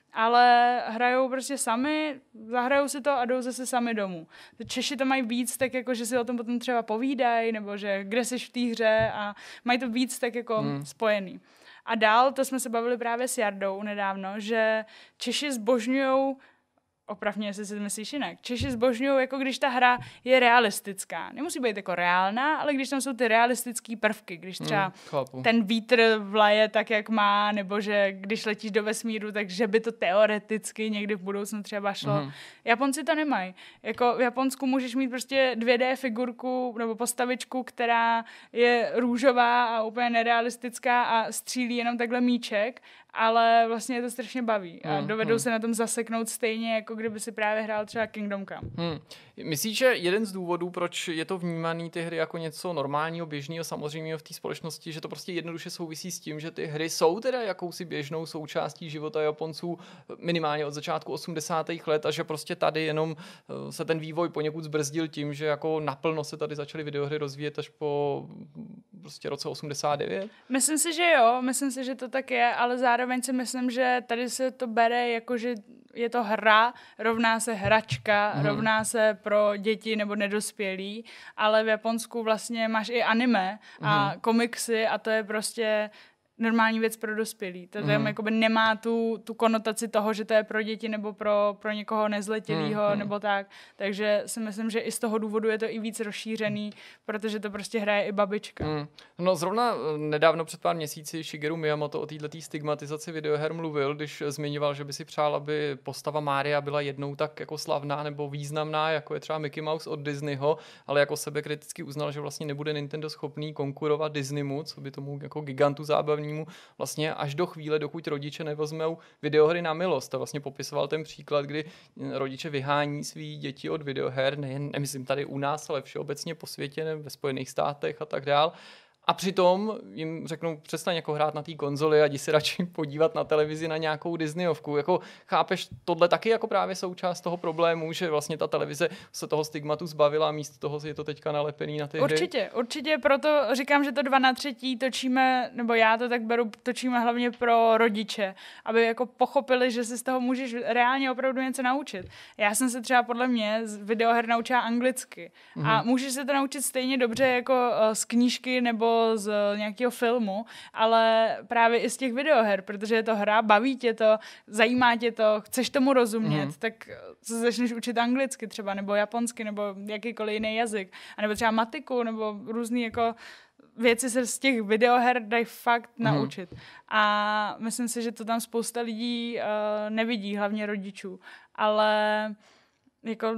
Ale hrajou prostě sami, zahrajou si to a jdou zase sami domů. Češi to mají víc, tak jako, že si o tom potom třeba povídají, nebo že kde jsi v té hře a mají to víc tak jako mm. spojený. A dál, to jsme se bavili právě s Jardou nedávno, že Češi zbožňujou opravně, jestli si myslíš jinak. Češi zbožňují, jako když ta hra je realistická. Nemusí být jako reálná, ale když tam jsou ty realistické prvky, když třeba mm, ten vítr vlaje tak, jak má, nebo že když letíš do vesmíru, takže by to teoreticky někdy v budoucnu třeba šlo. Mm. Japonci to nemají. Jako v Japonsku můžeš mít prostě dvě dé figurku nebo postavičku, která je růžová a úplně nerealistická a střílí jenom takhle míček, ale vlastně je to strašně baví a dovedou hmm. se na tom zaseknout stejně, jako kdyby si právě hrál třeba Kingdom Come. Hmm. Myslíš, že jeden z důvodů, proč je to vnímaný ty hry jako něco normálního, běžného, samozřejmě v té společnosti, že to prostě jednoduše souvisí s tím, že ty hry jsou teda jakousi běžnou součástí života Japonců minimálně od začátku osmdesátých let a že prostě tady jenom se ten vývoj poněkud zbrzdil tím, že jako naplno se tady začaly videohry rozvíjet až po prostě roce osmdesát devět? Myslím si, že jo, myslím si, že to tak je, ale zároveň si myslím, že tady se to bere jako, že je to hra, rovná se hračka, hmm. rovná se pro děti nebo nedospělí, ale v Japonsku vlastně máš i anime a hmm. komiksy a to je prostě normální věc pro dospělí. To tam mm. jakoby nemá tu, tu konotaci toho, že to je pro děti nebo pro, pro někoho nezletilýho mm. nebo tak. Takže si myslím, že i z toho důvodu je to i víc rozšířený, protože to prostě hraje i babička. Mm. No zrovna nedávno před pár měsíci Shigeru Miyamoto o této stigmatizaci videoher mluvil, když zmiňoval, že by si přál, aby postava Mária byla jednou tak jako slavná nebo významná, jako je třeba Mickey Mouse od Disneyho, ale jako sebekriticky uznal, že vlastně nebude Nintendo schopný konkurovat Disneymu, co by tomu jako gigantu zábavní vlastně až do chvíle, dokud rodiče nevezmou videohry na milost. A vlastně popisoval ten příklad, kdy rodiče vyhání svý děti od videoher, nejen, nemyslím tady u nás, ale všeobecně po světě, ne, ve Spojených státech a tak dál. A přitom jim řeknou, přestaň jako hrát na té konzoli a jdi se radši podívat na televizi na nějakou Disneyovku. Jako chápeš, tohle taky jako právě součást toho problému, že vlastně ta televize se toho stigmatu zbavila a místo toho je to teďka nalepený na ty hry. Určitě, určitě, proto říkám, že to dva na třetí točíme, nebo já to tak beru, točíme hlavně pro rodiče, aby jako pochopili, že si z toho můžeš reálně opravdu něco naučit. Já jsem se třeba podle mě z videoher naučila anglicky mm. a můžeš se to naučit stejně dobře jako z knížky nebo z nějakého filmu, ale právě i z těch videoher, protože je to hra, baví tě to, zajímá tě to, chceš tomu rozumět, mm. tak se začneš učit anglicky třeba, nebo japonsky, nebo jakýkoliv jiný jazyk, a nebo třeba matiku, nebo různý jako věci se z těch videoher dají fakt mm. naučit. A myslím si, že to tam spousta lidí uh, nevidí, hlavně rodičů. Ale jako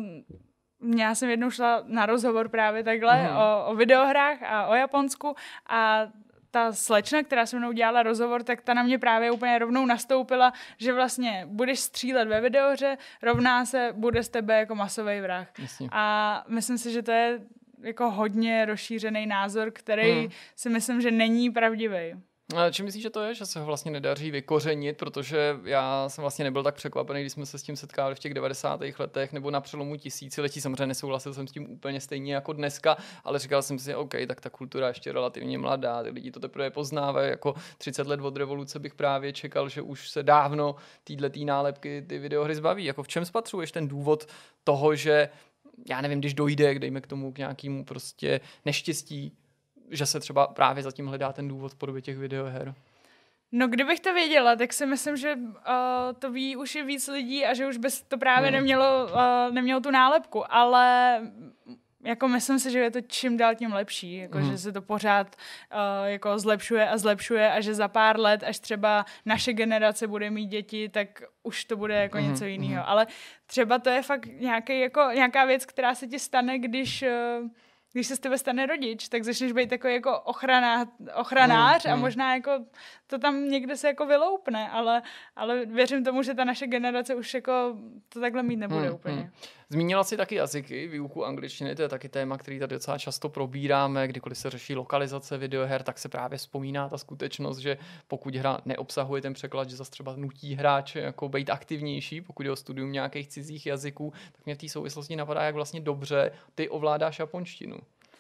já jsem jednou šla na rozhovor právě takhle mm. o, o videohrách a o Japonsku a ta slečna, která se mnou dělala rozhovor, tak ta na mě právě úplně rovnou nastoupila, že vlastně budeš střílet ve videohře, rovná se, bude z tebe jako masový vrah. Jasně. A myslím si, že to je jako hodně rozšířený názor, který mm. si myslím, že není pravdivý. Čím myslíš, že to je, že se ho vlastně nedaří vykořenit, protože já jsem vlastně nebyl tak překvapený, když jsme se s tím setkali v těch devadesátých letech nebo na přelomu tisíciletí. Samozřejmě nesouhlasil jsem s tím úplně stejně jako dneska, ale říkal jsem si, OK, tak ta kultura je ještě relativně mladá, ty lidi to teprve poznávají, jako třicet let od revoluce bych právě čekal, že už se dávno týhletý nálepky ty videohry zbaví. Jako v čem spatřuješ ten důvod toho, že já nevím, když dojde, dejme k tomu k nějakému prostě neštěstí že se třeba právě zatím hledá ten důvod v podobě těch videoher? No, kdybych to věděla, tak si myslím, že uh, to ví už i víc lidí a že už by to právě hmm. nemělo, uh, nemělo tu nálepku, ale jako myslím si, že je to čím dál tím lepší, jako hmm. že se to pořád uh, jako zlepšuje a zlepšuje a že za pár let, až třeba naše generace bude mít děti, tak už to bude jako hmm. něco jiného. Hmm. Ale třeba to je fakt nějaký, jako, nějaká věc, která se ti stane, když... Uh, Když se z tebe stane rodič, tak začneš být takový jako ochrana, ochranář mm, mm. a možná jako to tam někde se jako vyloupne, ale, ale věřím tomu, že ta naše generace už jako to takhle mít nebude mm, úplně. Mm. Zmínila jsi taky jazyky, výuku angličtiny, to je taky téma, který tady docela často probíráme, kdykoliv se řeší lokalizace videoher, tak se právě vzpomíná ta skutečnost, že pokud hra neobsahuje ten překlad, že zase třeba nutí hráče jako být aktivnější, pokud je o studium nějakých cizích jazyků, tak mě v té souvislosti napadá, jak vlastně dobře ty ovládáš japonštinu.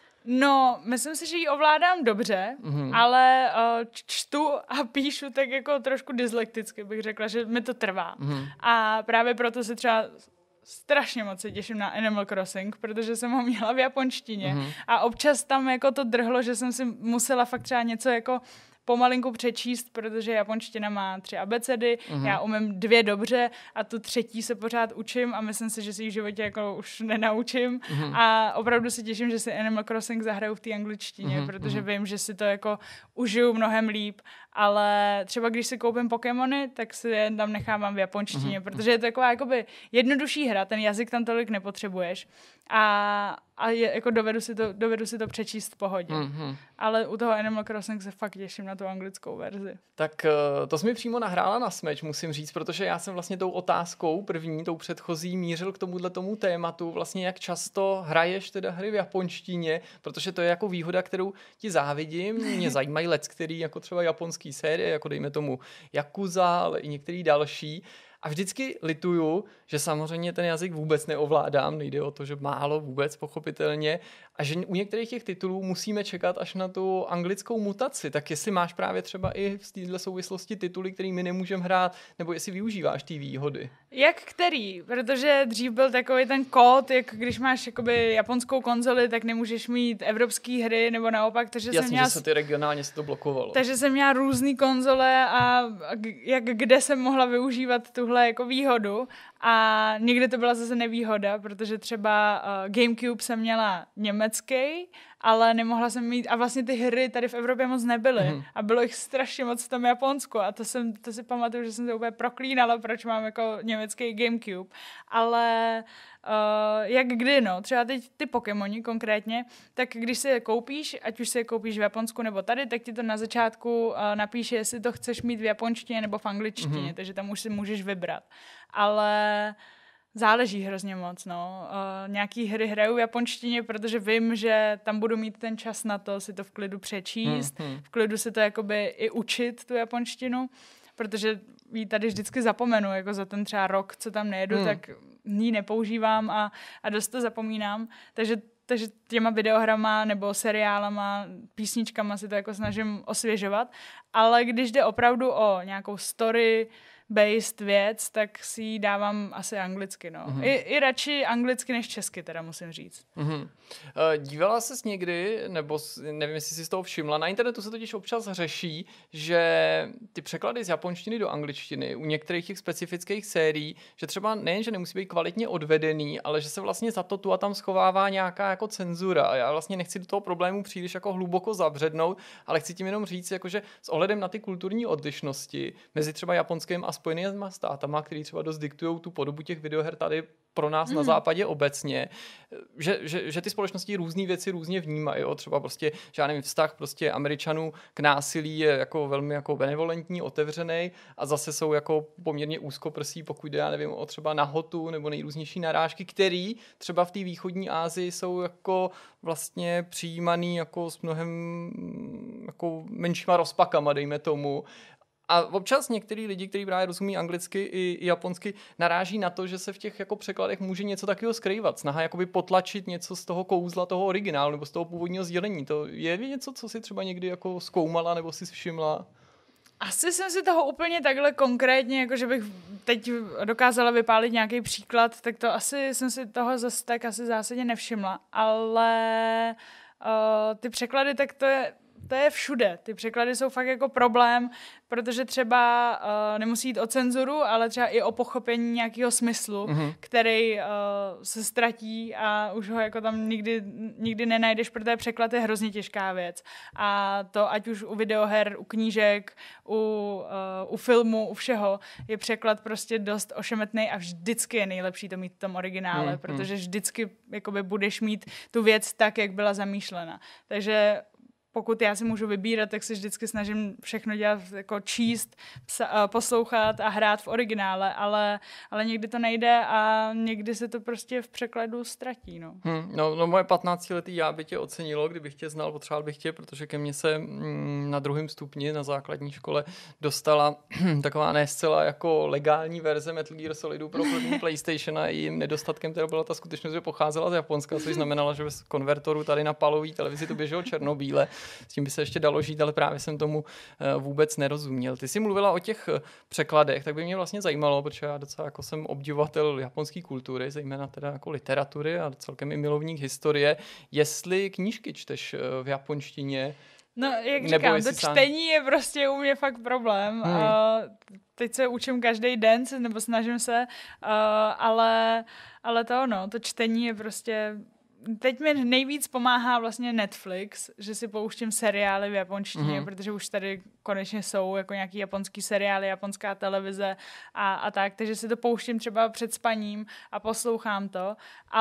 No, myslím si, že ji ovládám dobře, mm-hmm. ale uh, čtu a píšu tak jako trošku dyslekticky, bych řekla, že mi to trvá. Mm-hmm. A právě proto se třeba strašně moc se těším na Animal Crossing, protože jsem ho měla v japonštině mm-hmm. a občas tam jako to drhlo, že jsem si musela fakt třeba něco jako pomalinku přečíst, protože japonština má tři abecedy, uh-huh. já umím dvě dobře a tu třetí se pořád učím a myslím si, že si ji v životě jako už nenaučím uh-huh. a opravdu se těším, že si Animal Crossing zahraju v té angličtině, uh-huh. protože vím, že si to jako užiju mnohem líp, ale třeba když si koupím Pokémony, tak si je tam nechávám v japonštině, uh-huh. protože je to taková jakoby jednodušší hra, ten jazyk tam tolik nepotřebuješ a, a je, jako dovedu si to, dovedu si to přečíst v pohodě. Mm-hmm. Ale u toho Animal Crossing se fakt těším na tu anglickou verzi. Tak to jsi mi přímo nahrála na smeč, musím říct, protože já jsem vlastně tou otázkou první, tou předchozí mířil k tomuhle tomu tématu, vlastně jak často hraješ teda hry v japonštině, protože to je jako výhoda, kterou ti závidím. Mě zajímají lec, který jako třeba japonský série, jako dejme tomu Yakuza, ale i některý další. A vždycky lituju, že samozřejmě ten jazyk vůbec neovládám, nejde o to, že málo vůbec pochopitelně a že u některých těch titulů musíme čekat až na tu anglickou mutaci. Tak jestli máš právě třeba i v této souvislosti tituly, který my nemůžeme hrát, nebo jestli využíváš ty výhody. Jak který? Protože dřív byl takový ten kód, jak když máš jakoby japonskou konzoli, tak nemůžeš mít evropské hry, nebo naopak. Takže Jasně, jsem měla, že se ty regionálně se to blokovalo. Takže jsem měla různý konzole a jak kde jsem mohla využívat tuhle jako výhodu. A někde to byla zase nevýhoda, protože třeba uh, GameCube jsem měla německý, ale nemohla jsem mít, a vlastně ty hry tady v Evropě moc nebyly. Mm. A bylo jich strašně moc v tom Japonsku a to, jsem, to si pamatuju, že jsem to úplně proklínala, proč mám jako německý GameCube. Ale uh, jak kdy, no, třeba teď ty Pokémoni konkrétně, tak když si je koupíš, ať už si je koupíš v Japonsku nebo tady, tak ti to na začátku uh, napíše, jestli to chceš mít v japonštině nebo v angličtině, mm. takže tam už si můžeš vybrat. Ale záleží hrozně moc, no. Uh, nějaký hry hraju v japonštině, protože vím, že tam budu mít ten čas na to si to v klidu přečíst, hmm, hmm. v klidu si to jakoby i učit, tu japonštinu, protože ji tady vždycky zapomenu, jako za ten třeba rok, co tam nejedu, hmm. tak ji nepoužívám a, a dost to zapomínám, takže takže těma videohrama nebo seriálama, písničkama si to jako snažím osvěžovat, ale když jde opravdu o nějakou story based věc, tak si ji dávám asi anglicky, no. Mm-hmm. I, I radši anglicky než česky, teda musím říct. Mm-hmm. Dívala ses někdy, nebo nevím, jestli jsi z toho všimla, na internetu se totiž občas řeší, že ty překlady z japonštiny do angličtiny u některých těch specifických sérií, že třeba nejen, že nemusí být kvalitně odvedený, ale že se vlastně za to tu a tam schovává nějaká jako cenzura. A já vlastně nechci do toho problému příliš jako hluboko zabřednout, ale chci tím jenom říct, jakože s ohledem na ty kulturní odlišnosti mezi třeba japonským a Spojenými státama, který třeba dost diktujou tu podobu těch videoher tady pro nás mm. na západě obecně, že, že, že ty společnosti různé věci různě vnímají. Jo? Třeba prostě, že já nevím, vztah prostě Američanů k násilí je jako velmi jako benevolentní, otevřený a zase jsou jako poměrně úzkoprsí, pokud jde, já nevím, o třeba nahotu nebo nejrůznější narážky, který třeba v té východní Asii jsou jako vlastně přijímaný jako s mnohem jako menšíma rozpakama, dejme tomu. A občas některý lidi, kteří právě rozumí anglicky i, i japonsky, naráží na to, že se v těch jako překladech může něco takového skrývat. Snaha jakoby potlačit něco z toho kouzla, toho originálu nebo z toho původního sdělení. To je něco, co si třeba někdy jako zkoumala nebo si všimla? Asi jsem si toho úplně takhle konkrétně, jako že bych teď dokázala vypálit nějaký příklad, tak to asi jsem si toho zase tak asi zásadně nevšimla, ale uh, ty překlady, tak to je to je všude. Ty překlady jsou fakt jako problém, protože třeba uh, nemusí jít o cenzuru, ale třeba i o pochopení nějakého smyslu, mm-hmm. který uh, se ztratí a už ho jako tam nikdy, nikdy nenajdeš, protože překlad je hrozně těžká věc. A to ať už u videoher, u knížek, u, uh, u filmu, u všeho, je překlad prostě dost ošemetný a vždycky je nejlepší to mít v tom originále, mm-hmm. protože vždycky jakoby budeš mít tu věc tak, jak byla zamýšlena. Takže pokud já si můžu vybírat, tak se vždycky snažím všechno dělat, jako číst, psa, poslouchat a hrát v originále, ale, ale někdy to nejde a někdy se to prostě v překladu ztratí. No, hmm, no, no moje patnáctiletý já by tě ocenilo, kdybych tě znal, potřeboval bych tě, protože ke mně se mm, na druhém stupni na základní škole dostala taková ne zcela jako legální verze Metal Gear Solidu pro první PlayStation a jejím nedostatkem teda byla ta skutečnost, že pocházela z Japonska, což znamenalo, že bez konvertoru tady na palový televizi to běželo černobíle. S tím by se ještě dalo žít, ale právě jsem tomu vůbec nerozuměl. Ty jsi mluvila o těch překladech, tak by mě vlastně zajímalo, protože já docela jako jsem obdivovatel japonské kultury, zejména teda jako literatury a celkem i milovník historie. Jestli knížky čteš v japonštině, no, jak říkám, to čtení sám... je prostě u mě fakt problém. Hmm. Uh, teď se učím každý den, nebo snažím se, uh, ale, ale to ono, to čtení je prostě... Teď mi nejvíc pomáhá vlastně Netflix, že si pouštím seriály v japonštině, mm-hmm. protože už tady konečně jsou jako nějaký japonský seriály, japonská televize a, a tak, takže si to pouštím třeba před spaním a poslouchám to,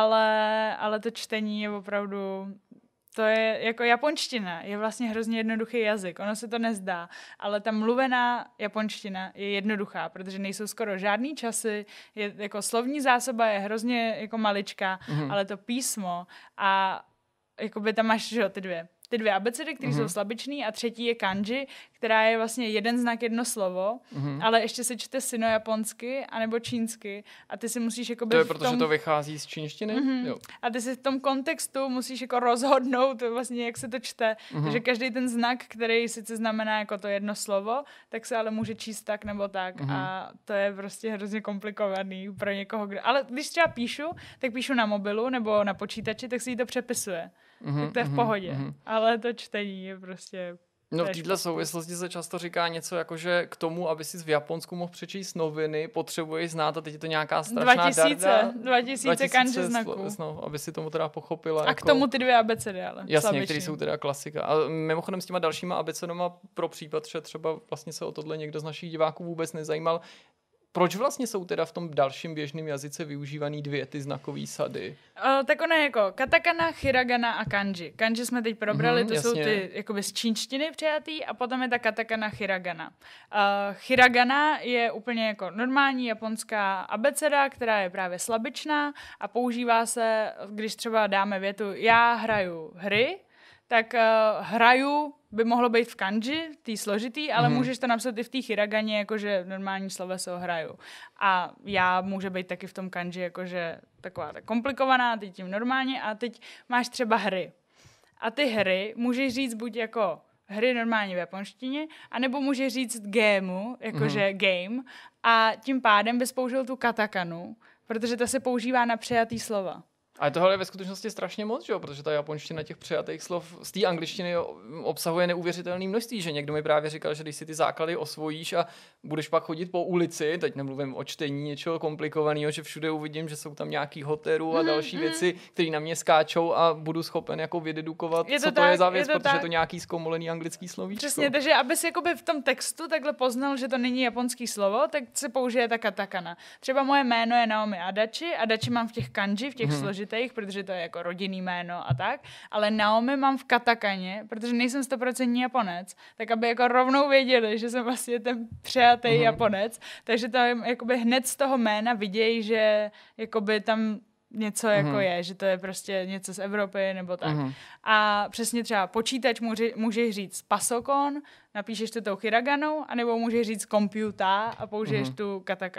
ale, ale to čtení je opravdu... To je jako japonština, je vlastně hrozně jednoduchý jazyk, ono se to nezdá, ale ta mluvená japonština je jednoduchá, protože nejsou skoro žádný časy, je, jako slovní zásoba je hrozně jako maličká, mm-hmm. ale to písmo a jakoby tam máš, že jo, ty dvě. Ty dvě abecedy, které mm-hmm. jsou slabičný a třetí je kanji, která je vlastně jeden znak, jedno slovo, mm-hmm. ale ještě se čte sino-japonsky anebo čínsky a ty si musíš jakoby to je v protože tom... to vychází z čínštiny? Mm-hmm. Jo. A ty si v tom kontextu musíš jako rozhodnout vlastně, jak se to čte. Mm-hmm. Takže každý ten znak, který sice znamená jako to jedno slovo, tak se ale může číst tak nebo tak mm-hmm. a to je prostě hrozně komplikovaný pro někoho, kdo... Ale když třeba píšu, tak píšu na mobilu nebo na počítači, tak si jí to přepisuje. Mm-hmm, tak to je v pohodě. Mm-hmm. Ale to čtení je prostě... No v této souvislosti se často říká něco jako, že k tomu, aby si v Japonsku mohl přečíst noviny, potřebuješ znát a teď je to nějaká strašná dva tisíce, darda. dva tisíce kanji znaků. No, aby si tomu teda pochopila. A jako... k tomu ty dvě abecedy, ale jasně, které jsou teda klasika. A mimochodem s těma dalšíma abecedama pro případ, že třeba vlastně se o tohle někdo z našich diváků vůbec nezajímal, proč vlastně jsou teda v tom dalším běžném jazyce využívaný dvě ty znakové sady? O, tak ono je jako katakana, hiragana a kanji. Kanji jsme teď probrali, mm, to jasně. jsou ty jakoby z čínštiny přijatý a potom je ta katakana, hiragana. Uh, hiragana je úplně jako normální japonská abeceda, která je právě slabičná a používá se, když třeba dáme větu já hraju hry, tak uh, hraju by mohlo být v kanji, tý složitý, ale mm-hmm. můžeš to napsat i v té hiraganě, jakože normální sloveso hraju. A já může být taky v tom kanji, jakože taková tak komplikovaná, teď tím normálně a teď máš třeba hry. A ty hry můžeš říct buď jako hry normálně v japonštině, anebo můžeš říct gameu, jakože mm-hmm. game a tím pádem bys použil tu katakanu, protože ta se používá na přejatý slova. Ale tohle je ve skutečnosti strašně moc, že jo? Protože ta japonština těch přijatých slov z té angličtiny obsahuje neuvěřitelné množství, že někdo mi právě říkal, že když si ty základy osvojíš a budeš pak chodit po ulici, teď nemluvím o čtení něčeho komplikovaného, že všude uvidím, že jsou tam nějaký hoteru a další mm, věci, které na mě skáčou a budu schopen jako vydedukovat, to co to tak, je za věc, je to protože tak. je to nějaký zkomolený anglický slovíčko. Přesně, takže abys jakoby v tom textu takhle poznal, že to není japonský slovo, tak se použije ta katakana. Třeba moje jméno je Naomi Adachi, Adachi mám v těch kanji, v těch hmm. složitých, protože to je jako rodinný jméno a tak, ale Naomi mám v katakaně, protože nejsem sto procent Japonec, tak aby jako rovnou věděli, že jsem vlastně ten přejatý uh-huh. Japonec, takže to jakoby hned z toho jména vidějí, že jakoby tam něco uh-huh. jako je, že to je prostě něco z Evropy nebo tak. Uh-huh. A přesně třeba počítač může, můžeš říct pasokon, napíšeš to tou hiraganou, anebo můžeš říct komputa a použiješ uh-huh. tu katakanu.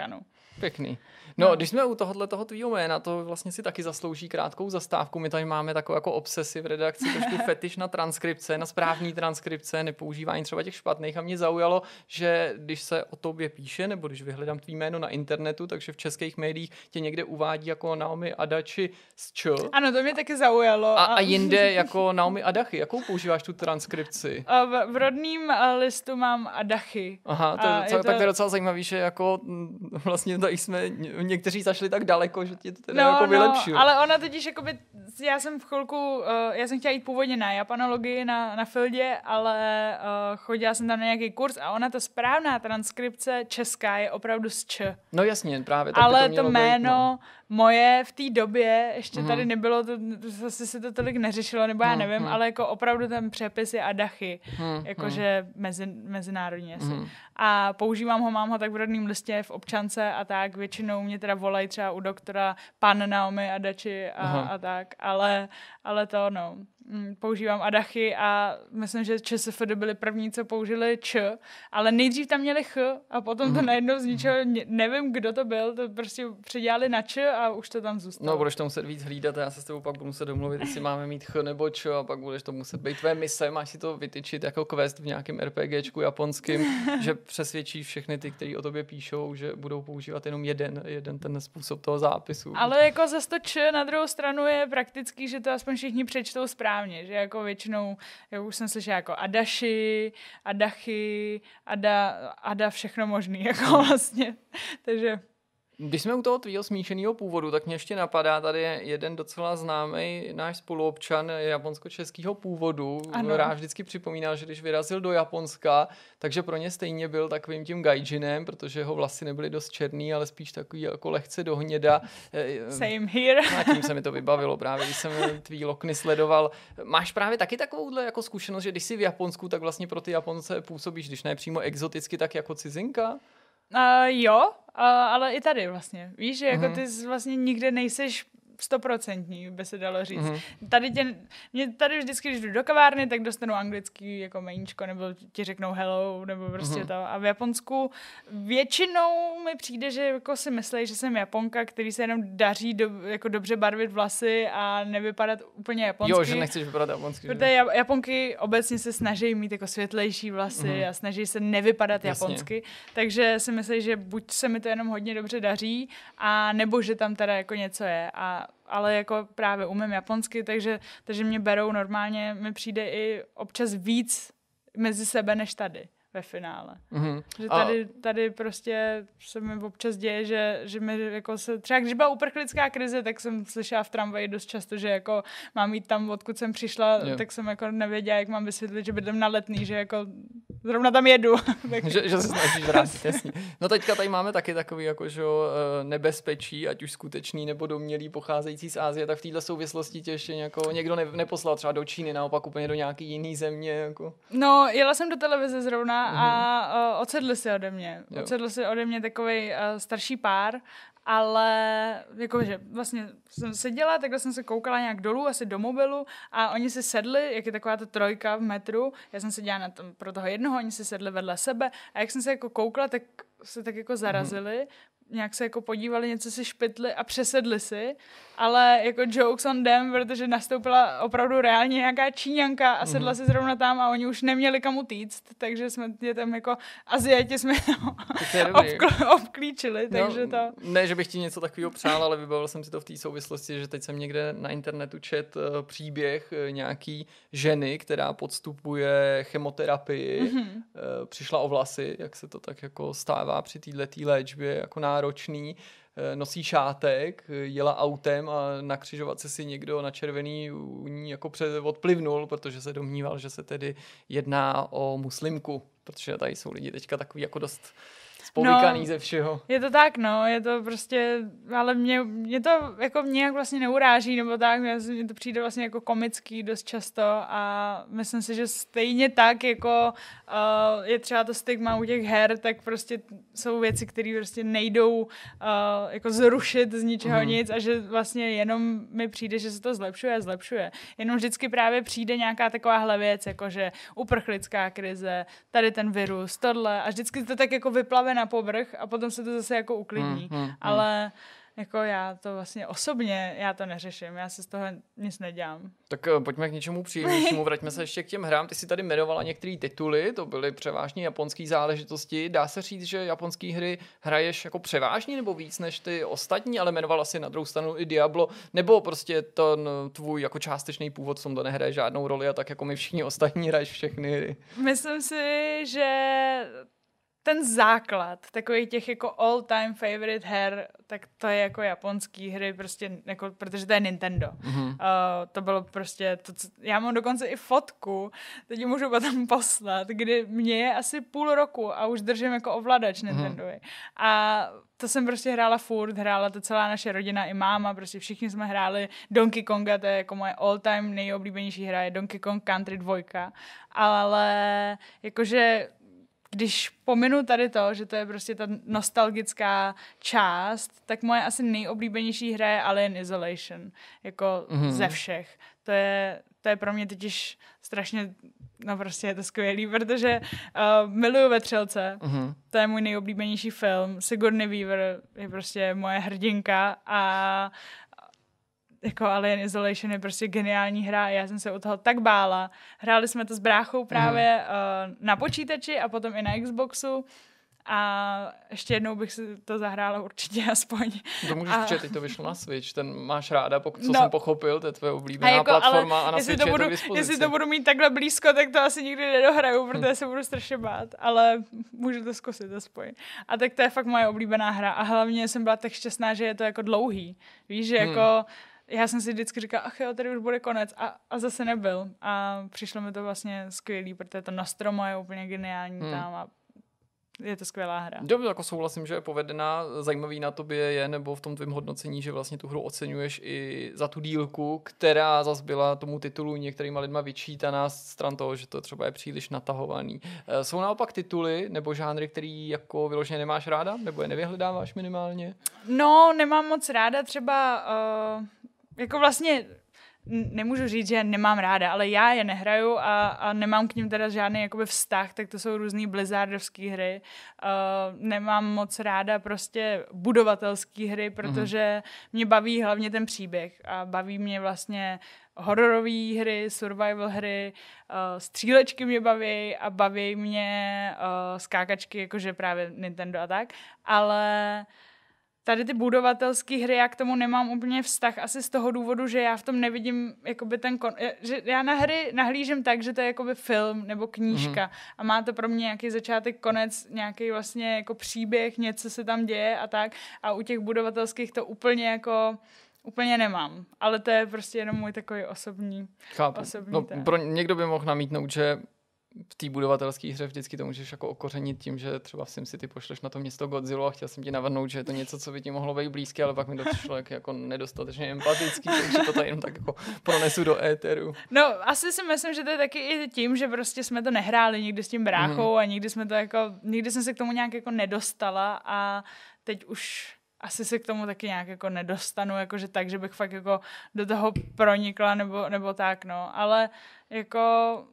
Pěkný. No, no, když jsme u tohohle toho tvýho jména, to vlastně si taky zaslouží krátkou zastávku. My tady máme takovou jako obsesi v redakci, trošku fetiš na transkripce, na správní transkripce, nepoužívání třeba těch špatných. A mě zaujalo, že když se o tobě píše, nebo když vyhledám tvý jméno na internetu, takže v českých médiích tě někde uvádí jako Naomi Adachi z Č. Ano, to mě taky zaujalo. A, a jinde jako Naomi Adachi. Jakou používáš tu transkripci? V, v rodným listu mám Adachi. Aha, to, co, to... tak to je docela zajímavý, že jako vlastně tady jsme někteří zašli tak daleko, že ti to teda no, jako vylepšil. No, ale ona totiž jakoby, já jsem v chvilku, uh, já jsem chtěla jít původně na japanologii na, na Fieldě, ale uh, chodila jsem tam na nějaký kurz a ona ta správná transkripce česká je opravdu z Č. No jasně, právě. Tak ale by to, to jméno být, no. moje v té době, ještě mm. tady Mhm. nebylo, to, zase se to tolik neřešilo, nebo já Mm, nevím, mm. ale jako opravdu ten přepis je Adachi, Mm, jakože mezi, mezinárodně asi. Mm. A používám ho, mám ho tak v rodném listě, v občance a tak, většinou mě teda volají třeba u doktora pan Naomi Adachi a, a tak, ale, ale to no, používám Adachi a myslím, že ČSFD byli první, co použili Č, ale nejdřív tam měli Ch a potom to najednou z ničeho, nevím, kdo to byl, to prostě předělali na Č a už to tam zůstalo. No, budeš to muset víc hlídat a já se s tebou pak budu muset domluvit, jestli máme mít Ch nebo Č a pak budeš to muset být tvé mise, máš si to vytyčit jako quest v nějakém RPGčku japonským, že přesvědčíš všechny ty, kteří o tobě píšou, že budou používat jenom jeden, jeden ten způsob toho zápisu. Ale jako zase to Č na druhou stranu je praktický, že to aspoň všichni přečtou správně, že jako většinou, já už jsem slyšela jako Adaši, Adachy, Ada, Ada všechno možný, jako vlastně, takže... Když jsme u toho tvýho smíšeného původu, tak mě ještě napadá, tady je jeden docela známý náš spoluobčan japonsko-českého původu. Ano. Rád vždycky připomínal, že když vyrazil do Japonska, takže pro ně stejně byl takovým tím gaijinem, protože jeho vlasy nebyly dost černý, ale spíš takový jako lehce do hněda. Same here. A tím se mi to vybavilo právě, když jsem tvý lokny sledoval. Máš právě taky takovouhle jako zkušenost, že když jsi v Japonsku, tak vlastně pro ty Japonce působíš, když ne přímo exoticky, tak jako cizinka? Uh, jo, uh, ale i tady vlastně. Víš, že jako ty vlastně nikde nejseš stoprocentní, by se dalo říct. Mm-hmm. Tady tě, mě tady vždycky, když jdu do kavárny, tak dostanu anglický jako meníčko, nebo ti řeknou hello, nebo prostě mm-hmm. to. A v Japonsku většinou mi přijde, že jako si myslí, že jsem Japonka, který se jenom daří do, jako dobře barvit vlasy a nevypadat úplně japonsky. Jo, že nechceš vypadat japonsky. Protože že? Japonky obecně se snaží mít jako světlejší vlasy mm-hmm. a snaží se nevypadat Jasně. japonsky. Takže si myslí, že buď se mi to jenom hodně dobře daří, a nebo že tam teda jako něco je. A ale jako právě umím japonsky, takže, takže mě berou normálně, mi přijde i občas víc mezi sebe než tady ve finále. Mm-hmm. Že tady, tady prostě se mi občas děje, že, že mi jako se, třeba když byla uprchlická krize, tak jsem slyšela v tramvaji dost často, že jako mám jít tam, odkud jsem přišla, jo. tak jsem jako nevěděla, jak mám vysvětlit, že bydlím na Letný, že jako zrovna tam jedu. že, že se snažíš vrátit, jasně. No teďka tady máme taky takový jako, že nebezpečí, ať už skutečný nebo domnělý, pocházející z Asie, tak v této souvislosti tě ještě nějako, někdo ne, neposlal třeba do Číny, naopak úplně do nějaký jiný země. Jako. No, jela jsem do televize zrovna a uh, odsedli si ode mě. Jo. Odsedli si ode mě takovej uh, starší pár, ale jakože vlastně jsem seděla, takhle jsem se koukala nějak dolů, asi do mobilu a oni si sedli, jak je taková ta trojka v metru, já jsem seděla na tom, pro toho jednoho, oni si sedli vedle sebe a jak jsem se jako koukala, tak se tak jako zarazili, mm-hmm. nějak se jako podívali, něco si špitli a přesedli si, ale jako jokes on them, protože nastoupila opravdu reálně nějaká Číňanka a sedla mm-hmm. si zrovna tam a oni už neměli kam utíct, takže jsme je tam jako Aziati jsme no, obkl- obklíčili, takže no, to... Ne, že bych ti něco takového přál, ale vybavil jsem si to v té souvislosti, že teď jsem někde na internetu čet uh, příběh uh, nějaký ženy, která podstupuje chemoterapii, mm-hmm. uh, přišla o vlasy, jak se to tak jako stává při této léčbě, jako náročný, nosí šátek, jela autem a na křižovatce si někdo na červený u ní jako před, odplivnul, protože se domníval, že se tedy jedná o muslimku, protože tady jsou lidi teďka takový jako dost spovykaný no, ze všeho. Je to tak, no, je to prostě, ale mě, mě to jako nějak vlastně neuráží, nebo tak, mě to přijde vlastně jako komický dost často a myslím si, že stejně tak, jako uh, je třeba to stigma u těch her, tak prostě jsou věci, které prostě nejdou uh, jako zrušit z ničeho mm. nic a že vlastně jenom mi přijde, že se to zlepšuje a zlepšuje. Jenom vždycky právě přijde nějaká takováhle věc, jako že uprchlická krize, tady ten virus, tohle a vždycky to tak jako vyplave vyplave na povrch a potom se to zase jako uklidní. Hmm, hmm, ale jako já to vlastně osobně, já to neřeším, já si z toho nic nedělám. Tak uh, pojďme k něčemu příjemnějšímu, vraťme se ještě k těm hrám. Ty jsi tady jmenovala některé tituly, to byly převážně japonské záležitosti. Dá se říct, že japonské hry hraješ jako převážně nebo víc než ty ostatní, ale jmenovala si na druhou stranu i Diablo, nebo prostě ten tvůj jako částečný původ v tom to nehraje žádnou roli a tak jako my všichni ostatní hraješ všechny hry? Myslím si, že ten základ takových těch jako all time favorite her, tak to je jako japonský hry, prostě jako, protože to je Nintendo. Mm-hmm. Uh, to bylo prostě, to, co, já mám dokonce i fotku, teď ji můžu potom poslat, kdy mě je asi půl roku a už držím jako ovladač Nintendovi. Mm-hmm. A to jsem prostě hrála furt, hrála to celá naše rodina i máma, prostě všichni jsme hráli Donkey Konga, to je jako moje all time nejoblíbenější hra, je Donkey Kong Country dva, ale jakože když pominu tady to, že to je prostě ta nostalgická část, tak moje asi nejoblíbenější hra je Alien Isolation. Jako mm-hmm. ze všech. To je, to je pro mě totiž strašně, no prostě je to skvělý, protože uh, miluju Vetřelce. Mm-hmm. To je můj nejoblíbenější film. Sigourney Weaver je prostě moje hrdinka a jako Alien Isolation je prostě geniální hra a já jsem se u toho tak bála. Hráli jsme to s bráchou právě mm. uh, na počítači a potom i na Xboxu a ještě jednou bych si to zahrála určitě aspoň. To můžeš, a... teď to vyšlo na Switch, ten máš ráda, pokud co no. jsem pochopil, to je tvoje oblíbená a jako, platforma a na Switchi budu, je to k dispozici. Jestli to budu mít takhle blízko, tak to asi nikdy nedohraju, protože hm. se budu strašně bát, ale můžu to zkusit aspoň. A tak to je fakt moje oblíbená hra a hlavně jsem byla tak šťastná, že je to jako dlouhý. Víš, že hm. jako já jsem si vždycky říkala, ach jo, tady už bude konec a, a zase nebyl. A přišlo mi to vlastně skvělý, protože to Nostromo je úplně geniální hmm. tam a je to skvělá hra. Dobře, jako souhlasím, že je povedená. Zajímavý na tobě je, nebo v tom tvém hodnocení, že vlastně tu hru oceňuješ i za tu dílku, která zas byla tomu titulu některýma lidma vyčítaná stran toho, že to třeba je příliš natahovaný. Jsou naopak tituly nebo žánry, který jako vyloženě nemáš ráda, nebo je nevyhledáváš minimálně? No, nemám moc ráda třeba uh, jako vlastně nemůžu říct, že nemám ráda, ale já je nehraju a, a nemám k nim teda žádný jakoby vztah, tak to jsou různý blizzardovský hry. Uh, nemám moc ráda prostě budovatelský hry, protože mm-hmm. mě baví hlavně ten příběh a baví mě vlastně hororové hry, survival hry, uh, střílečky mě baví a baví mě uh, skákačky, jakože právě Nintendo a tak, ale tady ty budovatelské hry, já k tomu nemám úplně vztah asi z toho důvodu, že já v tom nevidím jakoby ten kon... že já na hry nahlížím tak, že to je jakoby film nebo knížka mm-hmm. a má to pro mě nějaký začátek, konec, nějaký vlastně jako příběh, něco se tam děje a tak a u těch budovatelských to úplně jako úplně nemám, ale to je prostě jenom můj takový osobní Chápu. osobní no, pro někdo by mohl namítnout, že v té budovatelské hře vždycky to můžeš jako okořenit tím, že třeba v SimCity pošleš na to město Godzilla a chtěl jsem ti navrhnout, že je to něco, co by ti mohlo být blízké, ale pak mi to přišlo jako nedostatečně empatický, takže to tady jenom tak jako pronesu do éteru. No, asi si myslím, že to je taky i tím, že prostě jsme to nehráli nikdy s tím bráchou mm. a nikdy jsme to jako, nikdy jsem se k tomu nějak jako nedostala a teď už asi se k tomu taky nějak jako nedostanu, jakože tak, že bych fakt jako do toho pronikla nebo, nebo tak, no, ale jako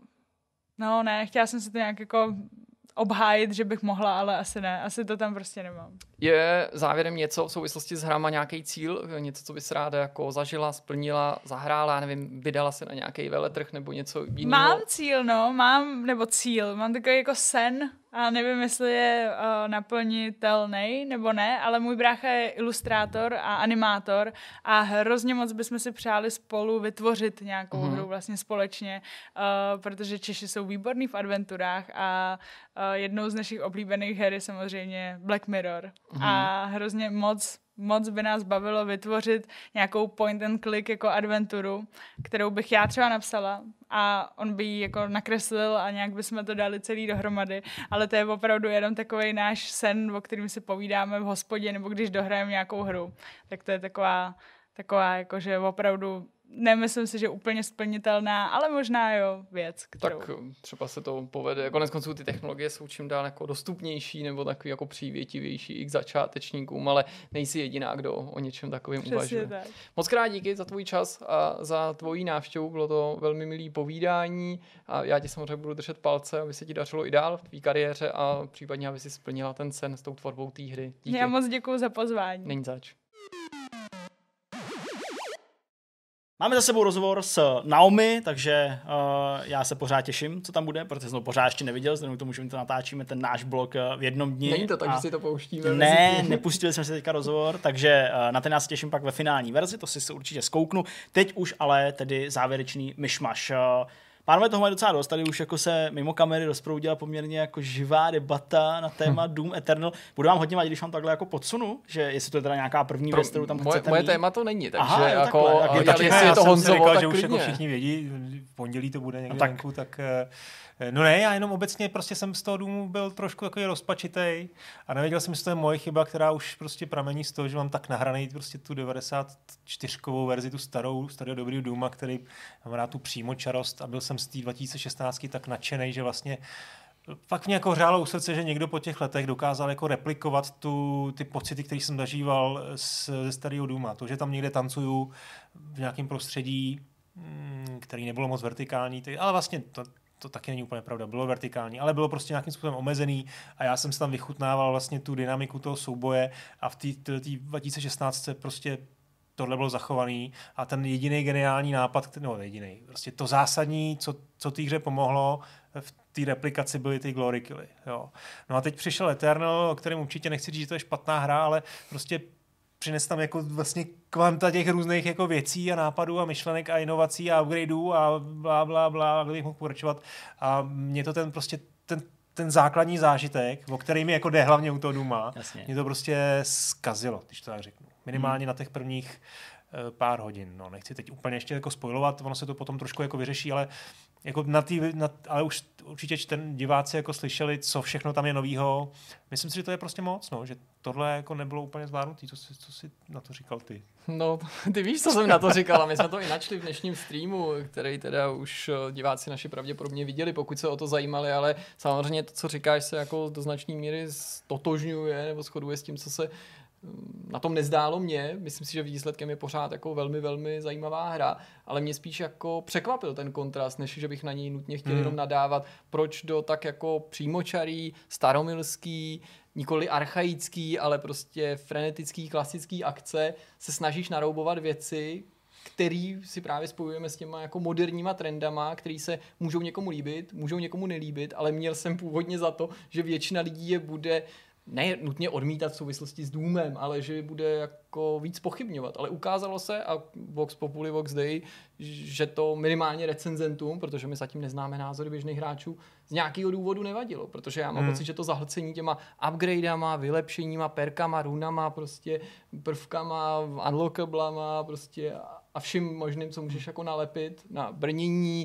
no ne, chtěla jsem si to nějak jako obhájit, že bych mohla, ale asi ne, asi to tam prostě nemám. Je závěrem něco v souvislosti s hrama nějaký cíl, něco, co bys ráda jako zažila, splnila, zahrála, nevím, vydala se na nějaký veletrh nebo něco jiného? Mám cíl, no, mám, nebo cíl, mám takový jako sen a nevím, jestli je uh, naplnitelný nebo ne, ale můj brácha je ilustrátor a animátor a hrozně moc bychom si přáli spolu vytvořit nějakou mm. hru vlastně společně, uh, protože Češi jsou výborní v adventurách a uh, jednou z našich oblíbených her je samozřejmě Black Mirror. Mm. A hrozně moc, moc by nás bavilo vytvořit nějakou point and click jako adventuru, kterou bych já třeba napsala a on by ji jako nakreslil a nějak bychom to dali celý dohromady, ale to je opravdu jenom takovej náš sen, o kterým si povídáme v hospodě nebo když dohrajeme nějakou hru. Tak to je taková, taková jakože opravdu nemyslím si, že úplně splnitelná, ale možná jo věc, kterou... Tak třeba se to povede. Konec konců ty technologie jsou čím dál jako dostupnější nebo takový jako přívětivější i k začátečníkům, ale nejsi jediná, kdo o něčem takovým Přesně uvažuje. tak. Moc krát díky za tvůj čas a za tvoji návštěvu. Bylo to velmi milý povídání a já ti samozřejmě budu držet palce, aby se ti dařilo i dál v tvý kariéře a případně, aby si splnila ten sen s tou tvorbou té hry. Díky. Já moc děkuju za pozvání. Není zač. Máme za sebou rozhovor s Naomi, takže uh, já se pořád těším, co tam bude, protože jsem to pořád ještě neviděl, vzhledem k tomu, že my to natáčíme ten náš blog v jednom dni. Není to tak, že si to pouštíme? Ne, nepustili jsme si teďka rozhovor, takže uh, na ten nás těším pak ve finální verzi, to si se určitě zkouknu. Teď už ale tedy závěrečný myšmaš. Uh, Pánové toho mají docela dost, tady už jako se mimo kamery rozproudila poměrně jako živá debata na téma Doom Eternal. Budu vám hodně vadit, když vám takhle jako podsunu, že jestli to je teda nějaká první věc, kterou tam moje, chcete moje mít. téma to není, takže Aha, jo, jako, takhle, ale tak jestli je to Honzovo, říkal, tak že už jako klidně. všichni vědí, v pondělí to bude někde no tak. venku, tak no ne, já jenom obecně prostě jsem z toho Doomu byl trošku takový rozpačitej a nevěděl jsem, že to je moje chyba, která už prostě pramení z toho, že mám tak nahraný prostě tu devadesát čtyřkovou verzi, tu starou, starého dobrýho Dooma, který mám rád tu přímočarost a byl jsem z té dva tisíce šestnáct tak nadšenej, že vlastně fakt mě jako hřálo u srdce, že někdo po těch letech dokázal jako replikovat tu, ty pocity, které jsem zažíval z, ze starého Dooma. To, že tam někde tancuju v nějakém prostředí, který nebylo moc vertikální, ale vlastně to, to taky není úplně pravda, bylo vertikální, ale bylo prostě nějakým způsobem omezený a já jsem si tam vychutnával vlastně tu dynamiku toho souboje a v té dva tisíce šestnáct prostě tohle bylo zachovaný a ten jediný geniální nápad, no jediný, prostě to zásadní, co, co té hře pomohlo v té replikaci, byly ty glory killy. Jo. No a teď přišel Eternal, o kterém určitě nechci říct, že to je špatná hra, ale prostě přines tam jako vlastně kvanta těch různých jako věcí a nápadů a myšlenek a inovací a upgradeů a blá, blá, blá, kde bych mohl pokračovat. A mě to ten prostě ten, ten základní zážitek, o který mi jako jde hlavně u toho Dooma, Jasně. mě to prostě zkazilo, když to tak řeknu. Minimálně hmm. na těch prvních uh, pár hodin. No, nechci teď úplně ještě jako spoilovat, ono se to potom trošku jako vyřeší, ale jako na tý, na, ale už určitě ten diváci jako slyšeli, co všechno tam je novýho. Myslím si, že to je prostě moc, no, že tohle jako nebylo úplně zvládnutý. Co jsi, co jsi na to říkal ty? No, ty víš, co jsem na to říkal, a my jsme to i načli v dnešním streamu, který teda už diváci naši pravděpodobně viděli, pokud se o to zajímali, ale samozřejmě to, co říkáš, se jako do značné míry stotožňuje nebo shoduje s tím, co se na tom nezdálo mě. Myslím si, že výsledkem je pořád jako velmi, velmi zajímavá hra, ale mě spíš jako překvapil ten kontrast, než že bych na něj nutně chtěl hmm. jenom nadávat, proč do tak jako přímočarý, staromilský, nikoli archaický, ale prostě frenetický, klasický akce se snažíš naroubovat věci, který si právě spojujeme s těma jako moderníma trendama, který se můžou někomu líbit, můžou někomu nelíbit, ale měl jsem původně za to, že většina lidí je bude ne nutně odmítat v souvislosti s Doomem, ale že bude jako víc pochybňovat. Ale ukázalo se, a Vox Populi, Vox Dei, že to minimálně recenzentům, protože my zatím neznáme názory běžných hráčů, z nějakého důvodu nevadilo, protože já mám hmm. pocit, že to zahlcení těma upgradama, vylepšeníma, perkama, runama, prostě prvkama, unlockablama, prostě a vším možným, co můžeš jako nalepit na brnění,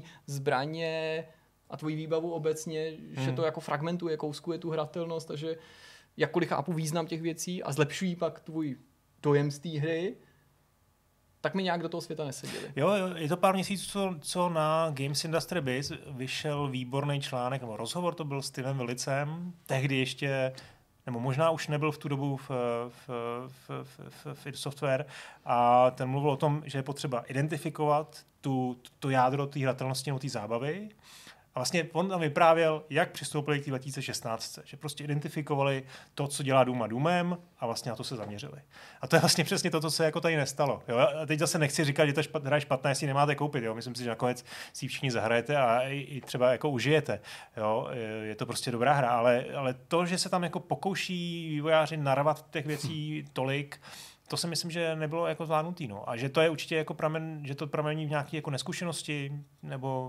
zbraně a tvoji výbavu obecně, hmm. že to jako fragmentuje, kouskuje tu hratelnost a že jakkoliv chápu význam těch věcí a zlepšují pak tvůj dojem z té hry, tak mi nějak do toho světa neseděli. Jo, jo, je to pár měsíců, co, co na Games Industry Biz vyšel výborný článek, nebo rozhovor, to byl s Timem Vilicem, tehdy ještě, nebo možná už nebyl v tu dobu v, v, v, v, v id Software, a ten mluvil o tom, že je potřeba identifikovat tu, to jádro té hratelnosti nebo té zábavy. A vlastně on tam vyprávěl, jak přistoupili k té dva tisíce šestnáct, že prostě identifikovali to, co dělá Doom a Doomem, a vlastně na to se zaměřili. A to je vlastně přesně to, co se jako tady nestalo. Jo? A teď zase nechci říkat, že ta špat, hra je špatná, jestli nemáte koupit. Jo? Myslím si, že nakonec si ji všichni zahrajete a i, i třeba jako užijete. Jo? Je to prostě dobrá hra, ale, ale to, že se tam jako pokouší vývojáři narvat těch věcí tolik, to si myslím, že nebylo jako zvládnutý. No. A že to je určitě jako pramen, že to pramení v nějaké jako neskušenosti, nebo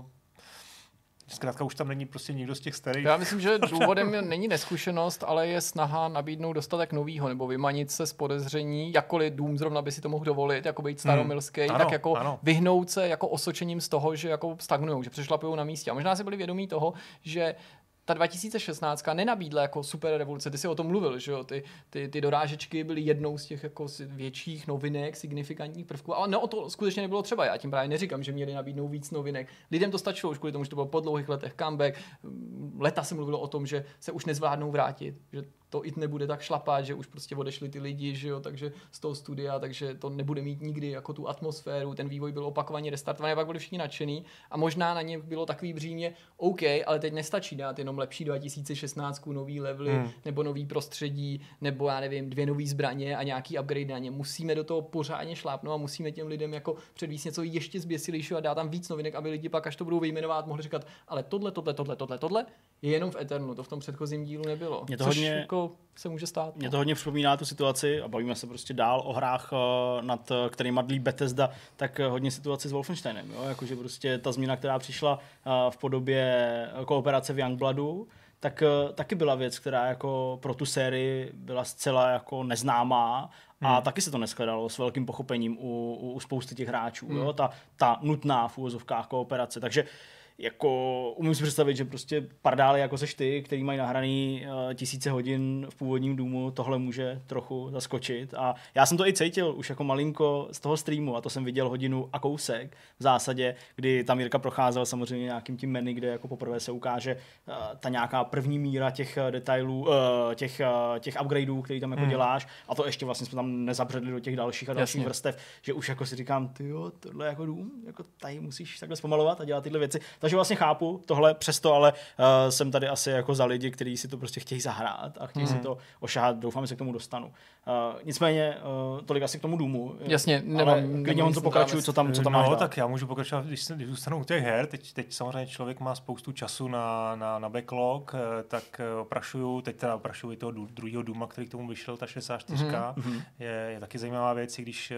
zkrátka už tam není prostě nikdo z těch starých. Já myslím, že důvodem není neskušenost, ale je snaha nabídnout dostatek novýho nebo vymanit se z podezření, jakkoliv Doom zrovna by si to mohl dovolit, jako být staromilský, hmm. tak jako ano. vyhnout se jako osočením z toho, že jako stagnujou, že přešlapujou na místě. A možná si byli vědomí toho, že ta dva tisíce šestnáct nenabídla jako super revoluce, ty jsi o tom mluvil, že jo, ty, ty, ty dorážečky byly jednou z těch jako větších novinek, signifikantních prvků, ale no, o to skutečně nebylo třeba, já tím právě neříkám, že měli nabídnout víc novinek, lidem to stačilo už kvůli tomu, že to bylo po dlouhých letech comeback, leta se mluvilo o tom, že se už nezvládnou vrátit, že to i nebude tak šlapat, že už prostě odešli ty lidi, že jo, takže z toho studia, takže to nebude mít nikdy jako tu atmosféru, ten vývoj byl opakovaně restartovaný, a pak byli všichni nadšený a možná na ně bylo takový břímě, OK, ale teď nestačí dát jenom lepší dva tisíce šestnáct, nový levely, hmm. nebo nový prostředí, nebo já nevím, dvě nový zbraně a nějaký upgrade na ně. Musíme do toho pořádně šlápnout a musíme těm lidem jako předvíst něco ještě zběsilejšího a dát tam víc novinek, aby lidi pak, až to budou vyjmenovat, mohli říkat, ale tohle, tohle, tohle, tohle, tohle je jenom v Eternu, to v tom předchozím dílu nebylo. Mě to Což hodně... jako se může stát. Mě to hodně připomíná tu situaci a bavíme se prostě dál o hrách, nad kterými dlí Bethesda, tak hodně situaci s Wolfensteinem, jo? Jakože prostě ta změna, která přišla v podobě kooperace v Youngbloodu, tak taky byla věc, která jako pro tu sérii byla zcela jako neznámá a hmm. taky se to neshledalo s velkým pochopením u, u spousty těch hráčů, hmm. jo? Ta, ta nutná v úvozovkách kooperace, takže jako umím si představit, že prostě pardály jako seš ty, který mají nahraný uh, tisíce hodin v původním Doomu, tohle může trochu zaskočit a já jsem to i cítil už jako malinko z toho streamu a to jsem viděl hodinu a kousek v zásadě, kdy tam Jirka procházel samozřejmě nějakým tím menu, kde jako poprvé se ukáže uh, ta nějaká první míra těch detailů, uh, těch, uh, těch upgradeů, který tam jako hmm. děláš a to ještě vlastně jsme tam nezabředli do těch dalších a dalších Jasně. vrstev, že už jako si říkám, tyjo, tohle jako Doom, jako tady musíš takhle zpomalovat a dělat tyhle věci. Takže vlastně chápu tohle, přesto ale uh, jsem tady asi jako za lidi, kteří si to prostě chtějí zahrát a chtějí mm. si to ošahat, doufám, že se k tomu dostanu. Uh, nicméně uh, tolik asi k tomu Doomu. Jasně, nemám. Klidně on to pokračuju, co tam, co tam no, máš dát. tak já můžu pokračovat, když, když zůstanu u těch her, teď, teď samozřejmě člověk má spoustu času na, na, na backlog, tak oprašuju, teď teda oprašuju i toho druhého Dooma, který k tomu vyšel, ta šedesát čtyři, mm-hmm. je, je taky zajímavá věc, když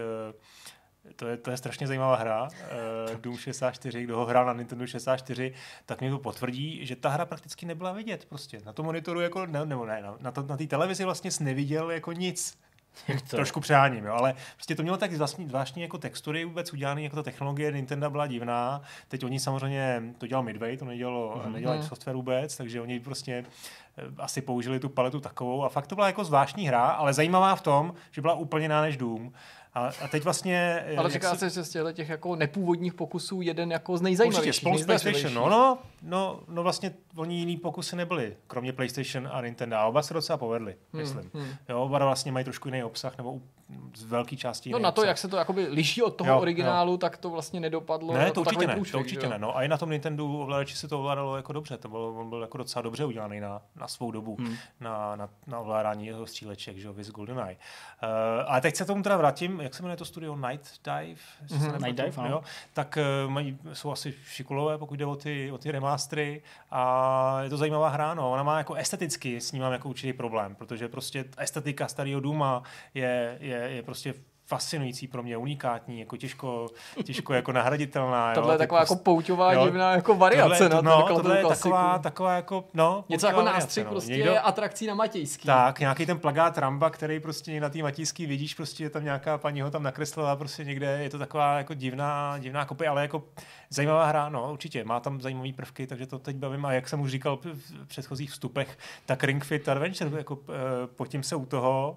To je, to je strašně zajímavá hra, uh, Doom šedesát čtyři, kdo ho hrál na Nintendo šedesát čtyři, tak mě to potvrdí, že ta hra prakticky nebyla vidět prostě. Na tom monitoru, jako, ne, nebo ne, na, to, na té televizi vlastně jsi neviděl jako nic. Trošku přeháním, jo, ale prostě to mělo tak zvláštní, zvláštní jako textury vůbec udělané, jako ta technologie Nintendo byla divná. Teď oni samozřejmě, to dělal Midway, to nedělalo, mm-hmm. nedělali software vůbec, takže oni prostě asi použili tu paletu takovou a fakt to byla jako zvláštní hra, ale zajímavá v tom, že byla úplně jiná než Doom. A, a teď vlastně... Ale říká se, že z těch jako nepůvodních pokusů jeden jako z nejzajímavějších. Určitě, spolu s PlayStation. No, no, no, no vlastně oni jiný pokusy nebyly, kromě PlayStation a Nintendo. A oba se docela povedli, hmm, myslím. Hmm. Jo, oba vlastně mají trošku jiný obsah, nebo z velké části jiný No na to, obsah. Jak se to jakoby liší od toho jo, originálu, jo. tak to vlastně nedopadlo. Ne, to určitě ne, průšvih, to určitě ne. No a i na tom Nintendo ovladači se to ovládalo jako dobře. To byl, on byl jako docela dobře udělaný na, na svou dobu, hmm. na, na, na ovládání jeho stříleček, že jo, Viz GoldenEye. Uh, ale teď se tomu teda vrátím, jak se jmenuje to studio Night Dive? Mm-hmm. Night Dive, jo? Tak uh, mají, jsou asi šikulové, pokud jde o ty, o ty remastery a je to zajímavá hra, no. Ona má jako esteticky s ním mám jako určitý problém, protože prostě estetika starého Dooma je, je, je prostě fascinující pro mě, unikátní, jako těžko, těžko jako nahraditelná. Tohle jo, je taková post... jako pouťová jo, divná jako variace tohle, na no, ten tohle je klasiku. taková, taková jako, no, něco jako nástřih no. prostě Někdo... atrakcí na Matějský. Tak, nějaký ten plagát Ramba, který prostě na té Matějský vidíš, prostě je tam nějaká paní ho tam nakreslila prostě někde, je to taková jako divná, divná kopie, ale jako zajímavá hra, no, určitě, má tam zajímavé prvky, takže to teď bavím a jak jsem už říkal v předchozích vstupech, tak Ring Fit Adventure, jako potím se u toho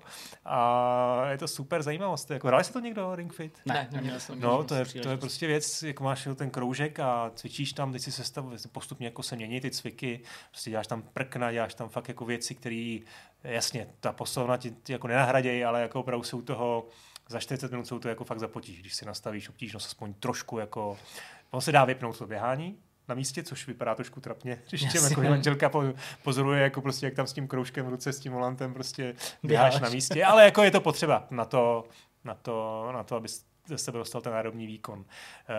a je to super zajímavost. Jako hráli se to někdo Ring Fit? Ne, neměl jsem. No, to je, to je prostě věc, jako máš ten kroužek a cvičíš tam, teď si sestav, postupně jako se mění ty cviky, prostě děláš tam prkna, děláš tam fakt jako věci, které, jasně, ta poslovna ti, ti jako nenahradějí, ale jako opravdu jsou toho, za čtyřicet minut jsou to jako fakt zapotíš, když si nastavíš obtížnost aspoň trošku jako, on se dá vypnout to běhání na místě, což vypadá trošku trapně, když těm jako manželka pozoruje, jako prostě, jak tam s tím kroužkem v ruce, s tím volantem prostě běháš na místě, ale jako je to potřeba na to, na to, na to, aby ze sebe dostal ten národní výkon. Uh,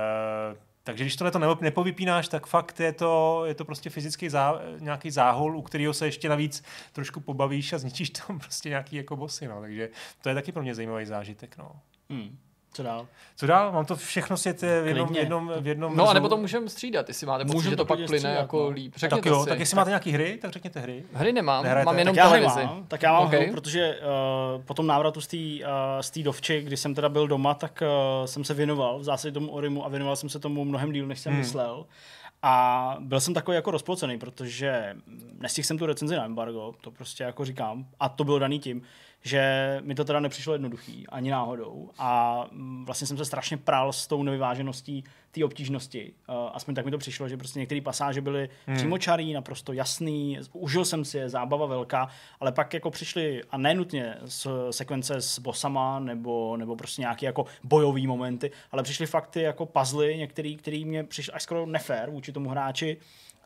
takže když tohle to nepovypínáš, tak fakt je to, je to prostě fyzický zá, nějaký záhul, u kterého se ještě navíc trošku pobavíš a zničíš tam prostě nějaký jako bossy, no. Takže to je taky pro mě zajímavý zážitek, no. Hmm. Co dál? Co dál? Mám to všechno svět v jednom, v jednom, v jednom No a nebo to můžeme střídat, jestli máte pocit, že to pak plyne střídat, jako no. líp. Tak jo, si. Tak jestli máte nějaký hry, tak řekněte hry. Hry nemám, Nehrajete? mám jenom tak televizi. Já mám, tak já mám okay. hru, protože uh, po tom návratu z té uh, z té dovči, kdy jsem teda byl doma, tak uh, jsem se věnoval v zásadě tomu Orimu a věnoval jsem se tomu mnohem díl, než jsem hmm. myslel. A byl jsem takový jako rozplocený, protože nestihl jsem tu recenzi na embargo, to prostě jako říkám. A to bylo daný tím, že mi to teda nepřišlo jednoduchý, ani náhodou. A vlastně jsem se strašně prál s tou nevyvážeností té obtížnosti. Uh, aspoň tak mi to přišlo, že prostě některé pasáže byly hmm. přímočarý, naprosto jasný, užil jsem si je, zábava velká, ale pak jako přišly, a nenutně s sekvence s bossama, nebo, nebo prostě nějaké jako bojové momenty, ale přišly fakt ty jako puzzly, některý, který mě přišly až skoro nefér vůči tomu hráči,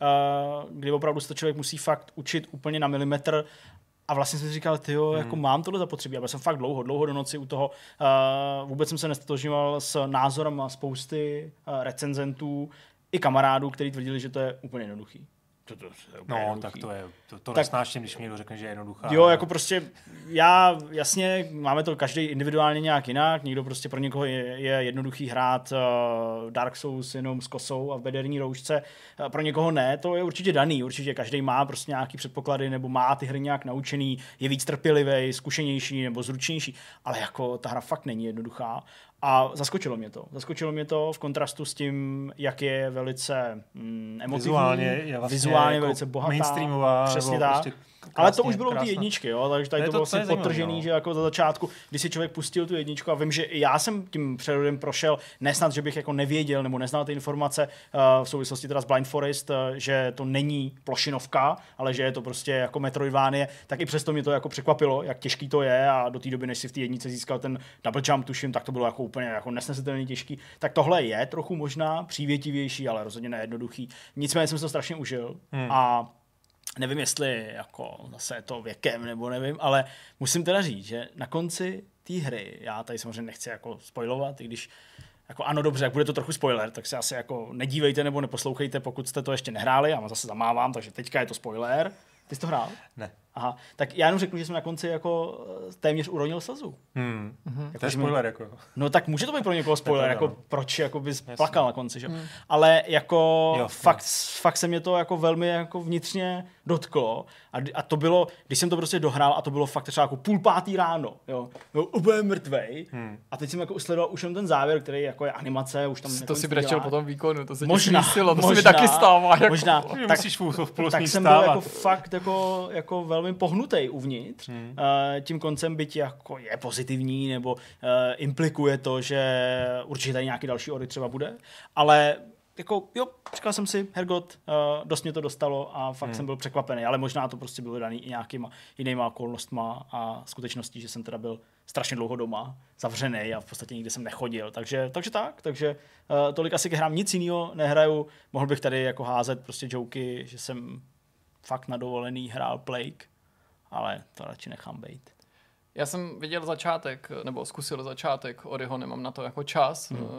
uh, kdy opravdu se to člověk musí fakt učit úplně na milimetr. A vlastně jsem si říkal, tyjo, hmm. jako mám tohle zapotřebí. A byl jsem fakt dlouho, dlouho do noci u toho. Uh, vůbec jsem se nestotožňoval s názorem spousty uh, recenzentů i kamarádů, kteří tvrdili, že to je úplně jednoduchý. To, to, to je no, jednoduchý. tak to je, to, to tak, nesnáším, když mi někdo řekne, že je jednoduchá. Jo, jako prostě, já, jasně, máme to každý individuálně nějak jinak, někdo prostě pro někoho je, je jednoduchý hrát uh, Dark Souls jenom s kosou a v bederní roušce, uh, pro někoho ne, to je určitě daný, určitě každý má prostě nějaký předpoklady, nebo má ty hry nějak naučený, je víc trpělivý, zkušenější nebo zručnější, ale jako ta hra fakt není jednoduchá. A zaskočilo mě to. Zaskočilo mě to v kontrastu s tím, jak je velice mm, emotivní, vizuálně, je vlastně vizuálně jako velice bohatá. Mainstreamová. Přesně tak. Prostě krásně, ale to už bylo u ty jedničky, jo? Takže tady to, to bylo vlastně podtržený, no. Že jako za začátku, když si člověk pustil tu jedničku a vím, že já jsem tím přerodem prošel, nesnad, že bych jako nevěděl nebo neznal ty informace uh, v souvislosti teda s Blind Forest, uh, že to není plošinovka, ale že je to prostě jako Metroidvanie, tak i přesto mě to jako překvapilo, jak těžký to je a do té doby, než si v té jednice získal ten double jump, tuším, tak to bylo jako úplně jako nesnesitelně těžký. Tak tohle je trochu možná přívětivější, ale rozhodně nejednoduchý. Nicméně jsem se to strašně užil hmm. a nevím, jestli jako zase to věkem, nebo nevím, ale musím teda říct, že na konci té hry, já tady samozřejmě nechci jako spoilovat, i když jako ano, dobře, jak bude to trochu spoiler, tak se asi jako nedívejte nebo neposlouchejte, pokud jste to ještě nehráli, já vám zase zamávám, takže teďka je to spoiler. Ty jsi to hrál? Ne. Aha, tak já jenom řeknu, že jsem na konci jako téměř uronil slzu. Hmm. Mm-hmm. To je spoiler, jako. No tak může to být pro někoho spoiler, jako proč jako bys Jasně. plakal na konci, že? Hmm. Ale jako jo, fakt, fakt se mě to jako velmi jako vnitřně dotklo a, a to bylo, když jsem to prostě dohrál a to bylo fakt třeba jako půl pátý ráno, jo, byl úplně mrtvej hmm. a teď jsem jako usledoval už jen ten závěr, který jako je animace, už tam to si brečel po tom výkonu, to se možná, smísilo, to možná, se mi taky stává. Jako. Možná, tak, tak, tak jsem byl jako fakt jako, jako velmi pohnutej uvnitř hmm. uh, tím koncem, byť jako je pozitivní nebo uh, implikuje to, že určitě tady nějaký další ory třeba bude, ale jako jo, říkal jsem si, hergot, uh, dost mě to dostalo a fakt hmm. jsem byl překvapený, ale možná to prostě bylo daný i nějakýma jinýma okolnostma a skutečností, že jsem teda byl strašně dlouho doma, zavřený a v podstatě nikdy jsem nechodil, takže, takže tak, takže uh, tolik asi hrám, nic jiného nehraju, mohl bych tady jako házet prostě joky, že jsem fakt na dovolený hrál Plague, ale to radši nechám bejt. Já jsem viděl začátek, nebo zkusil začátek Oriho, nemám na to jako čas. Hmm.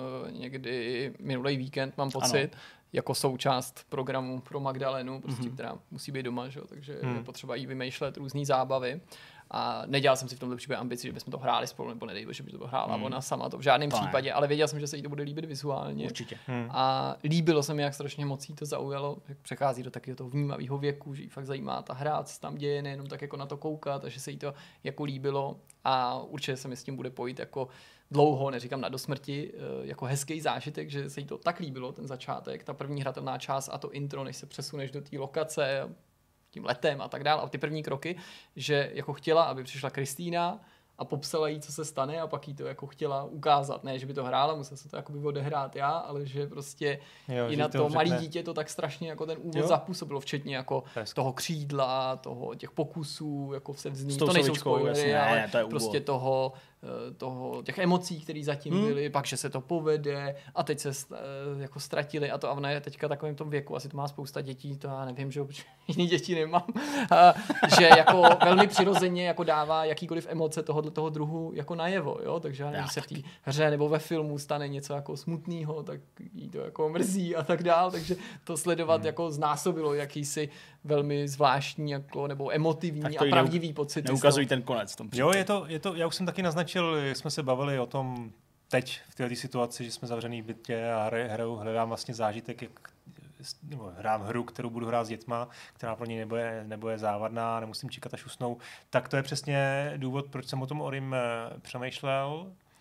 Někdy minulý víkend mám pocit, ano. jako součást programu pro Magdalenu, prostě, hmm. která musí být doma, že? Takže hmm. je potřeba jí vymýšlet různý zábavy. A nedělal jsem si v tomto případě ambici, že bychom to hráli spolu, nebo nedej, že by to hrála hmm. ona sama, to v žádném Pane. případě, ale věděl jsem, že se jí to bude líbit vizuálně. Určitě. Hmm. A líbilo se mi, jak strašně moc jí to zaujalo, jak přechází do takového toho vnímavého věku, že jí fakt zajímá ta hra, co tam děje, nejenom tak jako na to koukat, a že se jí to jako líbilo a určitě se mi s tím bude pojít jako dlouho, neříkám na dosmrti, jako hezký zážitek, že se jí to tak líbilo, ten začátek, ta první hratelná část a to intro, než se přesuneš do té lokace, tím letem a tak dále. A ty první kroky, že jako chtěla, aby přišla Kristýna a popsala jí, co se stane a pak jí to jako chtěla ukázat. Ne, že by to hrála, musel se to jakoby odehrát já, ale že prostě jo, i na to, to malé dítě to tak strašně jako ten úvod jo? zapůsobilo, včetně jako Pesk. toho křídla, toho těch pokusů, jako se vznít. To nejsou spoilery, ale ne, to je prostě toho, toho, těch emocí, které zatím hmm. byly, pak, že se to povede a teď se jako ztratili a to a ona je teďka takovým tom věku, asi to má spousta dětí, to já nevím, že jiný děti nemám, a, že jako velmi přirozeně jako dává jakýkoliv emoce tohoto toho druhu jako najevo, jo, takže já nevím, se v té hře nebo ve filmu stane něco jako smutného, tak jí to jako mrzí a tak dál, takže to sledovat hmm. jako znásobilo jakýsi velmi zvláštní jako nebo emotivní a pravdivý neu, pocit. Neukazují ten konec v tom případě. Jo, je to, je to, já už jsem taky naznačil, jak jsme se bavili o tom teď v této situaci, že jsme zavřený v bytě a hraju, hledám vlastně zážitek, jak nebo hrám hru, kterou budu hrát s dětma, která pro ně nebude, nebude závadná, nemusím čekat, až usnou, tak to je přesně důvod, proč jsem o tom Orim přemýšlel.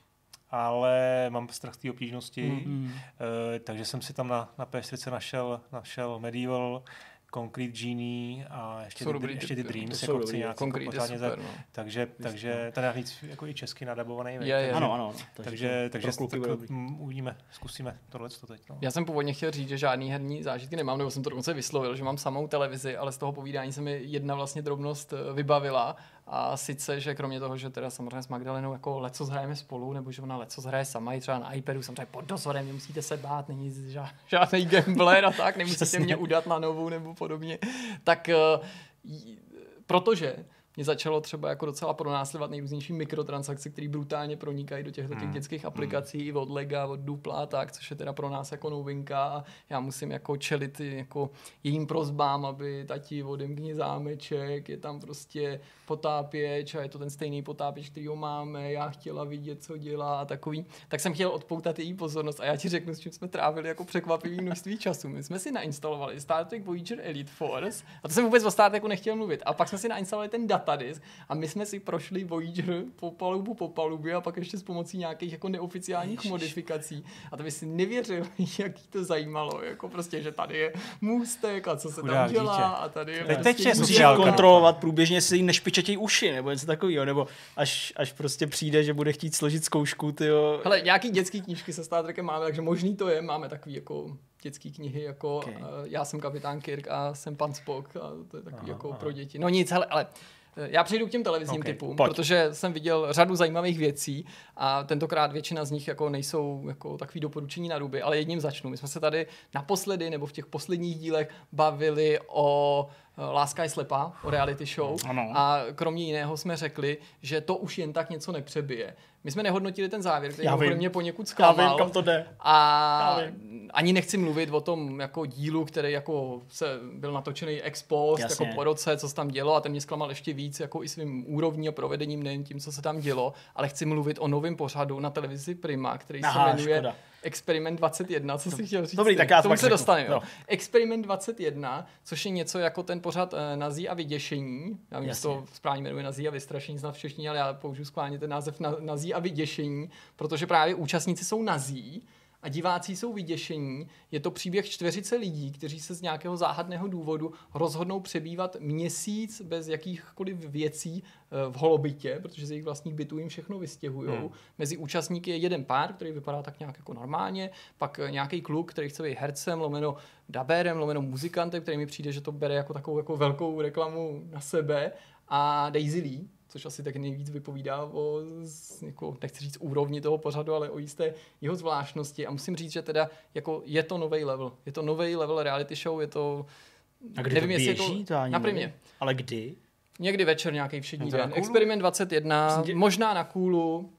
ale mám strach z té obtížnosti, Mm. uh, takže jsem si tam na, na P čtyři našel, našel Medieval, Concrete Genie a ještě, ty, dobrý, ještě ty ty, Dreams, to jako jsou chci dobrý, nějak Concrete jako je pořádně super, za, no. takže, takže ten navíc jako i česky nadabovaný. Je, je. Ano, ano. Takže, takže kluky tak, bude dobrý. m, uvidíme, zkusíme tohleto teď. No. Já jsem původně chtěl říct, že žádný herní zážitky nemám, nebo jsem to dokonce vyslovil, že mám samou televizi, ale z toho povídání se mi jedna vlastně drobnost eh, vybavila. A sice, že kromě toho, že teda samozřejmě s Magdalenou jako lecos hrajeme spolu, nebo že ona lecos hraje sama i třeba na iPadu, samozřejmě pod dozorem, nemusíte se bát, není ža- žádný gambler a tak, nemusíte mě udat na novou nebo podobně. Tak uh, protože mě začalo třeba jako docela pronásledovat nejrůznější mikrotransakce, které brutálně pronikají do těchto těch Hmm. dětských aplikací, i od Lega, od Dupla a tak, což je teda pro nás jako novinka a já musím jako čelit jako jejím prosbám, aby tati odemkni zámeček, je tam prostě potápěč a je to ten stejný potápěč, který ho máme, já chtěla vidět, co dělá a takový. Tak jsem chtěl odpoutat její pozornost a já ti řeknu, s čím jsme trávili jako překvapivý množství času. My jsme si nainstalovali Star Trek Voyager Elite Force a to jsem vůbec o Star Treku nechtěl mluvit. A pak jsme si nainstalovali ten datadisk a my jsme si prošli Voyager po palubu po palubě a pak ještě s pomocí nějakých jako neoficiálních Ježiš. modifikací. A to by si nevěřil, jak jí to zajímalo, jako prostě, že tady je můstek a co se Chudák tam dělá dítě. a tady je Teď prostě je Musíš sociálka. kontrolovat průběžně, jestli jí nešpičetěj uši, nebo něco takového, nebo až, až prostě přijde, že bude chtít složit zkoušku, tyjo. Hele, nějaký dětský knížky se Star Trekem máme, takže možný to je, máme takový jako dětský knihy, jako Okay. uh, já jsem kapitán Kirk a jsem pan Spock a to je takový Aha, jako aha. pro děti. No nic, hele, ale eh, já přejdu k těm televizním Okay, typům, pojď. protože jsem viděl řadu zajímavých věcí a tentokrát většina z nich jako nejsou jako takový doporučení na ruby, ale jedním začnu. My jsme se tady naposledy nebo v těch posledních dílech bavili o eh, Láska je slepá, o reality show. Ano. A kromě jiného jsme řekli, že to už jen tak něco nepřebije. My jsme nehodnotili ten závěr, který Já vím. pro mě poněkud Já zklamal. vím, kam to jde. A Já ani nechci mluvit o tom jako dílu, který jako se byl natočený ex post, Jasně. jako po roce, co se tam dělo a ten mě zklamal ještě víc jako i svým úrovní a provedením, nejen tím, co se tam dělo, ale chci mluvit o novém pořadu na televizi Prima, který Aha, se jmenuje škoda. Experiment dvacet jedna, co si chtěl říct. Dobrý, ty? tak já K tomu to pak se řeknu. dostaneme. Jo. Experiment dvacet jedna, což je něco jako ten pořad eh, Nazí a vyděšení. Já vím, že to správně jmenuje Nazí a vystrašení snad v češtině, ale já použiju skválně ten název na, Nazí a vyděšení, protože právě účastníci jsou nazí a diváci jsou vyděšení. Je to příběh čtveřice lidí, kteří se z nějakého záhadného důvodu rozhodnou přebývat měsíc bez jakýchkoliv věcí v holobytě, protože z jejich vlastních bytů jim všechno vystěhujou. Hmm. Mezi účastníky je jeden pár, který vypadá tak nějak jako normálně, pak nějaký kluk, který chce být hercem, lomeno dabérem, lomeno muzikantem, který mi přijde, že to bere jako takovou jako velkou reklamu na sebe, a Daisy Lee, což asi tak nejvíc vypovídá o, jako, nechci říct úrovni toho pořadu, ale o jisté jeho zvláštnosti. A musím říct, že teda jako je to nový level. Je to nový level reality show, je to... A kdy nevím, to jestli běží? je to, To ani na nevím. Primě. Ale kdy? Někdy večer, nějaký všední Je to na den. Kulu? Experiment dvacet jedna, Dě- možná na Kulu.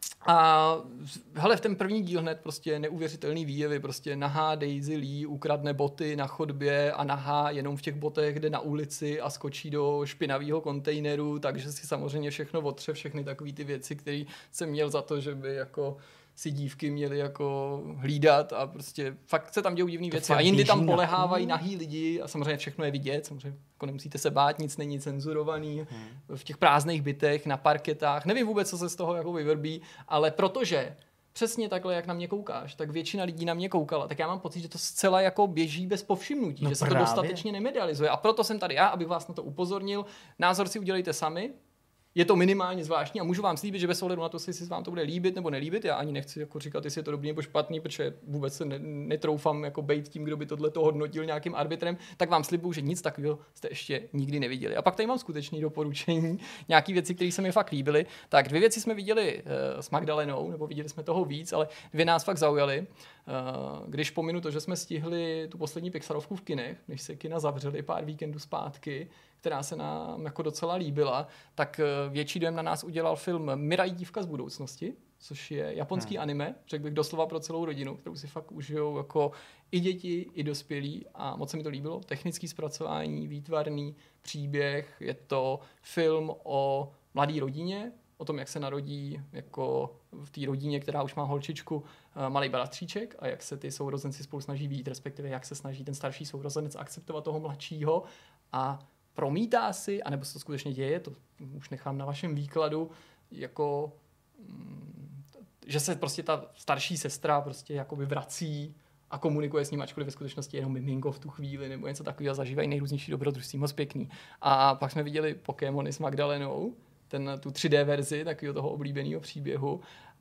A hele, v ten první díl hned prostě neuvěřitelný výjevy, prostě nahá Daisy Lee ukradne boty na chodbě a nahá jenom v těch botech jde na ulici a skočí do špinavého kontejneru, takže si samozřejmě všechno otře, všechny takové ty věci, které jsem měl za to, že by jako si dívky měly jako hlídat a prostě fakt se tam dějou divný věci. fakt A jindy běží tam na polehávají nahý lidi a samozřejmě všechno je vidět, samozřejmě jako nemusíte se bát, nic není cenzurovaný. Hmm. V těch prázdných bytech, na parketách, nevím vůbec, co se z toho jako vyvrbí, ale protože přesně takhle, jak na mě koukáš, tak většina lidí na mě koukala, tak já mám pocit, že to zcela jako běží bez povšimnutí, No že se právě. to dostatečně nemedializuje. A proto jsem tady já, abych vás na to upozornil. Názor si udělejte sami. Je to minimálně zvláštní a můžu vám slíbit, že bez ohledu na to, jestli vám to bude líbit nebo nelíbit, já ani nechci jako říkat, jestli je to dobrý nebo špatný, protože vůbec se ne, netroufám jako bejt tím, kdo by tohle hodnotil nějakým arbitrem, tak vám slibuju, že nic takového jste ještě nikdy neviděli. A pak tady mám skutečné doporučení, nějaké věci, které se mi fakt líbily. Tak dvě věci jsme viděli uh, s Magdalenou, nebo viděli jsme toho víc, ale dvě nás fakt zaujaly. Uh, když pominu to, že jsme stihli tu poslední Pixarovku v kinech, než se kina zavřely pár víkendů zpátky, která se nám jako docela líbila, tak větší dojem na nás udělal film Mirai dívka z budoucnosti, což je japonský hmm. anime, řekl bych doslova pro celou rodinu, kterou si fakt užijou jako i děti, i dospělí a moc se mi to líbilo. Technický zpracování, výtvarný příběh, je to film o mladé rodině, o tom, jak se narodí jako v té rodině, která už má holčičku, malý bratříček a jak se ty sourozenci spolu snaží být, respektive jak se snaží ten starší sourozenec akceptovat toho mladšího a promítá si, anebo se to skutečně děje, to už nechám na vašem výkladu, jako že se prostě ta starší sestra prostě jakoby vrací a komunikuje s ním, ačkoliv ve skutečnosti jenom miminko v tu chvíli nebo něco takového, zažívají nejrůznější dobrodružství, moc pěkný. A pak jsme viděli Pokémony s Magdalenou, ten, tu tři dé verzi takového toho oblíbeného příběhu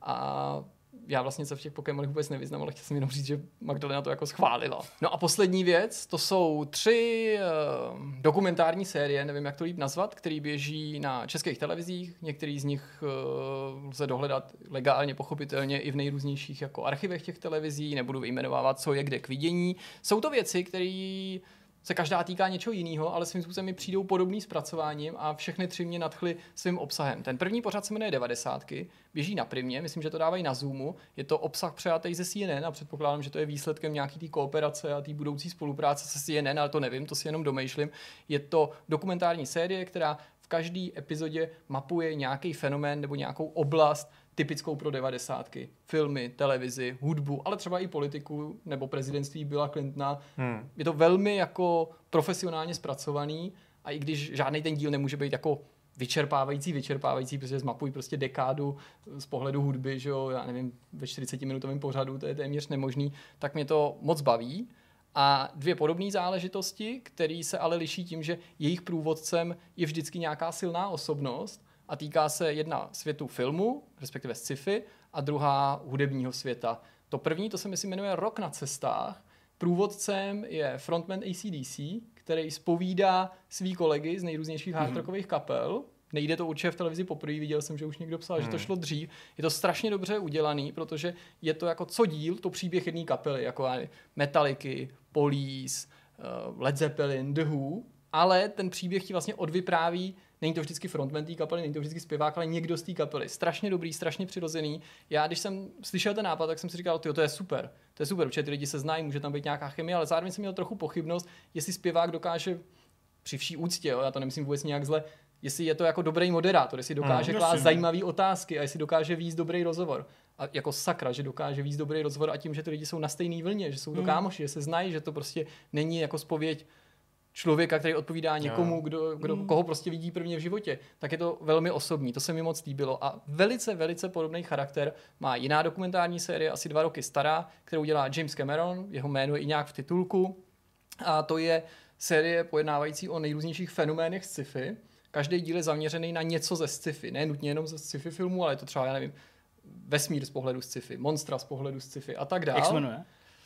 a já vlastně se v těch Pokémonech vůbec nevyznám, ale chtěl jsem jenom říct, že Magdalena to jako schválila. No a poslední věc, to jsou tři uh, dokumentární série, nevím, jak to líp nazvat, které běží na českých televizích. Některý z nich uh, lze dohledat legálně, pochopitelně i v nejrůznějších jako archivech těch televizí, nebudu vyjmenovávat, co je kde k vidění. Jsou to věci, které se každá týká něčeho jiného, ale svým způsobem mi přijdou podobný zpracováním a všechny tři mě nadchly svým obsahem. Ten první pořad se jmenuje devadesátky, běží na Primě, myslím, že to dávají na Zoomu. Je to obsah přejatý ze C N N a předpokládám, že to je výsledkem nějaký té kooperace a té budoucí spolupráce se C N N, ale to nevím, to si jenom domýšlím. Je to dokumentární série, která v každé epizodě mapuje nějaký fenomén nebo nějakou oblast typickou pro devadesátky. Filmy, televizi, hudbu, ale třeba i politiku nebo prezidentství Billa Clintona. Hmm. Je to velmi jako profesionálně zpracovaný a i když žádný ten díl nemůže být jako vyčerpávající, vyčerpávající, protože zmapují prostě dekádu z pohledu hudby, že jo, já nevím, ve čtyřicetiminutovém pořadu, to je téměř nemožný, tak mě to moc baví. A dvě podobné záležitosti, které se ale liší tím, že jejich průvodcem je vždycky nějaká silná osobnost a týká se jedna světu filmu, respektive sci-fi, a druhá hudebního světa. To první, to se myslím jmenuje Rock na cestách. Průvodcem je frontman A C D C, který zpovídá svý kolegy z nejrůznějších mm-hmm. hard rockových kapel. Nejde to určitě v televizi poprvé, viděl jsem, že už někdo psal, mm. že to šlo dřív. Je to strašně dobře udělaný, protože je to jako co díl, to příběh jedné kapely, jako Metallica, Police, uh, Led Zeppelin, The Who, ale ten příběh ti vlastně odvypráví, není to vždycky frontman té kapely, není to vždycky zpěvák, ale někdo z té kapely. Strašně dobrý, strašně přirozený. Já, když jsem slyšel ten nápad, tak jsem si říkal, tyjo, to je super, to je super, protože ty lidi se znají, může tam být nějaká chemie, ale zároveň jsem měl trochu pochybnost, jestli zpěvák dokáže při vší úctě, jo, já to nemyslím vůbec nějak zle, jestli je to jako dobrý moderátor, jestli dokáže hmm, klást zajímavé otázky a jestli dokáže víc dobrý rozhovor. A jako sakra, že dokáže víc dobrý rozhovor a tím, že ty lidi jsou na stejné vlně, že jsou to kámoši, že se znají, že to prostě není jako zpověď člověka, který odpovídá někomu, kdo, kdo, koho prostě vidí prvně v životě, tak je to velmi osobní. To se mi moc líbilo. A velice, velice podobný charakter má jiná dokumentární série, asi dva roky stará, kterou dělá James Cameron, jeho jméno je i nějak v titulku. A to je série pojednávající o nejrůznějších fenoménech sci-fi. Každý díl je zaměřený na něco ze sci-fi. Ne nutně jenom ze sci-fi filmů, ale je to třeba, já nevím, vesmír z pohledu sci-fi, monstra z pohledu sci-fi a tak dále. Jak se jmenuje?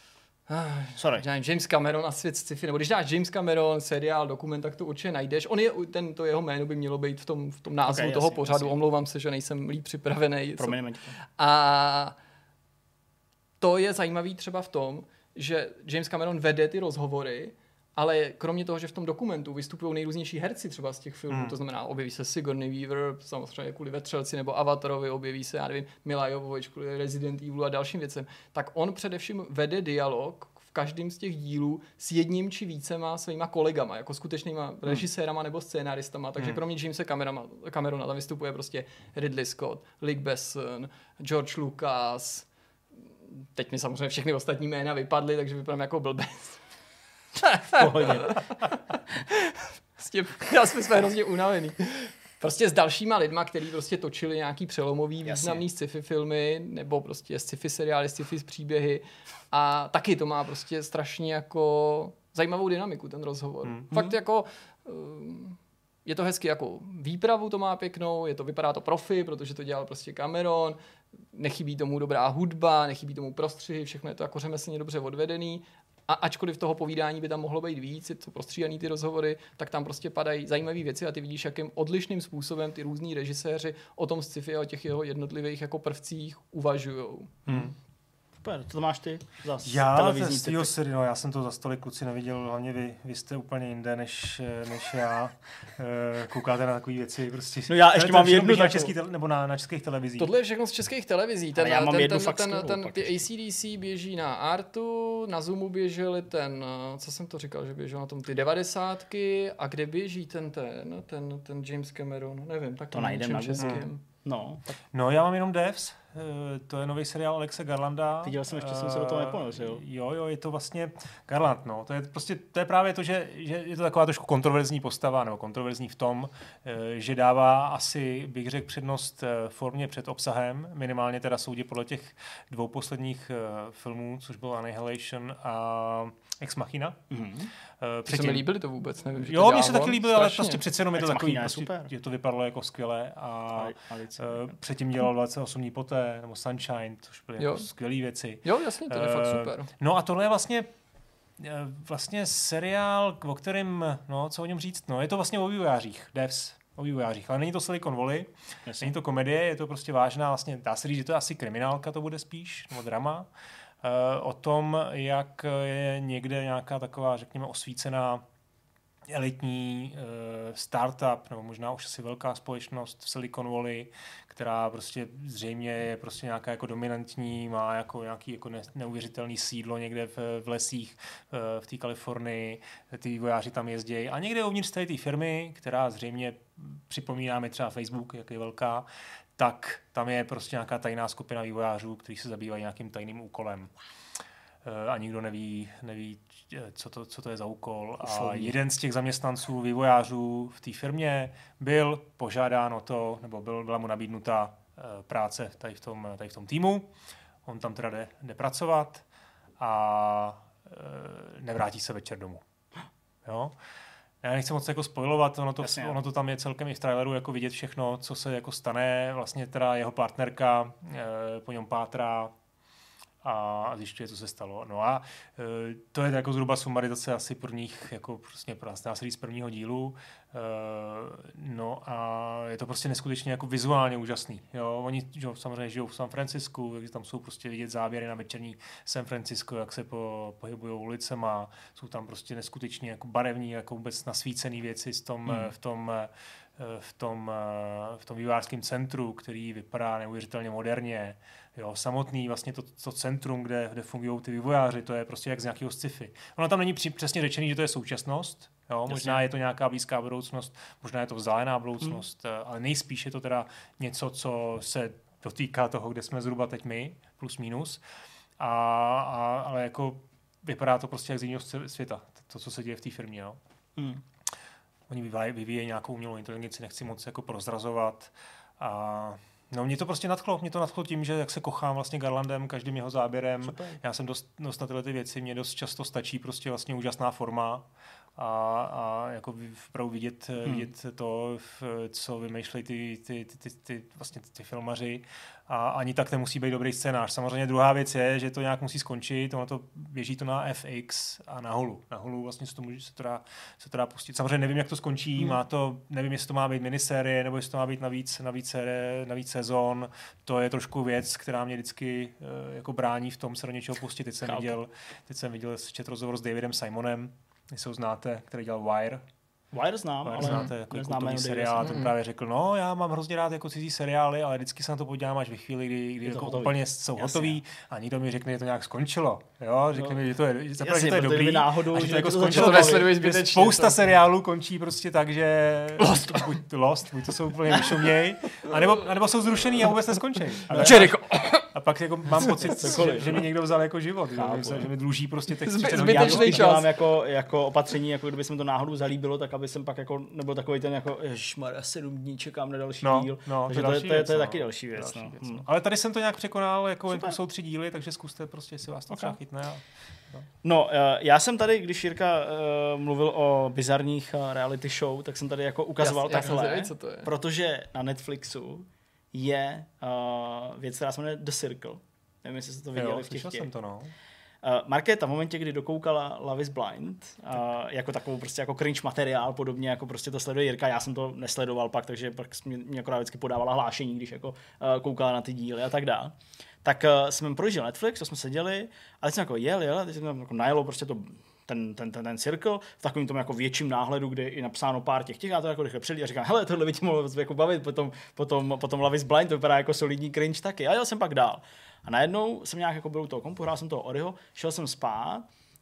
Sorry. James Cameron a svět sci-fi, nebo když dáš James Cameron, seriál, dokument, tak to určitě najdeš. On je, ten, to jeho jméno by mělo být v tom, v tom názvu okay, toho jasný, pořadu. Jasný. Omlouvám se, že nejsem líp připravený. A to je zajímavý třeba v tom, že James Cameron vede ty rozhovory, ale kromě toho, že v tom dokumentu vystupují nejrůznější herci třeba z těch filmů, hmm. to znamená, objeví se Sigourney Weaver, samozřejmě kvůli Vetřelci nebo Avatarovi, objeví se, já nevím, Mila Jovovich kvůli Resident Evilu a dalším věcem, tak on především vede dialog v každém z těch dílů s jedním či vícema svýma kolegama, jako skutečnýma hmm. režisérama nebo scénáristama, takže hmm. kromě Jamesa Camerona, Camerona tam vystupuje prostě Ridley Scott, Luc Besson, George Lucas, teď mi samozřejmě všechny ostatní jména vypadly, takže vypadám jako blbec. Pohodě. Prostě, já jsme, jsme hrozně unavený. Prostě s dalšíma lidma, kteří prostě točili nějaký přelomový významný sci-fi filmy, nebo prostě sci-fi seriály, sci-fi příběhy. A taky to má prostě strašně jako zajímavou dynamiku, ten rozhovor. Hmm. Fakt jako je to hezky jako výpravu to má pěknou, je to, vypadá to profi, protože to dělal prostě Cameron, nechybí tomu dobrá hudba, nechybí tomu prostřihy, všechno je to jako řemeslně dobře odvedený. A ačkoliv toho povídání by tam mohlo být víc, je to prostříhaný ty rozhovory, tak tam prostě padají zajímavé věci a ty vidíš, jakým odlišným způsobem ty různí režiséři o tom sci-fi a o těch jeho jednotlivých jako prvcích uvažujou. Hmm. Super, to máš ty zas já televizní z tvýho seri, no, já jsem to za stolik kluci neviděl, hlavně vy, vy jste úplně jinde než, než já. E, koukáte na takové věci. Prostě. No já ještě mám jednu na český tele, nebo na, na českých televizích. Tohle je všechno z českých televizí. Ten, já mám ten, jednu ten, fakt ten, skvělou, ten, ty A C D C běží na Artu, na Zoomu běželi ten, co jsem to říkal, že běžel na tom ty devadesátky a kde běží ten ten, ten, ten James Cameron, nevím, tak to najdeme na českým. No, tak... no já mám jenom Devs, to je nový seriál Alexe Garlanda. Viděl jsem, ještě jsem se do toho neponořil. Jo, jo, je to vlastně Garland, no. To je prostě, to je právě to, že, že je to taková trošku kontroverzní postava, nebo kontroverzní v tom, že dává asi, bych řekl, přednost formě před obsahem, minimálně teda soudě podle těch dvou posledních filmů, což byl Annihilation a Ex Machina. Mm-hmm. To se mi líbily to vůbec, nevím, že jo, to mně se taky líbily, ale prostě přece jenom je to Ex takový, je prostě, super. že to vypadalo jako skvěle a Alice, uh, předtím dělal dvacet osm dní poté, nebo Sunshine, což byly jako skvělé věci. Jo, jasně, to je uh, fakt super. No a tohle je vlastně vlastně seriál, o kterém, no, co o něm říct, no, je to vlastně o vývojářích, devs, o vývojářích, ale není to Silicon Valley, jasně. Není to komedie, je to prostě vážná, vlastně dá se říct, že to je asi kriminálka, to bude spíš, nebo drama, uh, o tom, jak je někde nějaká taková, řekněme, osvícená elitní uh, startup, nebo možná už asi velká společnost v Silicon Valley, která prostě zřejmě je prostě nějaká jako dominantní, má jako nějaký jako ne, neuvěřitelný sídlo někde v, v lesích uh, v té Kalifornii, ty vývojáři tam jezdí a někde uvnitř té firmy, která zřejmě připomíná mi třeba Facebook, jak je velká, tak tam je prostě nějaká tajná skupina vývojářů, kteří se zabývají nějakým tajným úkolem. A nikdo neví, neví co, to, co to je za úkol. A jeden z těch zaměstnanců, vývojářů v té firmě byl požádán o to, nebo byl, byla mu nabídnuta práce tady v tom, tady v tom týmu. On tam teda jde, jde pracovat a nevrátí se večer domů. Jo? Já nechci moc jako spoilovat, ono to, ono to tam je celkem i v traileru jako vidět všechno, co se jako stane. Vlastně teda jeho partnerka po něm pátrá a zjišťuje, co se stalo. No a e, to je jako zhruba sumarizace asi prvních, jako prostě dá se říct z prvního dílu. E, no a je to prostě neskutečně jako vizuálně úžasný. Jo? Oni jo, samozřejmě žijou v San Francisku, takže tam jsou prostě vidět záběry na večerní San Francisco, jak se po, pohybují ulicema, jsou tam prostě neskutečně jako barevní, jako vůbec nasvícený věci v tom, hmm. v tom v tom, v tom vývojářském centru, který vypadá neuvěřitelně moderně. Jo, samotný vlastně to, to centrum, kde, kde fungují ty vývojáři, to je prostě jak z nějakého sci-fi. Ono tam není při, přesně řečený, že to je současnost, jo, možná je to nějaká blízká budoucnost, možná je to vzdálená budoucnost, hmm. ale nejspíš je to teda něco, co se dotýká toho, kde jsme zhruba teď my, plus minus, a, a, ale jako vypadá to prostě jak z jiného světa, to, co se děje v té firmě. Jo. Hmm. Oni vyvíjejí, vyvíjejí nějakou umělou inteligenci, nechci moc jako prozrazovat. A no, mě to prostě nadchlo. Mě to nadchlo tím, že jak se kochám vlastně Garlandem, každým jeho záběrem. Super. Já jsem dost, dost na tyhle ty věci, mě dost často stačí prostě vlastně úžasná forma a, a jako vpravdu vidět, hmm. vidět to, co vymýšlejí ty, ty, ty, ty, ty, vlastně ty filmaři. A ani tak nemusí být dobrý scénář. Samozřejmě druhá věc je, že to nějak musí skončit. Ono to běží to na F X a na Hulu. Na Hulu vlastně se to může se to dá, se to dá pustit. Samozřejmě nevím, jak to skončí. Hmm. Má to, nevím, jestli to má být minisérie, nebo jestli to má být navíc, navíc, navíc sezon. To je trošku věc, která mě vždycky uh, jako brání v tom se do něčeho pustit. Teď jsem viděl, teď jsem viděl čet rozhovor s Davidem Simonem, jestli ho znáte, který dělal Wire. Wire znám, Wire ale znáte, jako neznáme seriál, ten právě řekl, no já mám hrozně rád jako cizí seriály, ale vždycky se na to podívám až ve chvíli, kdy, kdy jako úplně jsou Jasně. hotový a nikdo mi řekne, že to nějak skončilo. Jo, řekne no. mi, že to je, zapravo, Jasně, že to je dobrý náhodou, a že to že jako to skončilo. To spousta to... seriálů končí prostě tak, že Lost, buď, lost, buď to jsou úplně vyšuměj, anebo, anebo jsou zrušený a vůbec neskončí. Jericho. A pak jako mám pocit, že, že mi někdo vzal jako život, Chápu, že, že mi dluží prostě text. Zbytečný čas. Jako, jako opatření, jako kdyby se mi to náhodou zalíbilo, tak aby jsem pak jako nebyl takový ten jako ježmarja, sedm dní čekám na další no, díl. No, takže to, to, je, to, je, to je taky no. další věc. Další no. věc no. Ale tady jsem to nějak překonal, jako jsou tři díly, takže zkuste prostě, jestli vás to okay. třeba chytne. A, no. no, já jsem tady, když Jirka uh, mluvil o bizarních uh, reality show, tak jsem tady jako ukazoval já, takhle, já zvědět, to je. Protože na Netflixu je uh, věc, která se jmenuje The Circle. Nevím, jestli jste to viděli jo, v těch jsem to, no. Uh, Markéta v momentě, kdy dokoukala Love is Blind, uh, jako takovou prostě jako cringe materiál, podobně jako prostě to sleduje Jirka, já jsem to nesledoval pak, takže pak mě, mě akorát vždycky podávala hlášení, když jako uh, koukala na ty díly a tak dále. Tak uh, jsem jim projížděl Netflix, to jsme seděli, a teď jsem jako jel, jel, a teď jsem tam jako najelo prostě to ten, ten, ten, ten circle v takovým tom jako větším náhledu, kde je napsáno pár těch těch, já to jako rychle přelí a říkám, hele, tohle by tě mohlo jako bavit, potom, potom, potom Love is Blind, to vypadá jako solidní cringe taky. A jel jsem pak dál. A najednou jsem nějak jako byl u toho kompu, hrál jsem toho Oriho, šel jsem spát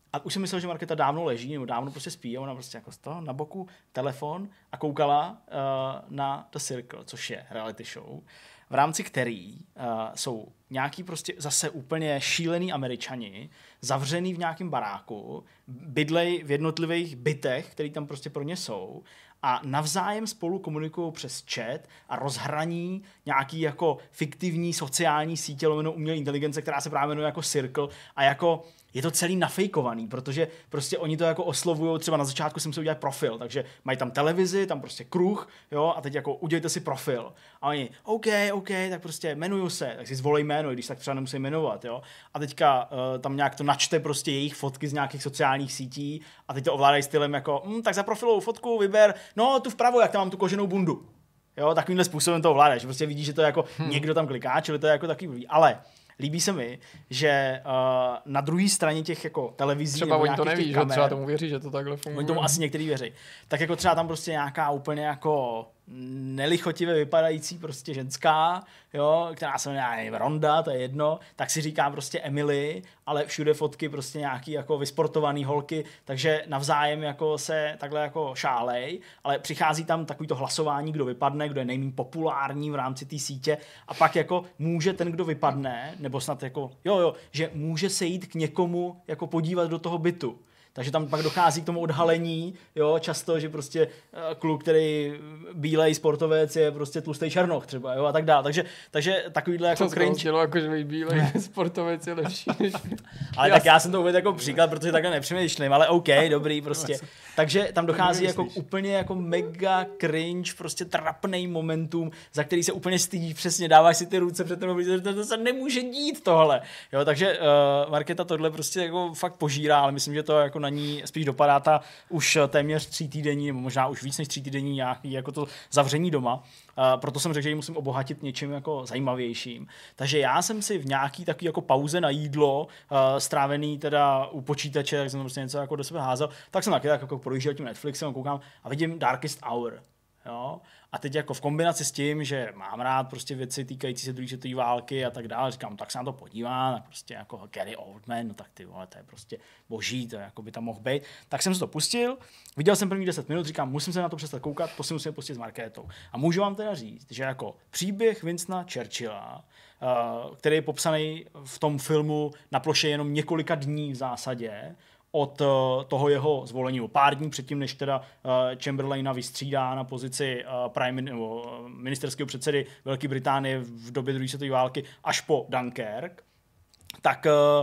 A už jsem myslel, že Markéta dávno leží, nebo dávno prostě spí a ona prostě jako z toho na boku telefon a koukala uh, na The Circle, což je reality show, v rámci který uh, jsou nějaký prostě zase úplně šílený Američani, zavřený v nějakém baráku, bydlej v jednotlivých bytech, který tam prostě pro ně jsou a navzájem spolu komunikují přes chat a rozhraní nějaký jako fiktivní sociální sítě lomeno umělé inteligence, která se právě jmenuje jako Circle a jako je to celý nafejkovaný, protože prostě oni to jako oslovujou, třeba na začátku jsem si udělal profil, takže mají tam televizi, tam prostě kruh, jo, a teď jako udělejte si profil. A oni, OK, OK, tak prostě jmenuju se, tak si zvolej jméno, i když tak třeba nemusí jmenovat, jo. A teďka uh, tam nějak to načte prostě jejich fotky z nějakých sociálních sítí a teď to ovládají stylem jako, hm, tak za profilovou fotku vyber, no tu vpravo, jak tam mám tu koženou bundu. Jo, takovýmhle způsobem to ovládáš, prostě vidíš, že to je jako hmm. někdo tam kliká, čili to je jako takový, ale líbí se mi, že uh, na druhé straně těch jako televizí třeba oni to neví, že třeba tomu věří, že to takhle funguje. Oni tomu asi některý věří. Tak jako třeba tam prostě nějaká úplně jako nelichotivě vypadající prostě ženská, jo, která se jmenuje Ronda, to je jedno, tak si říká prostě Emily, ale všude fotky prostě nějaký jako vysportovaný holky, takže navzájem jako se takhle jako šálej, ale přichází tam takový to hlasování, kdo vypadne, kdo je nejméně populární v rámci té sítě a pak jako může ten, kdo vypadne, nebo snad jako, jo, jo, že může se jít k někomu jako podívat do toho bytu. Takže tam pak dochází k tomu odhalení, jo, často, že prostě kluk, který bílej sportovec je prostě tlustý černoch třeba, jo, a tak dále. Takže, takže takovýhle jako cringe. To jako, že bílej sportovec je lepší než... Ale tak já jsem to uvedl jako příklad, protože takhle nepřemýšlím, ale OK, dobrý, prostě. Takže tam dochází jako úplně jako mega cringe, prostě trapnej momentum, za který se úplně stydíš, přesně dáváš si ty ruce před tomu, že to, to se nemůže dít tohle. Jo, takže uh, Markéta tohle prostě jako fakt požírá, ale myslím, že to jako na ní spíš dopadá ta už téměř tří týdenní, nebo možná už víc než tří týdenní nějaký jako to zavření doma. Uh, proto jsem řekl, že ji musím obohatit něčím jako zajímavějším. Takže já jsem si v nějaký takový jako pauze na jídlo, uh, strávený teda u počítače, jak jsem prostě něco jako do sebe házel, tak jsem taky tak jako projížděl tím Netflixem a koukám a vidím Darkest Hour. Jo? A teď jako v kombinaci s tím, že mám rád prostě věci týkající se druhé světové války a tak dále, říkám, tak se na to podívám, a prostě jako Gary Oldman, no tak ty vole, to je prostě boží, to je, jako by tam mohl být. Tak jsem si to pustil, viděl jsem první deset minut, říkám, musím se na to přestat koukat, to si musím pustit s Markétou. A můžu vám teda říct, že jako příběh Winstona Churchilla, uh, který je popsaný v tom filmu na ploše jenom několika dní v zásadě, od toho jeho zvolení, o pár dní předtím, než teda Chamberlaina vystřídá na pozici prime, nebo ministerského předsedy Velké Británie v době druhé světové války až po Dunkirk, tak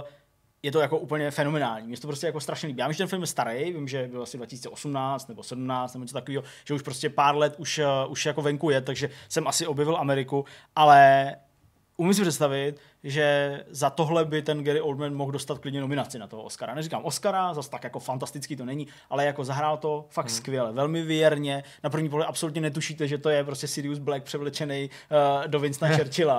je to jako úplně fenomenální. Mě to prostě jako strašně líbí. Já vím, že ten film je starý, vím, že byl asi dva tisíce osmnáct nebo sedmnáct nebo něco takového, že už prostě pár let už, už jako venku je, takže jsem asi objevil Ameriku, ale umím si představit, že za tohle by ten Gary Oldman mohl dostat klidně nominaci na toho Oscara. Neříkám Oscara, zase tak jako fantastický to není, ale jako zahrál to fakt hmm. skvěle, velmi věrně. Na první pohled absolutně netušíte, že to je prostě Sirius Black převlečený uh, do Winstona Churchilla.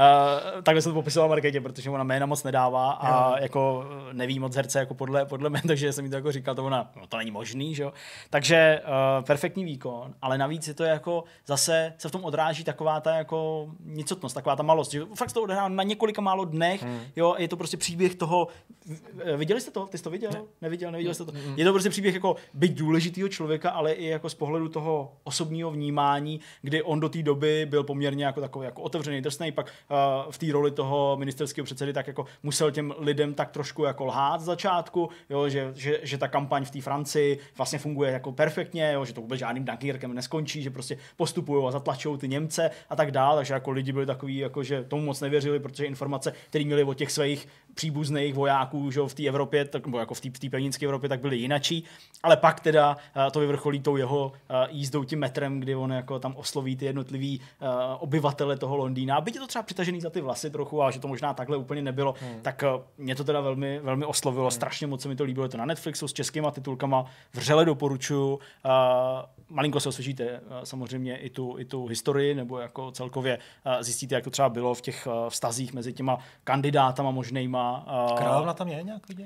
Uh, takhle jsem to popisoval Markétě, protože ona jména moc nedává a hmm. jako neví moc herce jako podle, podle mě, takže jsem jí to jako říkal, to ona, no to není možný, že jo. Takže uh, perfektní výkon, ale navíc je to jako zase se v tom odráží taková ta jako nicotnost, taková ta malost, že fakt to odehrál na několik málo dnech, hmm. jo, je to prostě příběh toho, viděli jste to? Ty jsi to viděl? Ne. Neviděl, neviděl jste to? Hmm. Je to prostě příběh jako byť důležitýho člověka, ale i jako z pohledu toho osobního vnímání, kdy on do té doby byl poměrně jako takový jako otevřený, drsnej, pak uh, v té roli toho ministerského předsedy tak jako musel těm lidem tak trošku jako lhát z začátku, jo, že, že, že ta kampaň v té Francii vlastně funguje jako perfektně, jo, že to vůbec žádným Dunkirkem neskončí, že prostě postupují a zatlačují ty Němce a tak dále, takže jako lidi byli takový, jako že tomu moc nevěřili, protože informace, které měli od těch svých příbuzných vojáků, že v té Evropě, tak, nebo jako v té pevninské Evropě, tak byly jinačí, ale pak teda uh, to vyvrcholí tou jeho uh, jízdou tím metrem, kdy on jako tam osloví ty jednotlivý uh, obyvatele toho Londýna. A byť je to třeba přitažený za ty vlasy trochu, a že to možná takhle úplně nebylo, hmm. tak uh, mě to teda velmi, velmi oslovilo, hmm. strašně moc se mi to líbilo, je to na Netflixu s českýma titulkama, vřele doporučuju. Uh, malinko se osvěžíte uh, samozřejmě i tu, i tu historii, nebo jako celkově uh, zjistíte, jak to třeba bylo v těch uh, vztazích mezi těma kandidátama možnejma. Uh, Královna tam je nějak vidět?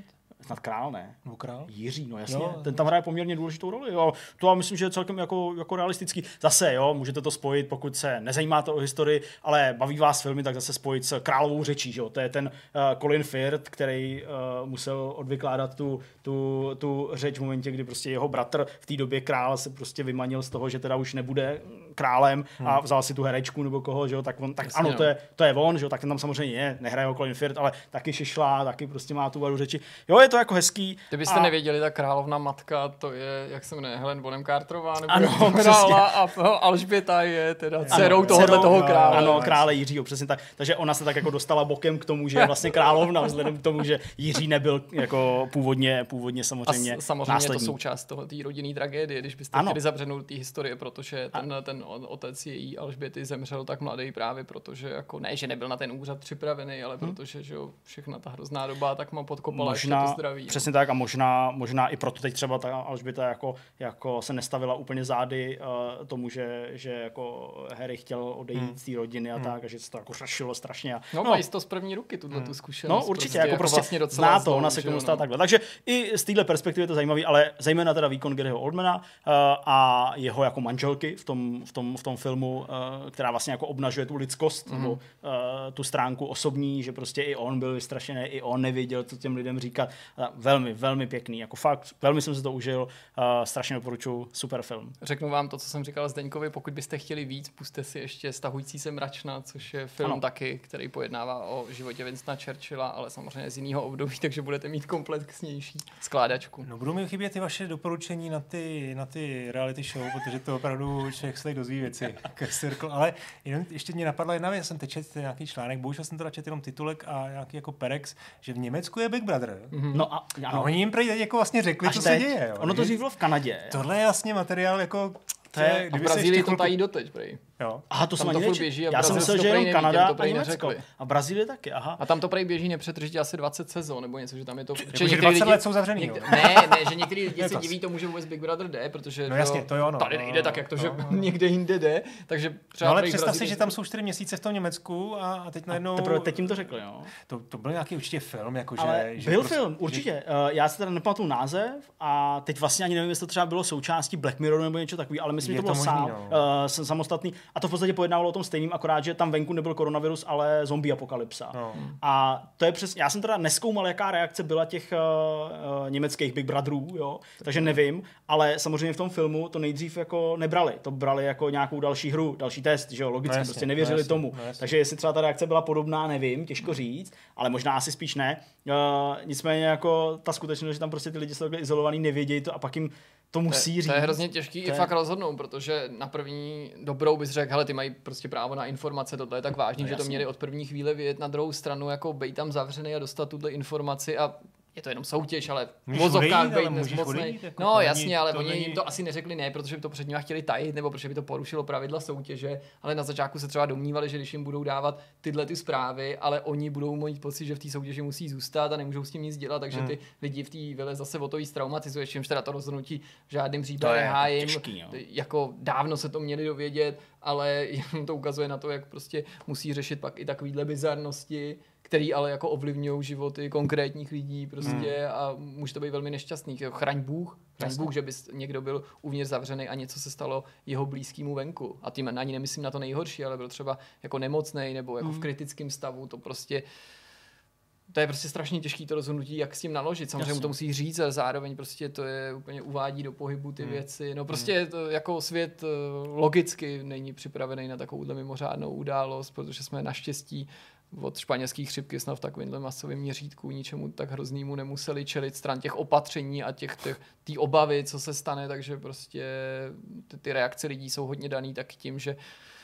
Snad král, ne? Nebo král? Jiří, no jasně. Jo. Ten tam hraje poměrně důležitou roli. Jo. To já myslím, že je celkem jako, jako realistický. Zase, jo, můžete to spojit, pokud se nezajímáte o historii, ale baví vás filmy, tak zase spojit s královou řečí, že jo. To je ten uh, Colin Firth, který uh, musel odvykládat tu, tu, tu řeč v momentě, kdy prostě jeho bratr v té době král se prostě vymanil z toho, že teda už nebude králem hmm. a vzal si tu herečku nebo koho, že jo, tak on, tak jasně, ano, no. to, je, to je on, že jo, tak ten tam samozřejmě je, nehraje ho Colin Firth, ale taky šišlá, taky prostě má tu vadu řeči. Jo, je to jako hezký. Kdybyste a... nevěděli, ta královna matka, to je, jak se jmenuje, Helen Bonham Carterová, nebo ano, krála a Alžběta je teda dcerou tohohle toho krále. Ano, krále Jiřího, přesně tak. Takže ona se tak jako dostala bokem k tomu, že je vlastně královna, vzhledem k tomu, že Jiří nebyl jako původně, původně samozřejmě a samozřejmě následník. Je to součást toho té rodinné tragédie, když byste ano. chtěli zabřednout té historie, protože ten, ten otec její Alžběty zemřel tak mladý právě, protože jako ne, že nebyl na ten úřad připravený, ale hmm. protože že jo, všechna ta hrozná doba tak má podkopala možná, ještě to zdraví. Přesně tak a možná, možná i proto teď třeba ta Alžběta jako, jako se nestavila úplně zády uh, tomu, že, že jako Harry chtěl odejít hmm. z té rodiny a hmm. tak, a že se to jako řešilo strašně. A, no, no mají to z první ruky, tuhle hmm. tu zkušenost. No určitě, prostě, jako prostě vlastně zná to, ona se k tomu stala no. takhle. Takže i z téhle perspektivy je to zajímavý, ale zejména teda výkon Garyho Oldmana uh, a jeho jako manželky v tom, v tom, v tom filmu, uh, která vlastně jako obnažuje tu lidskost, mm. nebo uh, tu stránku osobní, že prostě i on byl vystrašený, i on nevěděl, co těm lidem říkat. Uh, velmi, velmi pěkný, jako fakt, velmi jsem se to užil, uh, strašně doporučuji, super film. Řeknu vám to, co jsem říkal Zdeňkovi, pokud byste chtěli víc, pusťte si ještě Stahující se mračna, což je film ano. taky, který pojednává o životě Winstona Churchilla, ale samozřejmě z jiného období, takže budete mít komplexnější skládačku. No, budou mi chybět ty vaše doporučení na ty, na ty reality show, protože to opravdu člověk se dozví věci. Ale jenom ještě mě napadla jedna věc, jsem teď četl nějaký článek, bohužel jsem teda četl jenom titulek a nějaký jako perex, že v Německu je Big Brother. Mm-hmm. No a, a oni jim prý jako vlastně řekli, až co teď. se děje. Jo. Ono to dřív bylo v Kanadě. Tohle je vlastně materiál jako... To je, a v Brazílii to tají doteď, prej. Jo. Aha, to tam jsem to ani běží. Já jsem myslel, že jenom Kanada a Německo. A Brazílie taky, aha. A tam to prej běží nepřetržitě asi dvacet sezon, nebo něco, že tam je to... Že že dvacet let jsou zavřený, někde, ne, ne, že některý lidi se diví tomu, že vůbec Big Brother jde, protože no, jasně, to jo, no, tady nejde no, tak, jak to, že no, no. někde jinde jde. Takže třeba no, ale představ si, že tam jsou čtyři měsíce v tom Německu a, a teď najednou... Teprve teď jim to řekli, jo. To, to byl nějaký určitě film, jakože... Ale že byl prostě, film, určitě. Že... Já si teda nepamatuju název a teď vlastně ani nevím, jestli to třeba bylo součástí Black Mirror nebo něco takového, ale myslím, že to bylo sám, uh, samostatný. A to v podstatě pojednávalo o tom stejným, akorát, že tam venku nebyl koronavirus, ale zombie apokalypsa. No. A to je přesně, já jsem teda nezkoumal, jaká reakce byla těch uh, uh, německých Big Brotherů, jo, takže nevím, ale samozřejmě v tom filmu to nejdřív jako nebrali, to brali jako nějakou další hru, další test, že jo, logicky, no jasně, prostě nevěřili no jasně, tomu. No takže jestli třeba ta reakce byla podobná, nevím, těžko říct, ale možná asi spíš ne. Uh, nicméně jako ta skutečnost, že tam prostě ty lidi jsou takhle izolovaný, nevědějí to a pak jim to musí to, říct. To je hrozně těžký to i je... fakt rozhodnout, protože na první dobrou bys řekl, hele, ty mají prostě právo na informace, tohle je tak vážný, no, že jasný. To měli od první chvíle vědět, na druhou stranu jako bejt tam zavřený a dostat tuhle informaci a je to jenom soutěž, ale v vozovkách bejt nezmocnej. Jako no jasně, ale oni není... jim to asi neřekli ne, protože by to před nimi chtěli tajit, nebo protože by to porušilo pravidla soutěže, ale na začátku se třeba domnívali, že když jim budou dávat tyhle ty zprávy, ale oni budou mít pocit, že v té soutěži musí zůstat a nemůžou s tím nic dělat, takže hmm. ty lidi v té vile zase o to víc traumatizuje, čímž teda to rozhodnutí v žádném případě nehájím. Jako dávno se to měli dovědět, ale jenom to ukazuje na to, jak prostě musí řešit pak i takovýhle bizarnosti, který ale jako ovlivňují životy konkrétních lidí prostě hmm. a může to být velmi nešťastný. Chraň Bůh, chraň Jasně. Bůh, že by někdo byl uvnitř zavřený a něco se stalo jeho blízkému venku. A tím ani nemyslím na to nejhorší, ale byl třeba jako nemocnej nebo jako hmm. v kritickém stavu, to prostě to je prostě strašně těžký to rozhodnutí, jak s tím naložit. Samozřejmě Jasně. mu to musí říct, ale zároveň prostě to je úplně uvádí do pohybu ty hmm. věci. No prostě hmm. to jako svět logicky není připravený na takovouhle mimořádnou událost, protože jsme naštěstí od španělských chřipky snad v takovémhle masovém měřítku ničemu tak hroznému nemuseli čelit stran těch opatření a těch, těch tý obavy, co se stane, takže prostě ty, ty reakce lidí jsou hodně daný tak tím, že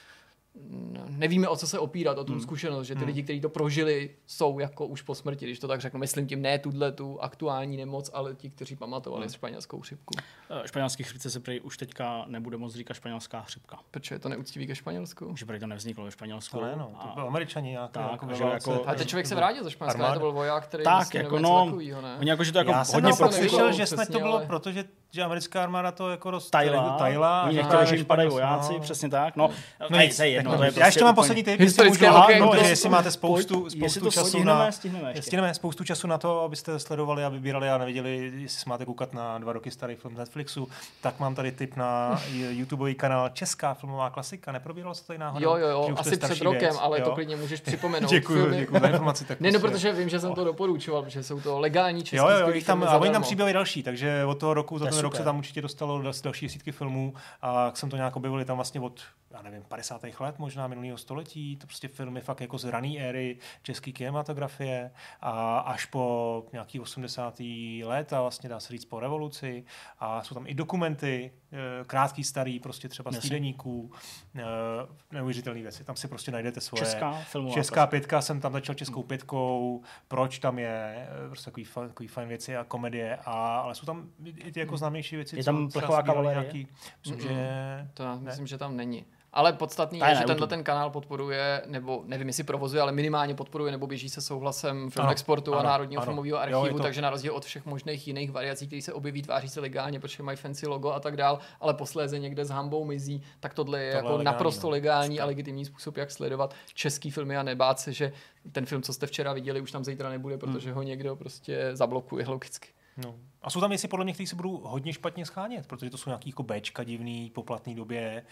nevíme, o co se opírat, o tu hmm. zkušenost, že ty hmm. lidi, kteří to prožili, jsou jako už po smrti, když to tak řeknu. Myslím tím ne tuhle tu aktuální nemoc, ale ti, kteří pamatovali hmm. španělskou chřipku. Španělský chřipce se prej už teďka nebude moc říkat španělská chřipka. Proč je to neúctivý ke Španělsku? Že prej to nevzniklo ve Španělsku. To ne, no, to byl Američani nějak. Tak, jako že jako, a ten člověk se vrátil ze Španělska, to byl voják, který tak, jako no, takovýho, ne? Oni jako, že to jako já hodně jsem slyšel, že snad to bylo, protože že americká armáda to jako roz... Tajla, tajla oni a nechtěli, že jim padají no. vojáci, přesně tak. No, no tady, nic, to je jedno, no, to je já prostě ještě mám úplně... poslední tip, Historické, jestli, můžu, okay, no, no, protože to- jestli máte spoustu, Pojď, spoustu jestli to času stihneme, na... stihneme ještě. Stihneme spoustu času na to, abyste sledovali a vybírali a neviděli, jestli se máte koukat na dva roky starý film z Netflixu, tak mám tady tip na YouTubeový kanál Česká filmová klasika. Neprobíralo se tady náhodou? Jo, jo, Že jo, už to je asi před starší rokem, věc, ale jo? to klidně můžeš připomenout. Děkuju, Filmy- děkuju za informaci. Tak Ne, no, prostě- protože vím, že jsem to doporučoval, protože jsou to legální český Jo, jo, skvělý jich tam, filmy a oni tam zadarmo. přibývají další, takže od toho roku, za je ten rok super. se tam určitě dostalo dal- další desítky filmů a jak jsem to nějak objevil, je tam vlastně od, já nevím, padesátých let možná minulého století, to prostě filmy fakt jako z rané éry české kinematografie a až po nějaký osmdesátých let a vlastně dá se říct po revoluci a jsou tam i dokumenty, eh, krátký, starý, prostě třeba z Jasně. týdeníků, eh, neuvěřitelné věci, tam si prostě najdete svoje. Česká filmová Česká klasika. pětka, jsem tam začal českou pětkou, proč tam je, eh, prostě takový, fa- takový fajn věci a komedie, a, ale jsou tam i ty jako známější věci. Je co tam třeba Plechová sbírali kavalerie? Nějaký, myslím, Mm-mm. že... To já myslím, že tam není. Ale podstatný Ta je je, na že tenhle YouTube. ten kanál podporuje, nebo nevím, jestli provozuje, ale minimálně podporuje nebo běží se souhlasem Ano, Filmexportu a ano, Národního ano. filmového Jo, archivu, je to- takže na rozdíl od všech možných jiných variací, které se objeví, tváří se legálně, protože mají fancy logo a tak dál, ale posléze někde s hambou mizí, tak tohle je Tohle jako je legální, naprosto no. legální a legitimní způsob, jak sledovat český filmy a nebát se, že ten film, co jste včera viděli, už tam zítra nebude, protože ho někdo prostě zablokuje logicky. No. A jsou tam věci podle mě, které se budou hodně špatně schánět, protože to jsou nějaký jako Bčka divný, po platný době, e,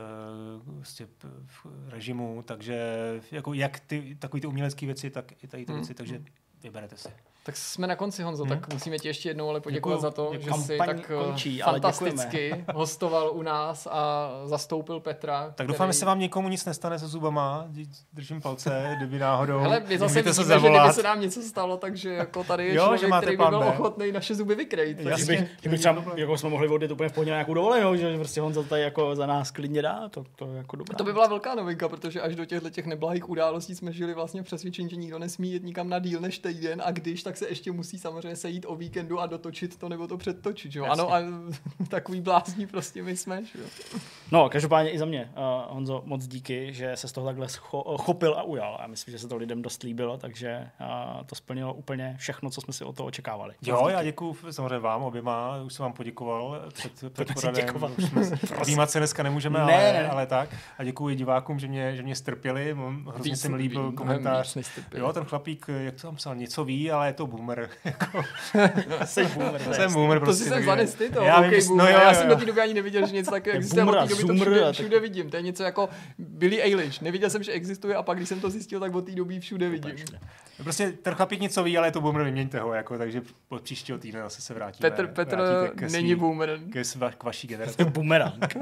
vlastně p- v režimu, takže jako jak ty takový ty umělecké věci, tak i tady ty Hmm. věci, takže vyberete si. Tak jsme na konci, Honzo, Hmm. tak musíme ti ještě jednou ale poděkovat Děkuju, za to, děkuju. že jsi Kampaň tak eh, končí, ale fantasticky hostoval u nás a zastoupil Petra. Tak doufám, že se vám někomu nic nestane se zubama, držím palce, kdyby náhodou. Hele, my zase můžete vidíme, že kdyby se nám něco stalo, takže jako tady je Jo, člověk, že máte který by plán byl B. ochotný naše zuby vykrejt. Jasně. takže- Kdyby, kdyby třeba, jako jsme mohli odjet úplně v pohodě na nějakou dovolenou, že prostě Honza tady jako za nás klidně dá, to, to je jako dobrá. To by byla velká novinka, protože až do těchto těch neblahých událostí jsme žili vlastně přesvědčení, že nikdo nesmí jet nikam na díl než týden a když, tak se ještě musí samozřejmě sejít o víkendu a dotočit to nebo to předtočit, jo. Ano, a takový blázní prostě my jsme, jo. No, každopádně i za mě, uh, Honzo, moc díky, že se z toho takhle scho- chopil a ujal. Já myslím, že se to lidem dost líbilo, takže uh, to splnilo úplně všechno, co jsme si od toho očekávali. Jo, já děkuju samozřejmě vám oběma, už jsem vám poděkoval před, před si poradem. děkovat. Už jsme objímat se dneska nemůžeme, Ne, ale, ne. ale tak. A děkuji divákům, že mě, že mě strpěli, M- hrozně Víc- se mi líbil mnohem komentář. víc než strpěli. Jo, ten chlapík, jak to tam psal, něco ví, ale je to boomer. Jako, Jsi boomer, jsem boomer To prostě. si jsem takže- zanes ty to, Já okay, vím, že- boomer. no jo, já jo, jsem jo. do té doby ani neviděl, že něco takového existuje, boomer od a té doby to zoomer všude, a tak- všude vidím. To je něco jako Billie Eilish. Neviděl jsem, že existuje a pak, když jsem to zjistil, tak od té doby ji všude vidím. Prostě ten chlapík něco ví, ale je to boomer, vyměňte ho, jako, takže od příštího týdne zase se vrátíme. Petr, Petr vrátíte ke svý- není boomer. Ke sva, k vaší generaci. Bumerang.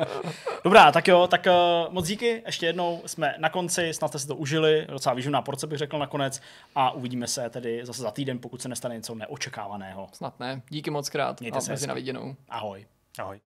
Dobrá, tak jo, tak uh, moc díky. Ještě jednou jsme na konci, snad jste si to užili. Docela výživná porce bych řekl nakonec. A uvidíme se tedy zase za týden, pokud se nestane něco neočekávaného. Snad ne. Díky moc krát Mějte a se brzy hezky. na viděnou. Ahoj. Ahoj.